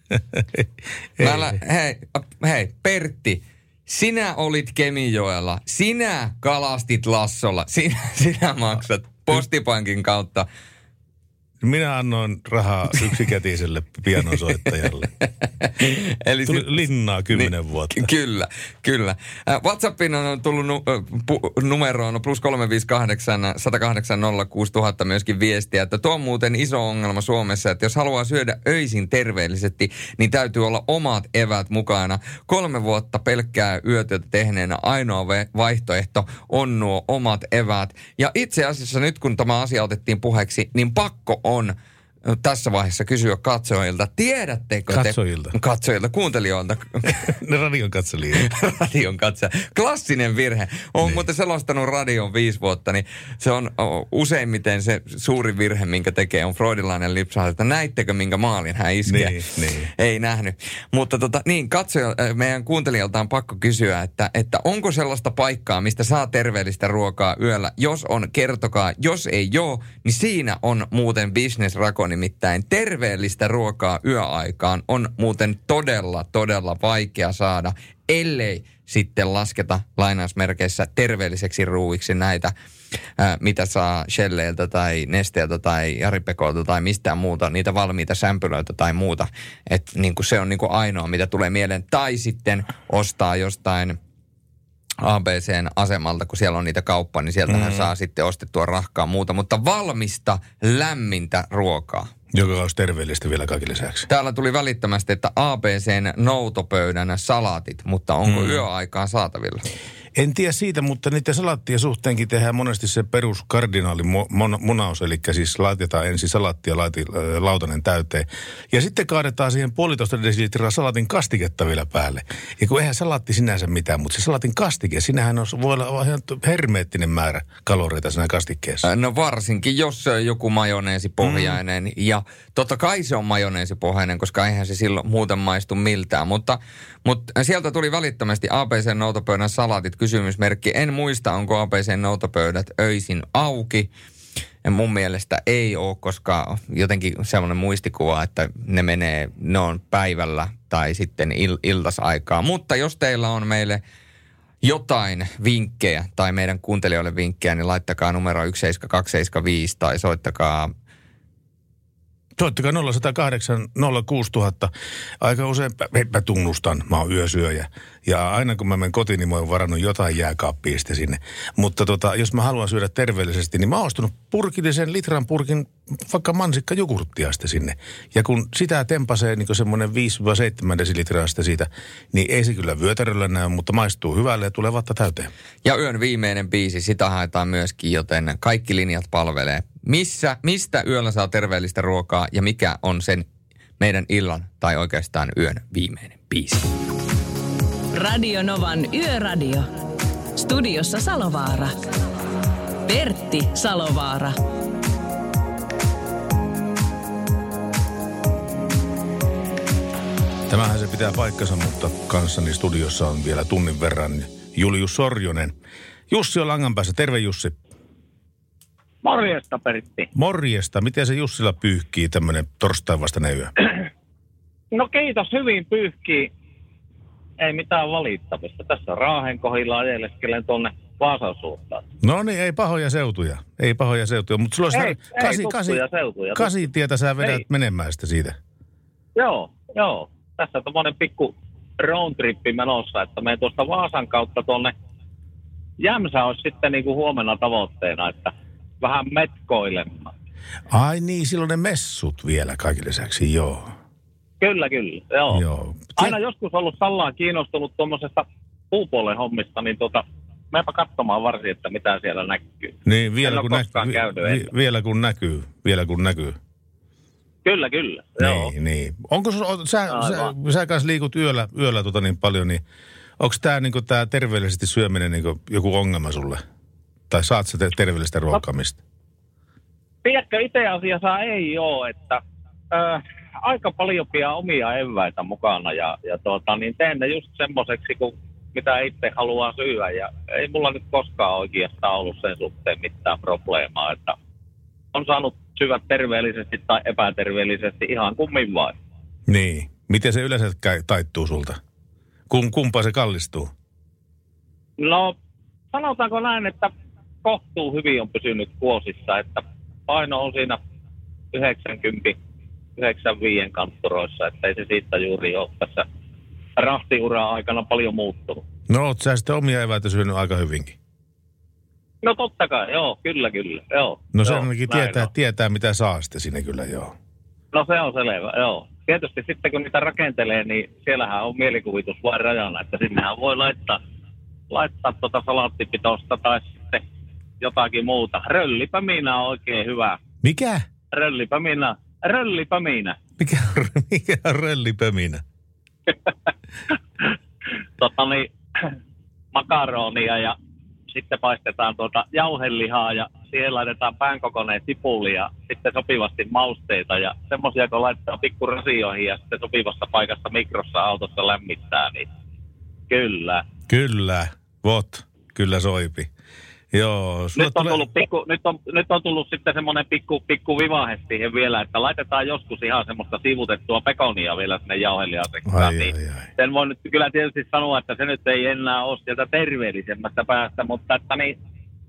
Mä lä- hei, hei, Pertti, sinä olit Kemijoella, sinä kalastit Lassolla, sinä, sinä maksat Postipankin kautta.
Minä annoin rahaa yksikätiselle pianosoittajalle. Eli tuli linnaa kymmenen niin, vuotta.
Kyllä, kyllä. WhatsAppin on tullut nu, pu, numeroon plus kolme viisi kahdeksan, yksi kahdeksan nolla kuusi nolla nolla nolla myöskin viestiä, että tuo on muuten iso ongelma Suomessa, että jos haluaa syödä öisin terveellisesti, niin täytyy olla omat eväät mukana. Kolme vuotta pelkkää yötyötä tehneenä ainoa vaihtoehto on nuo omat eväät. Ja itse asiassa nyt kun tämä asia otettiin puheeksi, niin pakko on tässä vaiheessa kysyä katsojilta. Tiedättekö te...
Katsojilta?
Katsojilta, kuuntelijoilta.
Ne radion katsojilta.
Radion katsojilta. Klassinen virhe. Olen muuten selostanut radion viisi vuotta, niin se on useimmiten se suuri virhe, minkä tekee, on freudilainen lipsahdus, että näittekö minkä maalin hän iskee?
Niin, niin.
Ei nähnyt. Mutta tota, niin, katsoja, meidän kuuntelijalta on pakko kysyä, että, että onko sellaista paikkaa, mistä saa terveellistä ruokaa yöllä? Jos on, kertokaa. Jos ei ole, niin siinä on muuten business-rako. Nimittäin terveellistä ruokaa yöaikaan on muuten todella, todella vaikea saada, ellei sitten lasketa lainausmerkeissä terveelliseksi ruuiksi näitä, ää, mitä saa Shelleiltä tai Nesteeltä tai Jari-Pekolta tai mistään muuta, niitä valmiita sämpylöitä tai muuta. Että niin kuin se on niin kuin ainoa, mitä tulee mieleen. Tai sitten ostaa jostain A B C:n asemalta, kun siellä on niitä kauppaa, niin sieltähän mm. saa sitten ostettua rahkaa muuta, mutta valmista, lämmintä ruokaa.
Joka olisi terveellistä vielä kaikille lisäksi.
Täällä tuli välittömästi, että A B C:n noutopöydän salaatit, mutta onko mm. yöaikaan saatavilla?
En tiedä siitä, mutta niiden salaattien suhteenkin tehdään monesti se perus kardinaalimunaus, eli siis laitetaan ensin salaattia laati, lautanen täyteen. Ja sitten kaadetaan siihen puolitoista desilitraa salaatin kastiketta vielä päälle. Ja kun eihän salaatti sinänsä mitään, mutta se salaatin kastike, sinähän on, voi olla ihan hermeettinen määrä kaloreita siinä kastikkeessa.
No varsinkin, jos se on joku majoneesipohjainen. Mm. Ja totta kai se on majoneesipohjainen, koska eihän se silloin muuten maistu miltään. Mutta, mutta sieltä tuli välittömästi A B C:n noutopöydän salaatit. Kysymysmerkki. En muista, onko A B C:n noutopöydät öisin auki. Ja mun mielestä ei ole, koska jotenkin semmoinen muistikuva, että ne menee, ne on päivällä tai sitten il- iltasaikaa. Mutta jos teillä on meille jotain vinkkejä tai meidän kuuntelijoille vinkkejä, niin laittakaa numero yksi seitsemän kaksi seitsemän viisi tai soittakaa
Soittakaa nolla yksi nolla kahdeksan nolla kuusi nolla nolla nolla. Aika usein, mä tunnustan, mä oon yösyöjä. Ja aina kun mä menen kotiin, niin mä oon varannut jotain jääkaappia sitten sinne. Mutta tota, jos mä haluan syödä terveellisesti, niin mä oon ostanut purkillisen litran purkin vaikka mansikkajogurttia sitten sinne. Ja kun sitä tempasee niin semmoinen viisi seitsemän desilitraa sitten siitä, niin ei se kyllä vyötäröllä näy, mutta maistuu hyvälle ja tulee vatta täyteen.
Ja yön viimeinen biisi, sitä haetaan myöskin, joten kaikki linjat palvelee. Missä, mistä yöllä saa terveellistä ruokaa ja mikä on sen meidän illan tai oikeastaan yön viimeinen biisi?
Radio Novan Yöradio. Studiossa Salovaara. Pertti Salovaara.
Tämähän se pitää paikkansa, mutta kanssani studiossa on vielä tunnin verran Julius Sorjonen. Jussi on langan päässä. Terve Jussi.
Morjesta, Pertti.
Morjesta. Miten se Jussilla pyyhkii tämmöinen torstain vastainen yö?
No kiitos, hyvin pyyhkii. Ei mitään valittamista. Tässä on Raahen kohdilla ajeleskelen tuonne Vaasan suuntaan.
No niin, ei pahoja seutuja. Ei pahoja seutuja, mutta sulla
ei,
on kasi,
ei
kasi,
seutuja.
kasitietä sä vedät
ei.
menemään sitä siitä.
Joo, joo. Tässä on tommonen pikku roundtrippi menossa, että me tuosta Vaasan kautta tuonne Jämsä olisi sitten niin kuin huomenna tavoitteena, että vähän metkoilemaan.
Ai niin, silloin ne messut vielä kaikille lisäksi, joo.
Kyllä, kyllä, joo.
joo.
Aina joskus ollut Sallaan kiinnostunut tuommoisesta puupuolen hommista, niin tota, meipä katsomaan varsin, että mitä siellä näkyy.
Niin, vielä kun,
näkyy,
vi, vielä kun näkyy, vielä kun näkyy.
Kyllä, kyllä.
Niin,
joo.
niin. Onko sä, sä, sä, sä kanssa liikut yöllä, yöllä tota niin paljon, niin onko tämä niinku, tää terveellisesti syöminen niinku, joku ongelma sulle? Tai saat sä terveellistä ruokaamista? No,
tiedätkö, itse asiassa ei ole, että äh, aika paljon pidä omia eväitä mukana ja, ja tuota, niin teen ne just semmoiseksi, kun mitä itse haluaa syödä. Ja ei mulla nyt koskaan oikeastaan ollut sen suhteen mitään probleemaa, että on saanut syödä terveellisesti tai epäterveellisesti ihan kummin vain.
Niin. Miten se yleensä taittuu sulta? Kum, kumpaa se kallistuu?
No, sanotaanko näin, että kohtuu hyvin on pysynyt vuosissa, että paino on siinä yhdeksänkymmentä yhdeksänkymmentäviisi kantturoissa, että ei se siitä juuri ole tässä rahtiuraa aikana paljon muuttunut.
No, oot sä sitten omia eväitä syönyt aika hyvinkin?
No totta kai, joo, kyllä, kyllä, joo.
No se
joo,
ainakin tietää, tietää, mitä saa sitten sinne kyllä, joo.
No se on selvä, joo. Tietysti sitten kun niitä rakentelee, niin siellähän on mielikuvitus vain rajana, että sinnehän voi laittaa, laittaa tuota salaattipitoista tai sitten jotakin muuta. Röllipäminä on oikein hyvä.
Mikä?
Röllipäminä. Röllipäminä.
Mikä, mikä on röllipäminä?
Tota niin, makaronia ja sitten paistetaan tuota jauhelihaa ja siihen laitetaan päänkokoneen sipuli ja sitten sopivasti mausteita ja semmoisia, kun laittaa pikku rasioihin ja sitten sopivassa paikassa mikrossa autossa lämmittää, niin kyllä.
Kyllä, vot, kyllä soipi. Joo,
nyt, on
tulee...
tullut pikku, nyt, on, nyt on tullut sitten semmoinen pikku, pikku vivahe siihen vielä, että laitetaan joskus ihan semmoista sivutettua pekonia vielä sinne jauhelihaseksaan. Niin sen voi nyt kyllä tietysti sanoa, että se nyt ei enää ole sieltä terveellisemmästä päästä, mutta että niin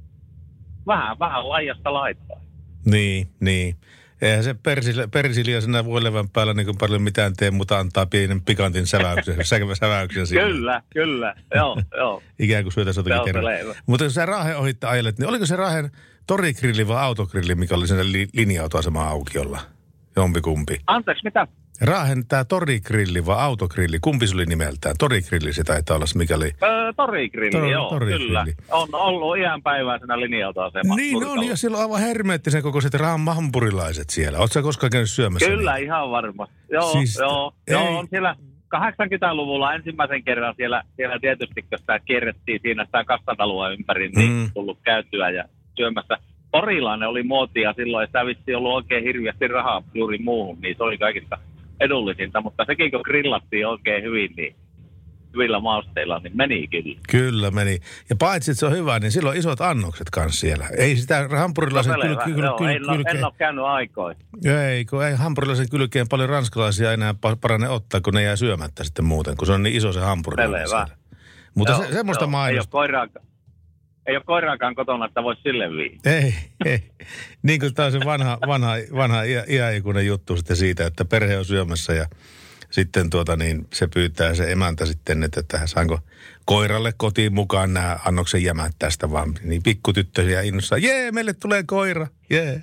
vähän, vähän laijasta laittaa.
Niin, niin. Eihän se persiliasena voilevän päällä niin kuin paljon mitään tee, mutta antaa pienen pikantin säväyksen, säväyksen siinä.
Kyllä, kyllä, joo, joo.
Ikään kuin syötäisiin jotakin terveellä. Mutta jos sä Raahen ohitte ajelet, niin oliko se Raahen torigrilli vai autogrilli, mikä oli sen li- linja-autoaseman aukiolla? Jompikumpi.
Anteeksi, mitä?
Raahen tämä torigrilli vai autogrilli, kumpi se oli nimeltään? Torigrilli se taitaa olla, mikä oli?
Öö, torigrilli, Tor- joo, torigrilli. Kyllä. On ollut ihan päiväisenä linja-autoasemassa.
Niin on, ja siellä on aivan hermeettisen kokoiset hampurilaset siellä. Ootko sä koskaan käynyt syömässä?
Kyllä,
niin?
ihan varma. Joo, siis, joo, joo, on siellä kahdeksankymmentäluvulla ensimmäisen kerran siellä, siellä tietysti, kun sitä kierrettiin siinä sitä kassatalua ympäri, niin mm. tullut käytyä ja syömässä. Torilainen oli muotia silloin, että vissiin ollut oikein hirveästi rahaa juuri muuhun, niin se oli kaikista edullisinta, mutta sekin kun grillattiin oikein hyvin, niin hyvillä mausteilla, niin meni kyllä.
Kyllä meni. Ja paitsi, että se on hyvä, niin silloin isot annokset kanssa siellä. Ei sitä hampurilaisen no, kyl, kyl, kyl, kyl,
en, kylkeen. En ole käynyt aikoin.
Ei, kun ei hampurilaisen kylkeen paljon ranskalaisia enää parane ottaa, kun ne jää syömättä sitten muuten, kun se on niin iso se hampurilainen siellä. Mutta joo, se, semmoista joo, mainosta.
Ei ole koiraakaan. Ei ole koiraakaan kotona, että voisi sille viin.
Ei, ei. Niin kuin tämä on se vanha, vanha, vanha iäikuinen juttu sitten siitä, että perhe on syömässä ja sitten tuota niin se pyytää se emäntä sitten, että, että saanko koiralle kotiin mukaan nämä annoksen jämät tästä vaan. Niin pikkutyttöisiä innossaan, jee, meille tulee koira, jee.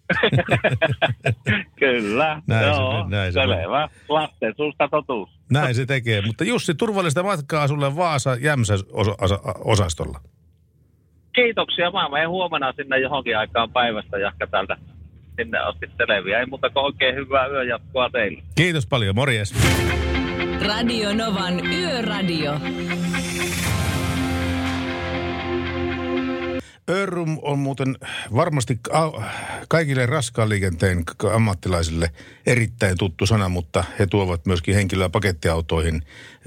Kyllä, näin joo, se, näin selvä. Lasten suusta totuus.
Näin se tekee, mutta Jussi, turvallista matkaa sulle Vaasa-Jämsä-osastolla.
Kiitoksia. Mä menen huomenna sinne johonkin aikaan päivästä jahka täältä sinne asti televiä. Ei muuta kuin oikein hyvää yöjatkoa teille.
Kiitos paljon. Morjes.
Radio Novan Yöradio.
Örum on muuten varmasti kaikille raskaan liikenteen ammattilaisille erittäin tuttu sana, mutta he tuovat myöskin henkilö- ja pakettiautoihin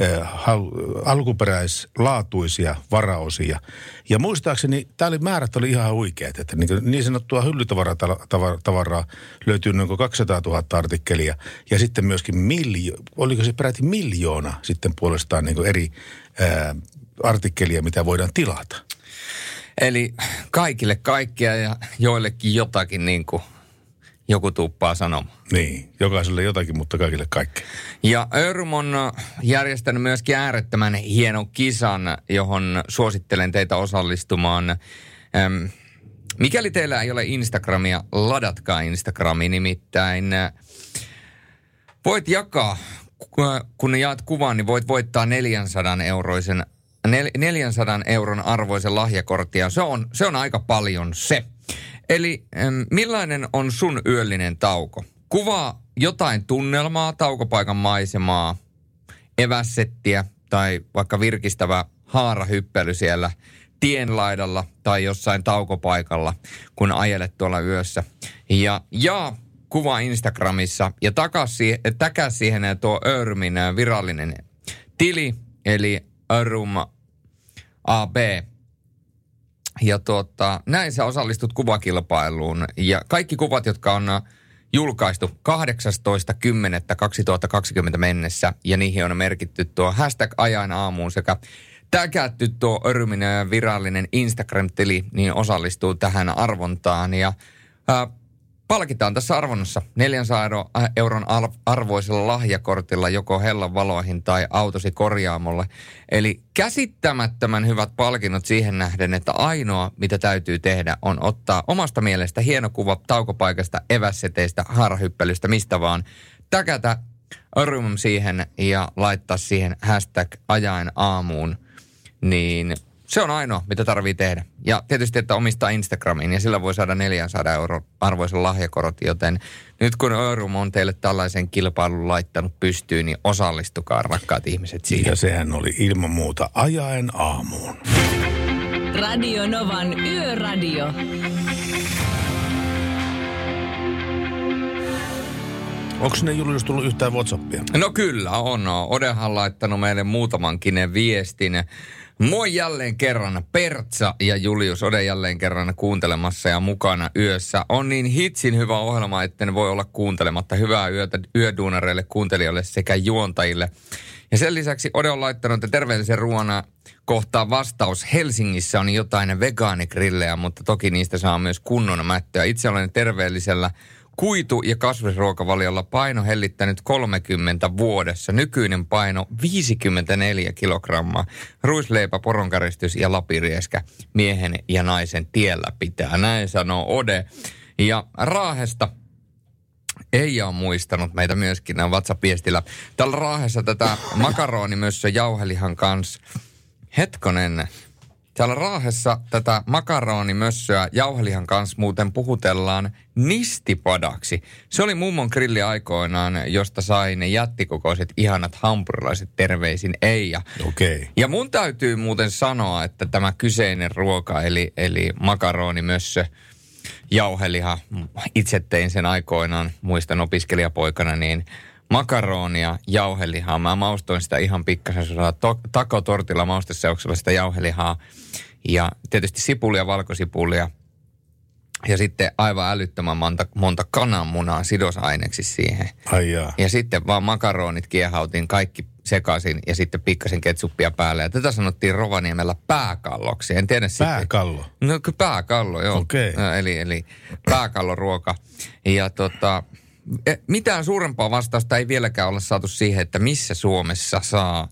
alkuperäislaatuisia varaosia. Ja muistaakseni tämä oli, määrät oli ihan huikeat, että niin, niin sanottua hyllytavaraa löytyy noin kaksisataatuhatta artikkelia ja sitten myöskin miljo, oliko se peräti miljoona sitten puolestaan niin eri ää, artikkelia, mitä voidaan tilata.
Eli kaikille kaikkia ja joillekin jotakin, niin kuin joku tuuppaa sanomaan.
Niin, jokaiselle jotakin, mutta kaikille kaikkea.
Ja Örum on järjestänyt myöskin äärettömän hienon kisan, johon suosittelen teitä osallistumaan. Ähm, mikäli teillä ei ole Instagramia, ladatkaa Instagrami, nimittäin voit jakaa, kun jaat kuvan, niin voit voittaa neljänsadan euroisen neljänsadan euron arvoisen lahjakorttia. Se on, se on aika paljon se. Eli millainen on sun yöllinen tauko? Kuvaa jotain tunnelmaa, taukopaikan maisemaa, evässettiä tai vaikka virkistävä haarahyppely siellä tien laidalla tai jossain taukopaikalla, kun ajelet tuolla yössä. Ja, ja kuva Instagramissa ja täkä siihen tuo Örumin virallinen tili, eli Örum A B. Ja tuota, näin sä osallistut kuvakilpailuun. Ja kaikki kuvat, jotka on julkaistu kahdeksastoista kymmenettä kaksituhattakaksikymmentä mennessä, ja niihin on merkitty tuo hashtag ajan aamuun sekä täkätty tuo Örumin virallinen Instagram-tili, niin osallistuu tähän arvontaan. Ja ää, palkitaan tässä arvonnassa neljänsadan euron arvoisella lahjakortilla joko Hellan valoihin tai autosi korjaamolle. Eli käsittämättömän hyvät palkinnot siihen nähden, että ainoa mitä täytyy tehdä on ottaa omasta mielestä hieno kuva taukopaikasta, evässeteistä, haarahyppelystä, mistä vaan. Täkätä Örum siihen ja laittaa siihen hashtag ajaen aamuun, niin se on ainoa, mitä tarvii tehdä. Ja tietysti, että omistaa Instagramiin, ja sillä voi saada neljänsadan euron arvoisen lahjakorot, joten nyt kun Örum on teille tällaisen kilpailun laittanut pystyyn, niin osallistukaa, rakkaat ihmiset, siihen.
Ja sehän oli ilman muuta ajaen aamuun.
Radio Novan Yöradio.
Onko sinne Julius tullut yhtään WhatsAppia?
No kyllä on. Odehan on laittanut meille muutamankin viestin. Moi jälleen kerran Pertsa ja Julius Ode jälleen kerran kuuntelemassa ja mukana yössä. On niin hitsin hyvä ohjelma, etten voi olla kuuntelematta. Hyvää yötä yöduunareille, kuuntelijoille sekä juontajille. Ja sen lisäksi Ode on laittanut, että terveellisen ruoana kohtaa vastaus. Helsingissä on jotain vegaanigrillejä, mutta toki niistä saa myös kunnon mättöä. Itse olen terveellisellä kuitu- ja kasvisruokavaliolla, paino hellittänyt kolmekymmentä vuodessa. Nykyinen paino viisikymmentäneljä kilogrammaa. Ruisleipä, poronkaristys ja lapirieskä miehen ja naisen tiellä pitää. Näin sanoo Ode. Ja Raahesta Eija on muistanut meitä myöskin WhatsApp-viestillä. Täällä Raahessa tätä makaronimössö jauhelihan kanssa. Hetkonen. Täällä Raahessa tätä makaronimössöä jauhelihan kanssa muuten puhutellaan nistipadaksi. Se oli mummon grilli aikoinaan, josta sai ne jättikokoiset ihanat hampurilaiset, terveisin Eija.
Okei. Okay.
Ja mun täytyy muuten sanoa, että tämä kyseinen ruoka, eli, eli makaronimössö, jauheliha, itse tein sen aikoinaan, muistan opiskelijapoikana, niin makaronia, jauhelihaa. Mä maustoin sitä ihan pikkasen to- takotortilla mausteseuksella sitä jauhelihaa. Ja tietysti sipulia, valkosipulia. Ja sitten aivan älyttömän monta, monta kananmunaa sidosaineksi siihen.
Ai jaa.
Ja sitten vaan makaronit kiehautin kaikki sekaisin ja sitten pikkasen ketsuppia päälle. Ja tätä sanottiin Rovaniemellä pääkalloksi. En tiedä sitten.
Pääkallo?
No pääkallo, joo.
Okei. Okay.
Eli, eli pääkalloruoka. Ja tota, mitään suurempaa vastausta ei vieläkään olla saatu siihen, että missä Suomessa saa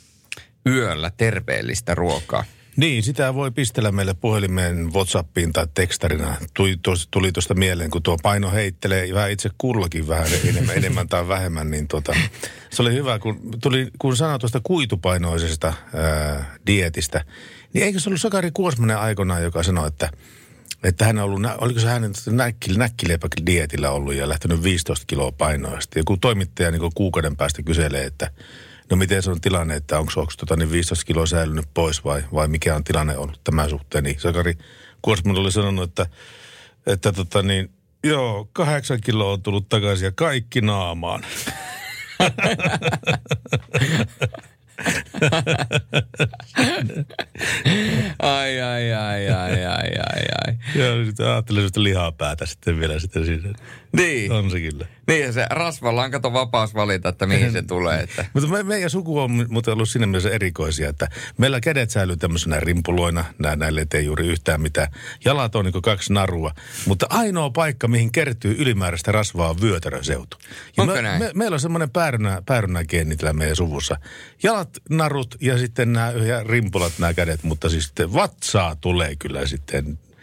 yöllä terveellistä ruokaa.
Niin, sitä voi pistellä meille puhelimeen WhatsAppiin tai tekstarina. Tuli, tuli tuosta mieleen, kun tuo paino heittelee vähän itse kullakin vähän enemmän, enemmän tai vähemmän, niin tota, se oli hyvä, kun, tuli, kun sanoi tuosta kuitupainoisesta ää, dietistä, niin eikö se ollut Sakari Kuosmanen aikoinaan, joka sanoi, että, että hän on ollut, oliko se hänen näkki, näkkileipädietillä ollut ja lähtenyt viisitoista kiloa painoista. Joku toimittaja niin kuukauden päästä kyselee, että no miten se on tilanne, että onko, onko tota, niin viisitoista kiloa säilynyt pois vai, vai mikä on tilanne ollut tämän suhteen. Niin Sakari Kuosman oli sanonut, että, että tota niin, joo, kahdeksan kiloa on tullut takaisin ja kaikki naamaan.
ai, ai, ai, ai, ai, ai, ai.
Joo, sitten ajattelin sitä lihapäätä sitten vielä sitten siinä.
Niin.
On se kyllä.
Niin, se rasvalla on kato vapaus valita, että mihin se tulee. Että.
Mutta me, meidän suku on muuten ollut siinä mielessä erikoisia, että meillä kädet säilyy tämmöisenä rimpuloina. Nää, näille ei juuri yhtään mitään. Jalat on niin kuin kaksi narua. Mutta ainoa paikka, mihin kertyy ylimääräistä rasvaa on vyötäröseutu. Ja
Onko
me,
näin?
Me, meillä on semmoinen päärynä, päärynägeeni tällä meidän suvussa. Jalat, narut ja sitten nämä ja rimpulat nämä kädet, mutta siis sitten vatsaa tulee kyllä sitten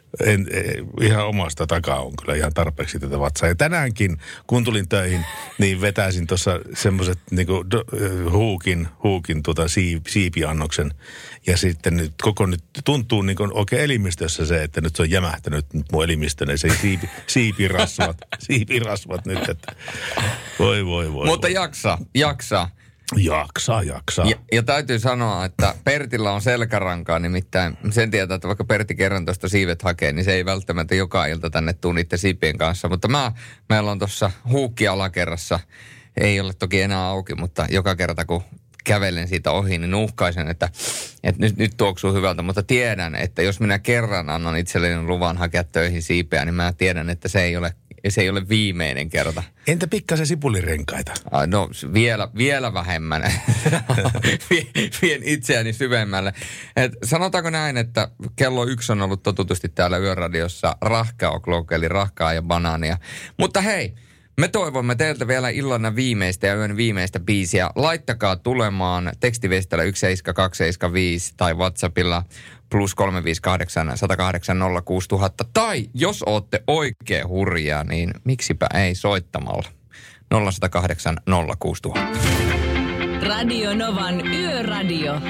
En, en, ihan omasta takaa on kyllä ihan tarpeeksi tätä vatsaa. Ja tänäänkin, kun tulin töihin, niin vetäisin tuossa semmoiset niinku do, huukin, huukin tuota siip, siipiannoksen. Ja sitten nyt koko nyt tuntuu niin kuin oikein elimistössä se, että nyt se on jämähtänyt mun elimistöni. Se siipi, siipirasvat, siipirasvat nyt, että voi voi voi.
Mutta
voi.
jaksa, jaksa.
Jaksaa, jaksaa.
Ja, ja täytyy sanoa, että Pertillä on selkärankaa, nimittäin sen tietää, että vaikka Pertti kerran tuosta siivet hakee, niin se ei välttämättä joka ilta tänne tuu niiden siipien kanssa. Mutta mä, meillä on tuossa huukki alakerrassa, ei ole toki enää auki, mutta joka kerta kun kävelen siitä ohi, niin uhkaisen, että, että nyt, nyt tuoksuu hyvältä. Mutta tiedän, että jos minä kerran annan itselleni luvan hakea töihin siipeä, niin mä tiedän, että se ei ole se ei ole viimeinen kerta.
Entä pikkasen sipulirenkaita?
No vielä, vielä vähemmän. Vien itseäni syvemmälle. Et sanotaanko näin, että kello yksi on ollut totutusti täällä Yöradiossa rahkaa o'clock, eli rahkaa ja banaania. Mutta hei, me toivomme teiltä vielä illan viimeistä ja yön viimeistä biisiä. Laittakaa tulemaan tekstiviestillä yksi seitsemän kaksi seitsemän viisi tai WhatsAppilla plus kolme viisi kahdeksan, yksi nolla kahdeksan, nolla kuusi nolla nolla nolla. Tai jos ootte oikein hurjaa, niin miksipä ei soittamalla. nolla yksi nolla kahdeksan, nolla kuusi nolla nolla.
Radio Novan Yöradio.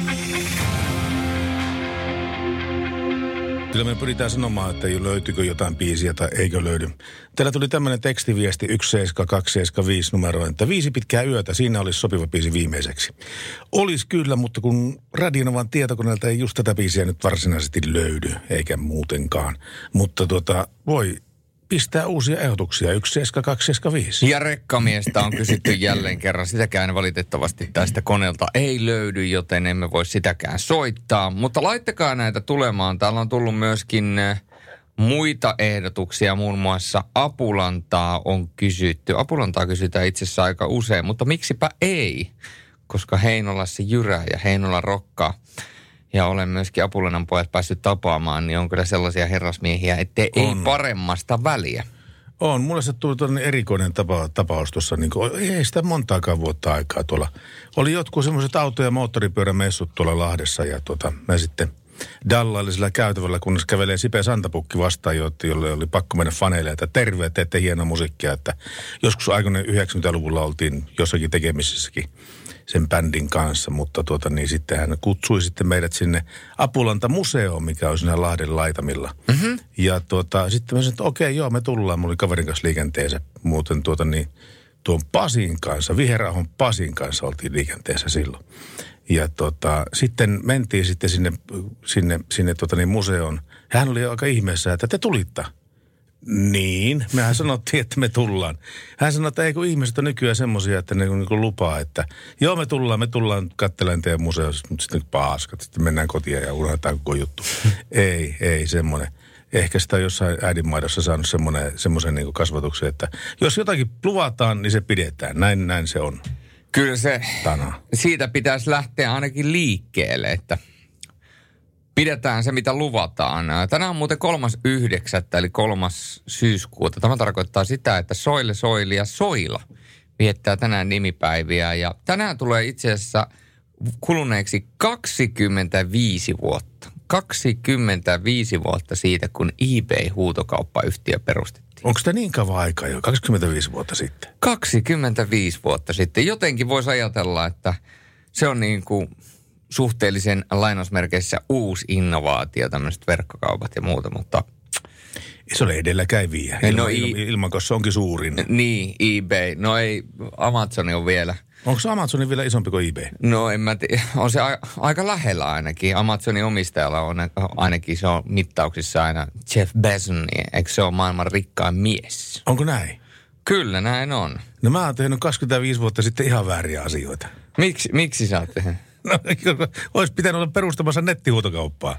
Kyllä me pyritään sanomaan, että löytyykö jotain biisiä tai eikö löydy. Täällä tuli tämmöinen tekstiviesti yksi seitsemän kaksi seitsemän viisi numeroon, että viisi pitkää yötä, siinä olisi sopiva biisi viimeiseksi. Olisi kyllä, mutta kun Radionovan tietokoneelta ei just tätä biisiä nyt varsinaisesti löydy, eikä muutenkaan. Mutta tuota, voi pistää uusia ehdotuksia, yksi seitsemän kaksi seitsemän viisi.
Ja rekkamiestä on kysytty jälleen kerran. Sitäkään valitettavasti tästä koneelta ei löydy, joten emme voi sitäkään soittaa. Mutta laittakaa näitä tulemaan. Täällä on tullut myöskin muita ehdotuksia, muun muassa apulantaa on kysytty. Apulantaa kysytään itse asiassa aika usein, mutta miksipä ei? Koska Heinolassa jyrää ja Heinola rokkaa. Ja olen myöskin Apulannan pojat päässyt tapaamaan, niin on kyllä sellaisia herrasmiehiä, ettei on. Ei paremmasta väliä.
On. Mulle se tuli tuollainen erikoinen tapa, tapaus tuossa, niin kuin, ei sitä montaakaan vuotta aikaa tuolla. Oli jotkut semmoiset auto- ja moottoripyörämessut tuolla Lahdessa ja tuota, mä sitten dallailin sillä käytävällä, kunnes kävelee Sipe Santapukki vastaan, jolle oli pakko mennä faneille, että terve, teette hienoa musiikkia, että joskus aikoinen yhdeksänkymmentäluvulla oltiin jossakin tekemisessäkin sen bändin kanssa, mutta tuota niin sitten hän kutsui sitten meidät sinne Apulanta-museoon, mikä on siinä Lahden laitamilla. Mm-hmm. Ja tuota, sitten mä sanoin, että okei, joo, me tullaan, mulla oli kaverin kanssa liikenteessä, muuten tuota niin, tuon Pasin kanssa, Viherahon Pasin kanssa oltiin liikenteessä silloin. Ja tota, sitten mentiin sitten sinne, sinne, sinne tota niin museoon. Hän oli aika ihmeessä, että te tulitte. Niin, mehän sanottiin, että me tullaan. Hän sanoi, että ei kun ihmiset on nykyään semmoisia, että ne niin lupaa, että joo me tullaan, me tullaan katselemaan teidän museossa, mutta sitten paskat, sitten mennään kotiin ja unohdetaan koko juttu. ei, ei semmoinen. Ehkä sitä on jossain äidinmaidossa saanut semmoinen, semmoisen niin kasvatuksen, että jos jotakin luvataan, niin se pidetään. Näin, näin se on.
Kyllä se,
Tana.
Siitä pitäisi lähteä ainakin liikkeelle, että pidetään se, mitä luvataan. Tänään on muuten kolmas yhdeksättä, eli kolmas syyskuuta. Tämä tarkoittaa sitä, että Soile, Soili ja Soila viettää tänään nimipäiviä. Ja tänään tulee itse asiassa kuluneeksi kaksikymmentäviisi vuotta. kaksikymmentäviisi vuotta siitä, kun eBay-huutokauppayhtiö perustettiin.
Onko sitä niin kauan aikaa jo? kaksikymmentäviisi vuotta sitten?
kaksikymmentäviisi vuotta sitten. Jotenkin voisi ajatella, että se on niin kuin suhteellisen lainausmerkeissä uusi innovaatio, tämmöiset verkkokaupat ja muuta, mutta
ei se ole edelläkävijä. Ilma, no, il, ilmakossa onkin suurin.
Niin, eBay. No ei, Amazon on vielä.
Onko Amazonin vielä isompi kuin eBay?
No en mä tiedä. On se a, aika lähellä ainakin. Amazonin omistajalla on ainakin, se on mittauksissa aina Jeff Bezos, eikö se ole maailman rikkain mies?
Onko näin?
Kyllä, näin on.
No mä oon tehnyt kaksikymmentäviisi vuotta sitten ihan vääriä asioita.
Miksi, miksi sä oot tehnyt?
No, olisi pitänyt olla perustamassa nettihuutokauppaa.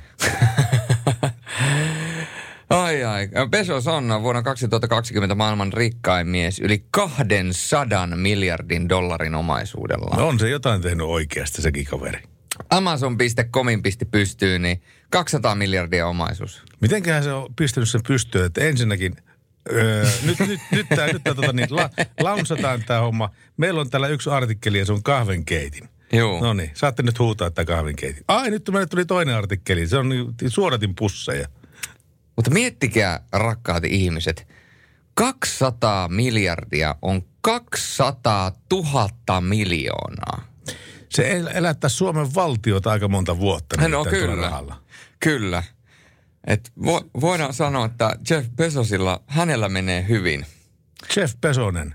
Ai ai. Bezos on vuonna kaksituhattakaksikymmentä maailman rikkain mies yli kahdensadan miljardin dollarin omaisuudella.
No on se jotain tehnyt oikeasti sekin kaveri.
Amazon piste comin pisti pystyyn, niin kaksisataa miljardia omaisuus.
Mitenköhän se on pistänyt sen pystyyn, että ensinnäkin Öö, nyt nyt, nyt, tää, nyt tää, tota, niin, la, launsataan tämä homma. Meillä on täällä yksi artikkeli ja se on kahvenkeitin.
Joo.
No niin, saatte nyt huutaa tämä kahvenkeitin. Ai, nyt meille tuli toinen artikkeli. Se on niin, suodatin pusseja.
Mutta miettikää, rakkaat ihmiset, kaksisataa miljardia on kaksisataa tuhatta miljoonaa.
Se elättää Suomen valtiota aika monta vuotta.
No kyllä, kyllä. Et vo, voidaan sanoa, että Jeff Bezosilla, hänellä menee hyvin.
Jeff Bezonen.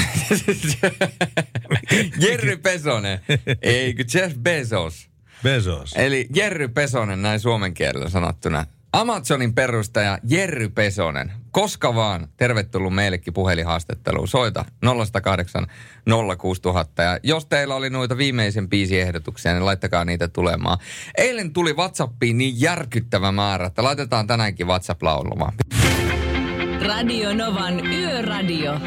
Jerry Pesonen. Eikö Jeff Bezos?
Bezos.
Eli Jerry Pesonen, näin suomen kielellä sanottuna. Amazonin perustaja Jerry Pesonen. Koska vaan, tervetuloa meillekin puhelinhaastatteluun. Soita nolla yksi nolla kahdeksan nolla kuusi nolla nolla nolla. Ja jos teillä oli noita viimeisen biisiehdotuksia, niin laittakaa niitä tulemaan. Eilen tuli WhatsAppiin niin järkyttävä määrä, että laitetaan tänäänkin WhatsApp laulamaan.
Radio Novan Yöradio.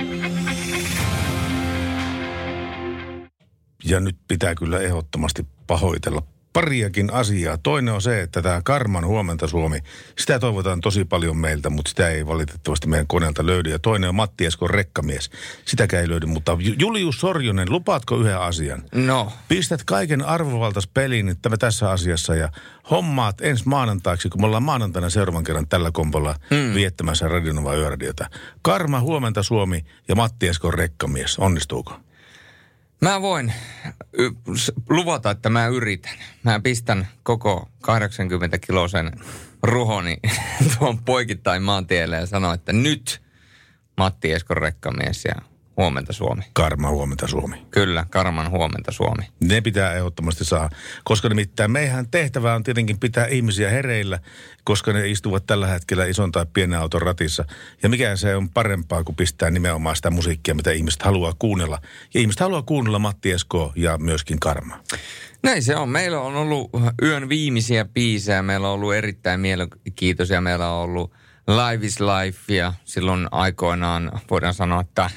Ja nyt pitää kyllä ehdottomasti pahoitella pariakin asiaa. Toinen on se, että tämä Karman Huomenta Suomi, sitä toivotaan tosi paljon meiltä, mutta sitä ei valitettavasti meidän koneelta löydy. Ja toinen on Matti Eskon rekkamies. Sitäkään ei löydy, mutta Julius Sorjonen, lupaatko yhden asian?
No.
Pistät kaiken arvovaltais peliin tämä tässä asiassa ja hommaat ensi maanantaiksi, kun me ollaan maanantaina seuraavan kerran tällä kompolla hmm. viettämässä Radio Nova Yöradiota. Karma Huomenta Suomi ja Matti Eskon rekkamies. Onnistuuko?
Mä voin y- luvata, että mä yritän. Mä pistän koko kahdeksankymmentä-kilosen ruhoni tuon poikittain maantielle ja sanon, että nyt Matti Eskon rekkamies ja Huomenta Suomi.
Karma Huomenta Suomi.
Kyllä, Karman Huomenta Suomi.
Ne pitää ehdottomasti saada, koska nimittäin meidän tehtävä on tietenkin pitää ihmisiä hereillä, koska ne istuvat tällä hetkellä ison tai pienen auton ratissa. Ja mikä se on parempaa, kuin pistää nimenomaan sitä musiikkia, mitä ihmiset haluaa kuunnella. Ja ihmiset haluaa kuunnella Matti Eskoa ja myöskin Karmaa.
Näin se on. Meillä on ollut yön viimeisiä biisejä. Meillä on ollut erittäin mielenkiintoisia. Meillä on ollut Live is Life ja silloin aikoinaan voidaan sanoa, että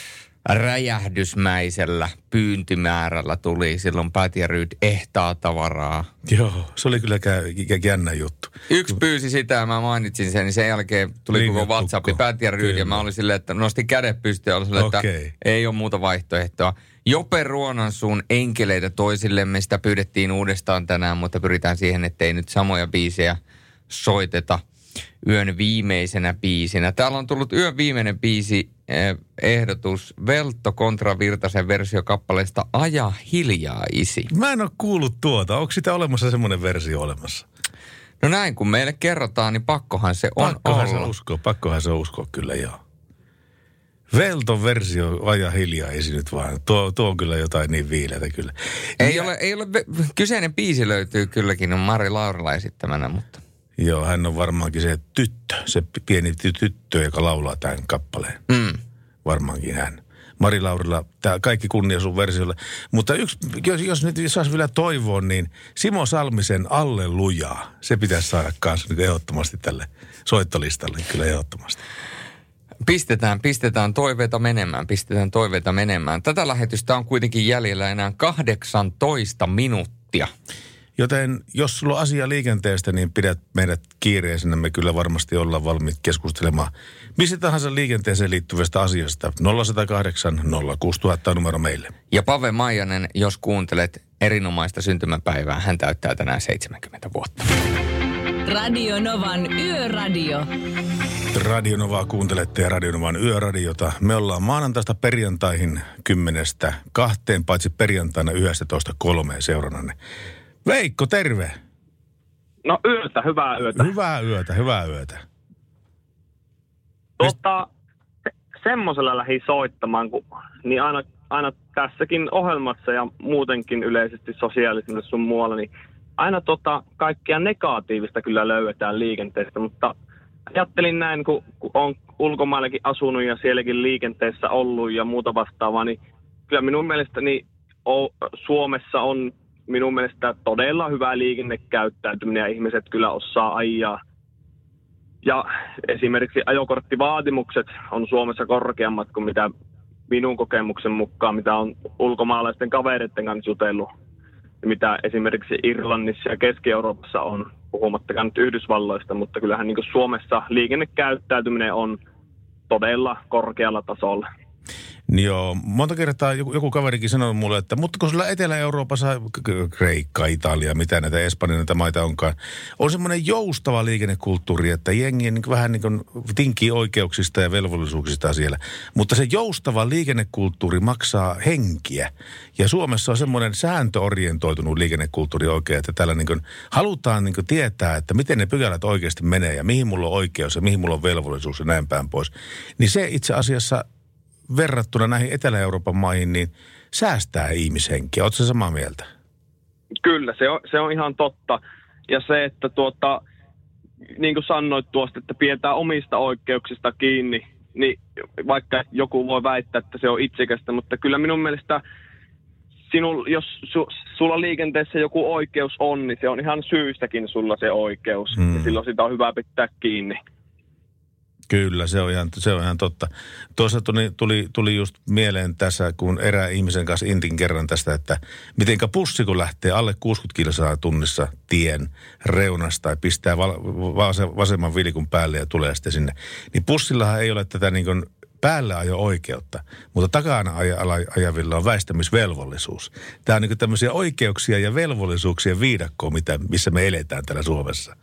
räjähdysmäisellä pyyntymäärällä tuli silloin Pat ja Ryd ehtaa tavaraa.
Joo, se oli kyllä kä- jännä juttu.
Yksi pyysi sitä ja mä mainitsin sen, niin sen jälkeen tuli Linja koko WhatsApp, Pat ja Ryd, ja mä olin silleen, että nostin kädet pystyyn ja olin silleen, okay. että ei ole muuta vaihtoehtoa. Jope Ruonansuun enkeleitä toisillemme, sitä pyydettiin uudestaan tänään, mutta pyritään siihen, ettei nyt samoja biisejä soiteta yön viimeisenä biisinä. Täällä on tullut yön viimeinen biisi eh, ehdotus Veltto kontra Virtasen versio kappaleesta Aja hiljaa isi.
Mä en ole kuullut tuota. Onko sitä olemassa semmoinen versio olemassa?
No näin, kun meille kerrotaan, niin pakkohan se on
pakkohan
olla.
Se uskoo, pakkohan se uskoo, kyllä joo. Velton versio Aja hiljaa isi nyt vaan. Tuo, tuo on kyllä jotain niin viileitä kyllä.
Ei
ja...
ole, ei ole, kyseinen biisi löytyy kylläkin, on Mari Laurila esittämänä, mutta...
Joo, hän on varmaankin se tyttö, se pieni tyttö, joka laulaa tämän kappaleen.
Mm.
Varmaankin hän. Mari Laurila, tämä kaikki kunnia sun versiolle. Mutta yksi, jos, jos nyt saisi vielä toivoa, niin Simo Salmisen Allelujaa, se pitäisi saada kanssa ehdottomasti tälle soittolistalle, kyllä ehdottomasti.
Pistetään, pistetään toiveita menemään, pistetään toiveita menemään. Tätä lähetystä on kuitenkin jäljellä enää kahdeksantoista minuuttia.
Joten jos sulla on asia liikenteestä, niin pidät meidät kiireisenä. Me kyllä varmasti ollaan valmiit keskustelemaan missä tahansa liikenteeseen liittyvästä asiasta. nolla yksi nolla kahdeksan nolla kuusi nolla nolla nolla numero meille.
Ja Pave Maijanen, jos kuuntelet erinomaista syntymäpäivää, hän täyttää tänään seitsemänkymmentä vuotta.
Radio Novan Yöradio.
Radio Novaa kuuntelette ja Radio Novan Yöradiota. Me ollaan maanantaista perjantaihin kymmenestä kahteen, paitsi perjantaina yhdestoista kolmeen seurannanne. Veikko, terve.
No yötä, hyvää yötä.
Hyvää yötä, hyvää yötä.
Tota, se, semmoisella lähdin soittamaan, kun, niin aina, aina tässäkin ohjelmassa ja muutenkin yleisesti sosiaalisessa sun muualla, niin aina tota, kaikkea negatiivista kyllä löydetään liikenteestä, mutta ajattelin näin, kun, kun on ulkomaillakin asunut ja sielläkin liikenteessä ollut ja muuta vastaavaa, niin kyllä minun mielestäni Suomessa on minun mielestä todella hyvä liikennekäyttäytyminen ja ihmiset kyllä osaa ajaa. Ja esimerkiksi ajokorttivaatimukset on Suomessa korkeammat kuin mitä minun kokemuksen mukaan, mitä on ulkomaalaisten kavereiden kanssa jutellut. Ja mitä esimerkiksi Irlannissa ja Keski-Euroopassa on, puhumattakaan nyt Yhdysvalloista, mutta kyllähän niin kuin Suomessa liikennekäyttäytyminen on todella korkealla tasolla.
Joo, monta kertaa joku, joku kaverikin sanoi mulle, että mutta kun sulla Etelä-Euroopassa, Kreikka, Italia, mitä näitä Espanjan näitä maita onkaan, on semmoinen joustava liikennekulttuuri, että jengi niin vähän niin kuin tinkii oikeuksista ja velvollisuuksista siellä. Mutta se joustava liikennekulttuuri maksaa henkiä. Ja Suomessa on semmoinen sääntöorientoitunut liikennekulttuuri oikein, että täällä niin kuin halutaan niin kuin tietää, että miten ne pykälät oikeasti menee ja mihin mulla on oikeus ja mihin mulla on velvollisuus ja näin päin pois. Niin se itse asiassa verrattuna näihin Etelä-Euroopan maihin, niin säästää ihmishenkiä. Oletko sä samaa mieltä?
Kyllä, se on, se on ihan totta. Ja se, että tuota, niin kuin sanoit tuosta, että pidetään omista oikeuksista kiinni, niin vaikka joku voi väittää, että se on itsekästä, mutta kyllä minun mielestä sinul, jos su, sulla liikenteessä joku oikeus on, niin se on ihan syystäkin sulla se oikeus. Hmm. Ja silloin sitä on hyvä pitää kiinni.
Kyllä, se on ihan, se on ihan totta. Tuossa tuli, tuli, tuli just mieleen tässä, kun erään ihmisen kanssa intin kerran tästä, että mitenkä pussi, kun lähtee alle kuusikymmentä kilsaa tunnissa tien reunasta ja pistää val, vasemman vilikun päälle ja tulee sitten sinne. Niin pussillahan ei ole tätä niin kuin päällä ajo oikeutta, mutta takana ajavilla on väistämisvelvollisuus. Tämä on niin kuin tämmöisiä oikeuksia ja velvollisuuksien viidakkoa, mitä, missä me eletään täällä Suomessa.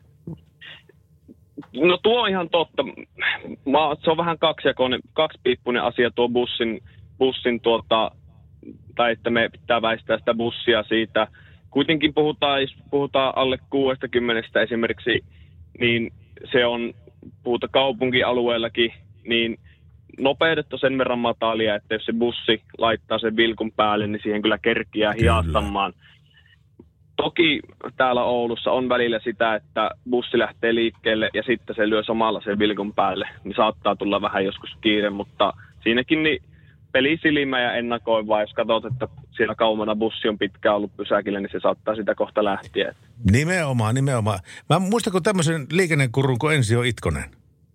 No tuo on ihan totta. Mä, se on vähän kaksijakoinen, kaksipiippunen asia tuo bussin, bussin tuota, tai että me pitää väistää sitä bussia siitä. Kuitenkin puhutaan, jos puhutaan alle kuusikymmentä esimerkiksi, niin se on, puhuta kaupunkialueellakin, niin nopeudet on sen verran matalia, että jos se bussi laittaa sen vilkun päälle, niin siihen kyllä kerkiää hiastamaan. Toki täällä Oulussa on välillä sitä, että bussi lähtee liikkeelle ja sitten se lyö samalla sen vilkun päälle. Niin saattaa tulla vähän joskus kiire, mutta siinäkin niin pelisilmä ja ennakoi, vai jos katsot, että siellä kaumana bussi on pitkään ollut pysäkillä, niin se saattaa sitä kohta lähteä.
Nimenomaan, nimenomaan. Mä muistanko tämmöisen liikennekurun kuin Ensio Itkonen?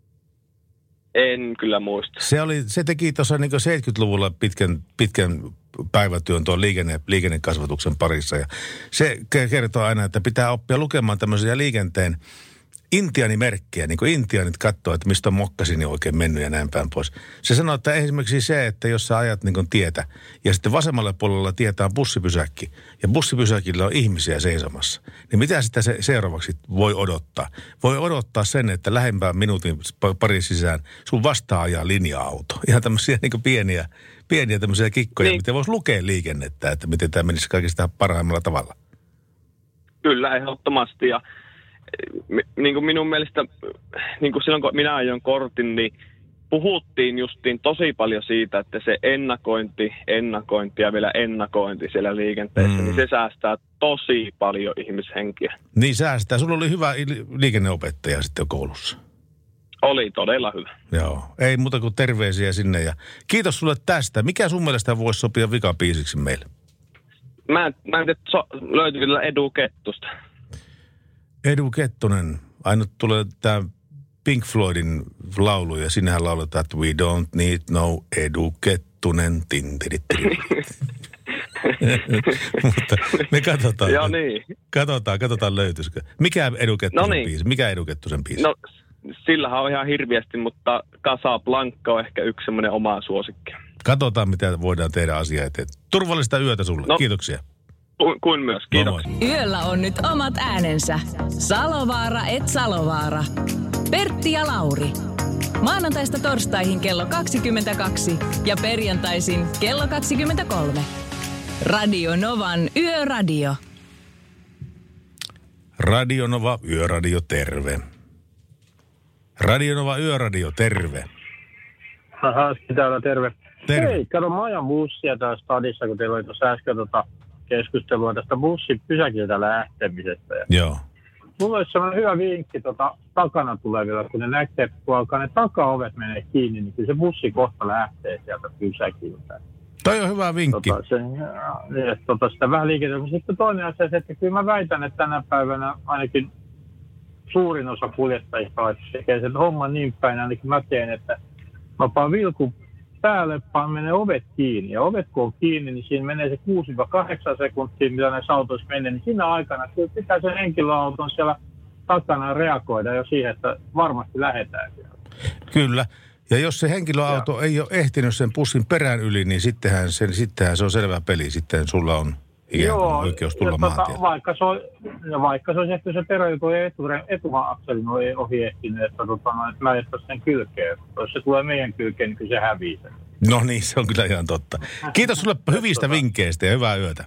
En kyllä muista.
Se, oli, se teki tuossa niin seitsemänkymmentäluvulla pitkän, pitkän päivätyön tuon liikenne, liikennekasvatuksen parissa. Ja se kertoo aina, että pitää oppia lukemaan tämmöisiä liikenteen intiaanimerkkejä, niin kuin intiaanit katsoo, että mistä on mokkasini oikein mennyt ja näin päin pois. Se sanoo, että esimerkiksi se, että jos sä ajat niin kuin tietä ja sitten vasemmalla puolella tietää bussipysäkki ja bussipysäkillä on ihmisiä seisomassa, niin mitä sitä se seuraavaksi voi odottaa? Voi odottaa sen, että lähempään minuutin pari sisään sun vastaa ajaa linja-auto. Ihan tämmöisiä niin kuin pieniä, pieniä tämmöisiä kikkoja, niin. Miten voisi lukea liikennettä, että miten tämä menisi kaikista parhaimmalla tavalla.
Kyllä, ehdottomasti ja niin kuin minun mielestä, niin kuin silloin kun minä ajoin kortin, niin puhuttiin justiin tosi paljon siitä, että se ennakointi, ennakointi ja vielä ennakointi siellä liikenteessä, mm. niin se säästää tosi paljon ihmishenkiä.
Niin säästää. Sulla oli hyvä liikenneopettaja sitten koulussa.
Oli todella hyvä.
Joo. Ei muuta kuin terveisiä sinne ja kiitos sulle tästä. Mikä sun mielestä voisi sopia vikabiisiksi meille?
Mä en, mä en tiedä, so, löytyy kyllä Edu Kettusta.
Edu Kettunen. Aina tulee tämä Pink Floydin laulu ja sinnehän lauletaan, että we don't need no Edu Kettunen. Mutta me katsotaan.
Joo niin.
Katsotaan, katsotaan löytyisikö. Mikä Edu Kettusen
no niin.
biisi? Mikä Edu Kettusen biisi?
No sillähän on ihan hirviästi, mutta Casablanca on ehkä yksi semmoinen oma suosikki.
Katsotaan, mitä voidaan tehdä asiaa eteen. Turvallista yötä sulle. No. Kiitoksia.
Kuin myös, kiitos.
Yöllä on nyt omat äänensä. Salovaara et Salovaara. Pertti ja Lauri. Maanantaista torstaihin kello kaksikymmentäkaksi ja perjantaisin kello kaksikymmentäkolme. Radio Novan Yöradio.
Radio Nova Yöradio, terve. Radio Nova Yöradio, terve.
Haski täällä, terve.
Terve.
Hei, kato, mä ajan bussia täällä stadissa, kun teillä oli tuossa äsken tota keskustelua tästä bussin pysäkiltä lähtemisestä. Ja
joo.
Mulla olisi sellainen hyvä vinkki tota, takana tulevilla, kun ne näkee, kun alkaa ne takaovet menee kiinni, niin kyllä se bussi kohta lähtee sieltä pysäkiltä.
Toi on hyvä vinkki.
Tota, se, ja, tota, sitä vähän liikenteellä. Sitten toinen asia se, että kyllä mä väitän, että tänä päivänä ainakin suurin osa kuljettajista tekee sen homman niin päin, ainakin mä teen, että mä paan vilkun päälle, paan menee ovet kiinni. Ja ovet kun on kiinni, niin siinä menee se kuusi kahdeksan sekuntia, mitä näissä autoissa menee. Niin siinä aikana kyllä pitää sen henkilöauton siellä takana reagoida jo siihen, että varmasti lähdetään siellä.
Kyllä. Ja jos se henkilöauto ja. ei ole ehtinyt sen bussin perään yli, niin sittenhän, sen, sittenhän se on selvä peli. Sitten sulla on ikään kuin oikeus tulla maantielle.
Tota, vaikka se on, vaikka se olisi ehkä se peräjutu etumaan-akselin ohi ehtinyt, että, tota, että mä estäisi sen kylkeen. Jos se tulee meidän kylkeen, niin kyllä se hävii sen.
No niin, se on kyllä ihan totta. Kiitos sulle hyvistä vinkkeistä ja hyvää yötä.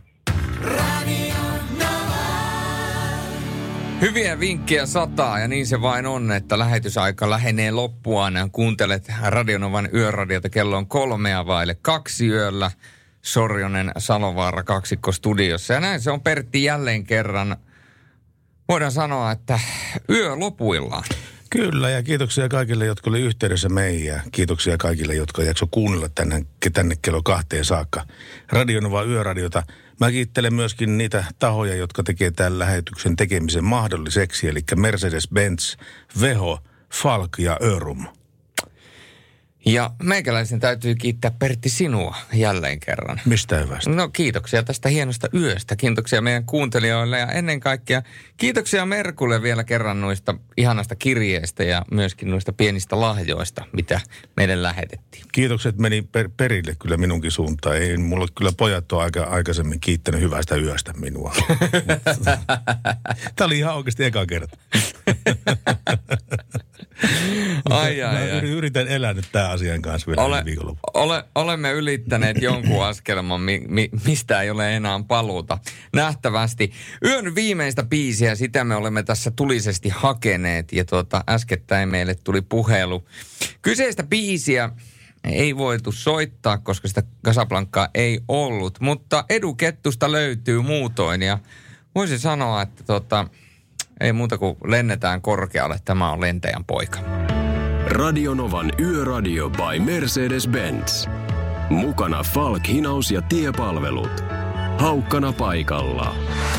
Hyviä vinkkejä sataa ja niin se vain on, että lähetysaika lähenee loppuaan. Kuuntelet Radionovan yöradiota, kello on kolmea vaille kaksi yöllä. Sorjonen, Salovaara kaksikko studiossa. Ja näin se on Pertti jälleen kerran. Voidaan sanoa, että yö lopuillaan.
Kyllä, ja kiitoksia kaikille, jotka oli yhteydessä meihin, ja kiitoksia kaikille, jotka jakso kuunnella tänne, tänne kello kahteen saakka Radionova yöradiota. Mä kiittelen myöskin niitä tahoja, jotka tekee tämän lähetyksen tekemisen mahdolliseksi, eli Mercedes-Benz, Veho, Falk ja Örum.
Ja meikäläisen täytyy kiittää Pertti sinua jälleen kerran.
Mistä hyvästä?
No kiitoksia tästä hienosta yöstä. Kiitoksia meidän kuuntelijoille ja ennen kaikkea kiitoksia Merkulle vielä kerran noista ihanasta kirjeistä ja myöskin noista pienistä lahjoista, mitä meidän lähetettiin.
Kiitokset meni per- perille kyllä minunkin suuntaan. Ei mulla kyllä pojat ole aika aikaisemmin kiittänyt hyvästä yöstä minua. Tämä oli ihan oikeasti eka kerta.
Ai, ai, ai.
Yritän elää nyt tämän asian kanssa vielä
ole,
viikonloppuun.
Ole, olemme ylittäneet jonkun askelman, mi, mi, mistä ei ole enää paluuta. Nähtävästi. Yön viimeistä biisiä, sitä me olemme tässä tulisesti hakeneet. Ja tuota, äskettäin meille tuli puhelu. Kyseistä biisiä ei voitu soittaa, koska sitä Casablancaa ei ollut. Mutta Edu Kettusta löytyy muutoin. Ja voisin sanoa, että tota... ei muuta kuin lennetään korkealle. Tämä on lentäjän poika.
Radionovan yöradio by Mercedes-Benz. Mukana Falk, hinaus ja tiepalvelut. Haukkana paikalla.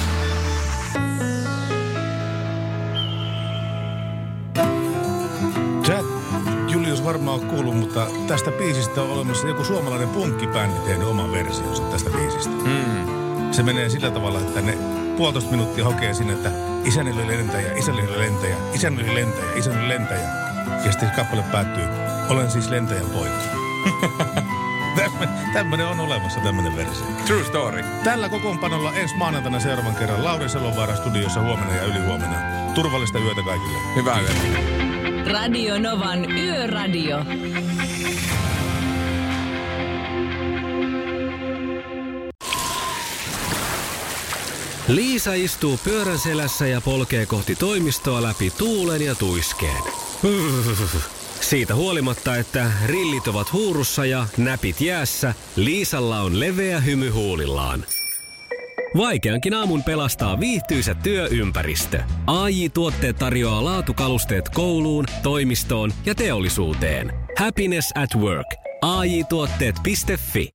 Sä et, Julius, varmaan ole kuullut, mutta tästä biisistä on olemassa joku suomalainen punkkibändi tehnyt oman versionsa tästä biisistä.
Mm.
Se menee sillä tavalla, että ne puolitoista minuuttia hokee sinne, että isäni oli lentäjä, isäni oli lentäjä, isäni oli lentäjä, isäni oli lentäjä. Ja sitten kappale päättyy, olen siis lentäjän poika. Tämmöinen on olemassa, tämmöinen versio.
True story.
Tällä kokoonpanolla ensi maanantaina seuraavan kerran Lauri Salovaara studiossa huomenna ja ylihuomenna. Turvallista yötä kaikille.
Hyvää yötä.
Radio Novan yöradio.
Liisa istuu pyörän selässä ja polkee kohti toimistoa läpi tuulen ja tuiskeen. Siitä huolimatta, että rillit ovat huurussa ja näpit jäässä, Liisalla on leveä hymy huulillaan. Vaikeankin aamun pelastaa viihtyisä työympäristö. A J-tuotteet tarjoaa laatukalusteet kouluun, toimistoon ja teollisuuteen. Happiness at work. A J tuotteet piste fi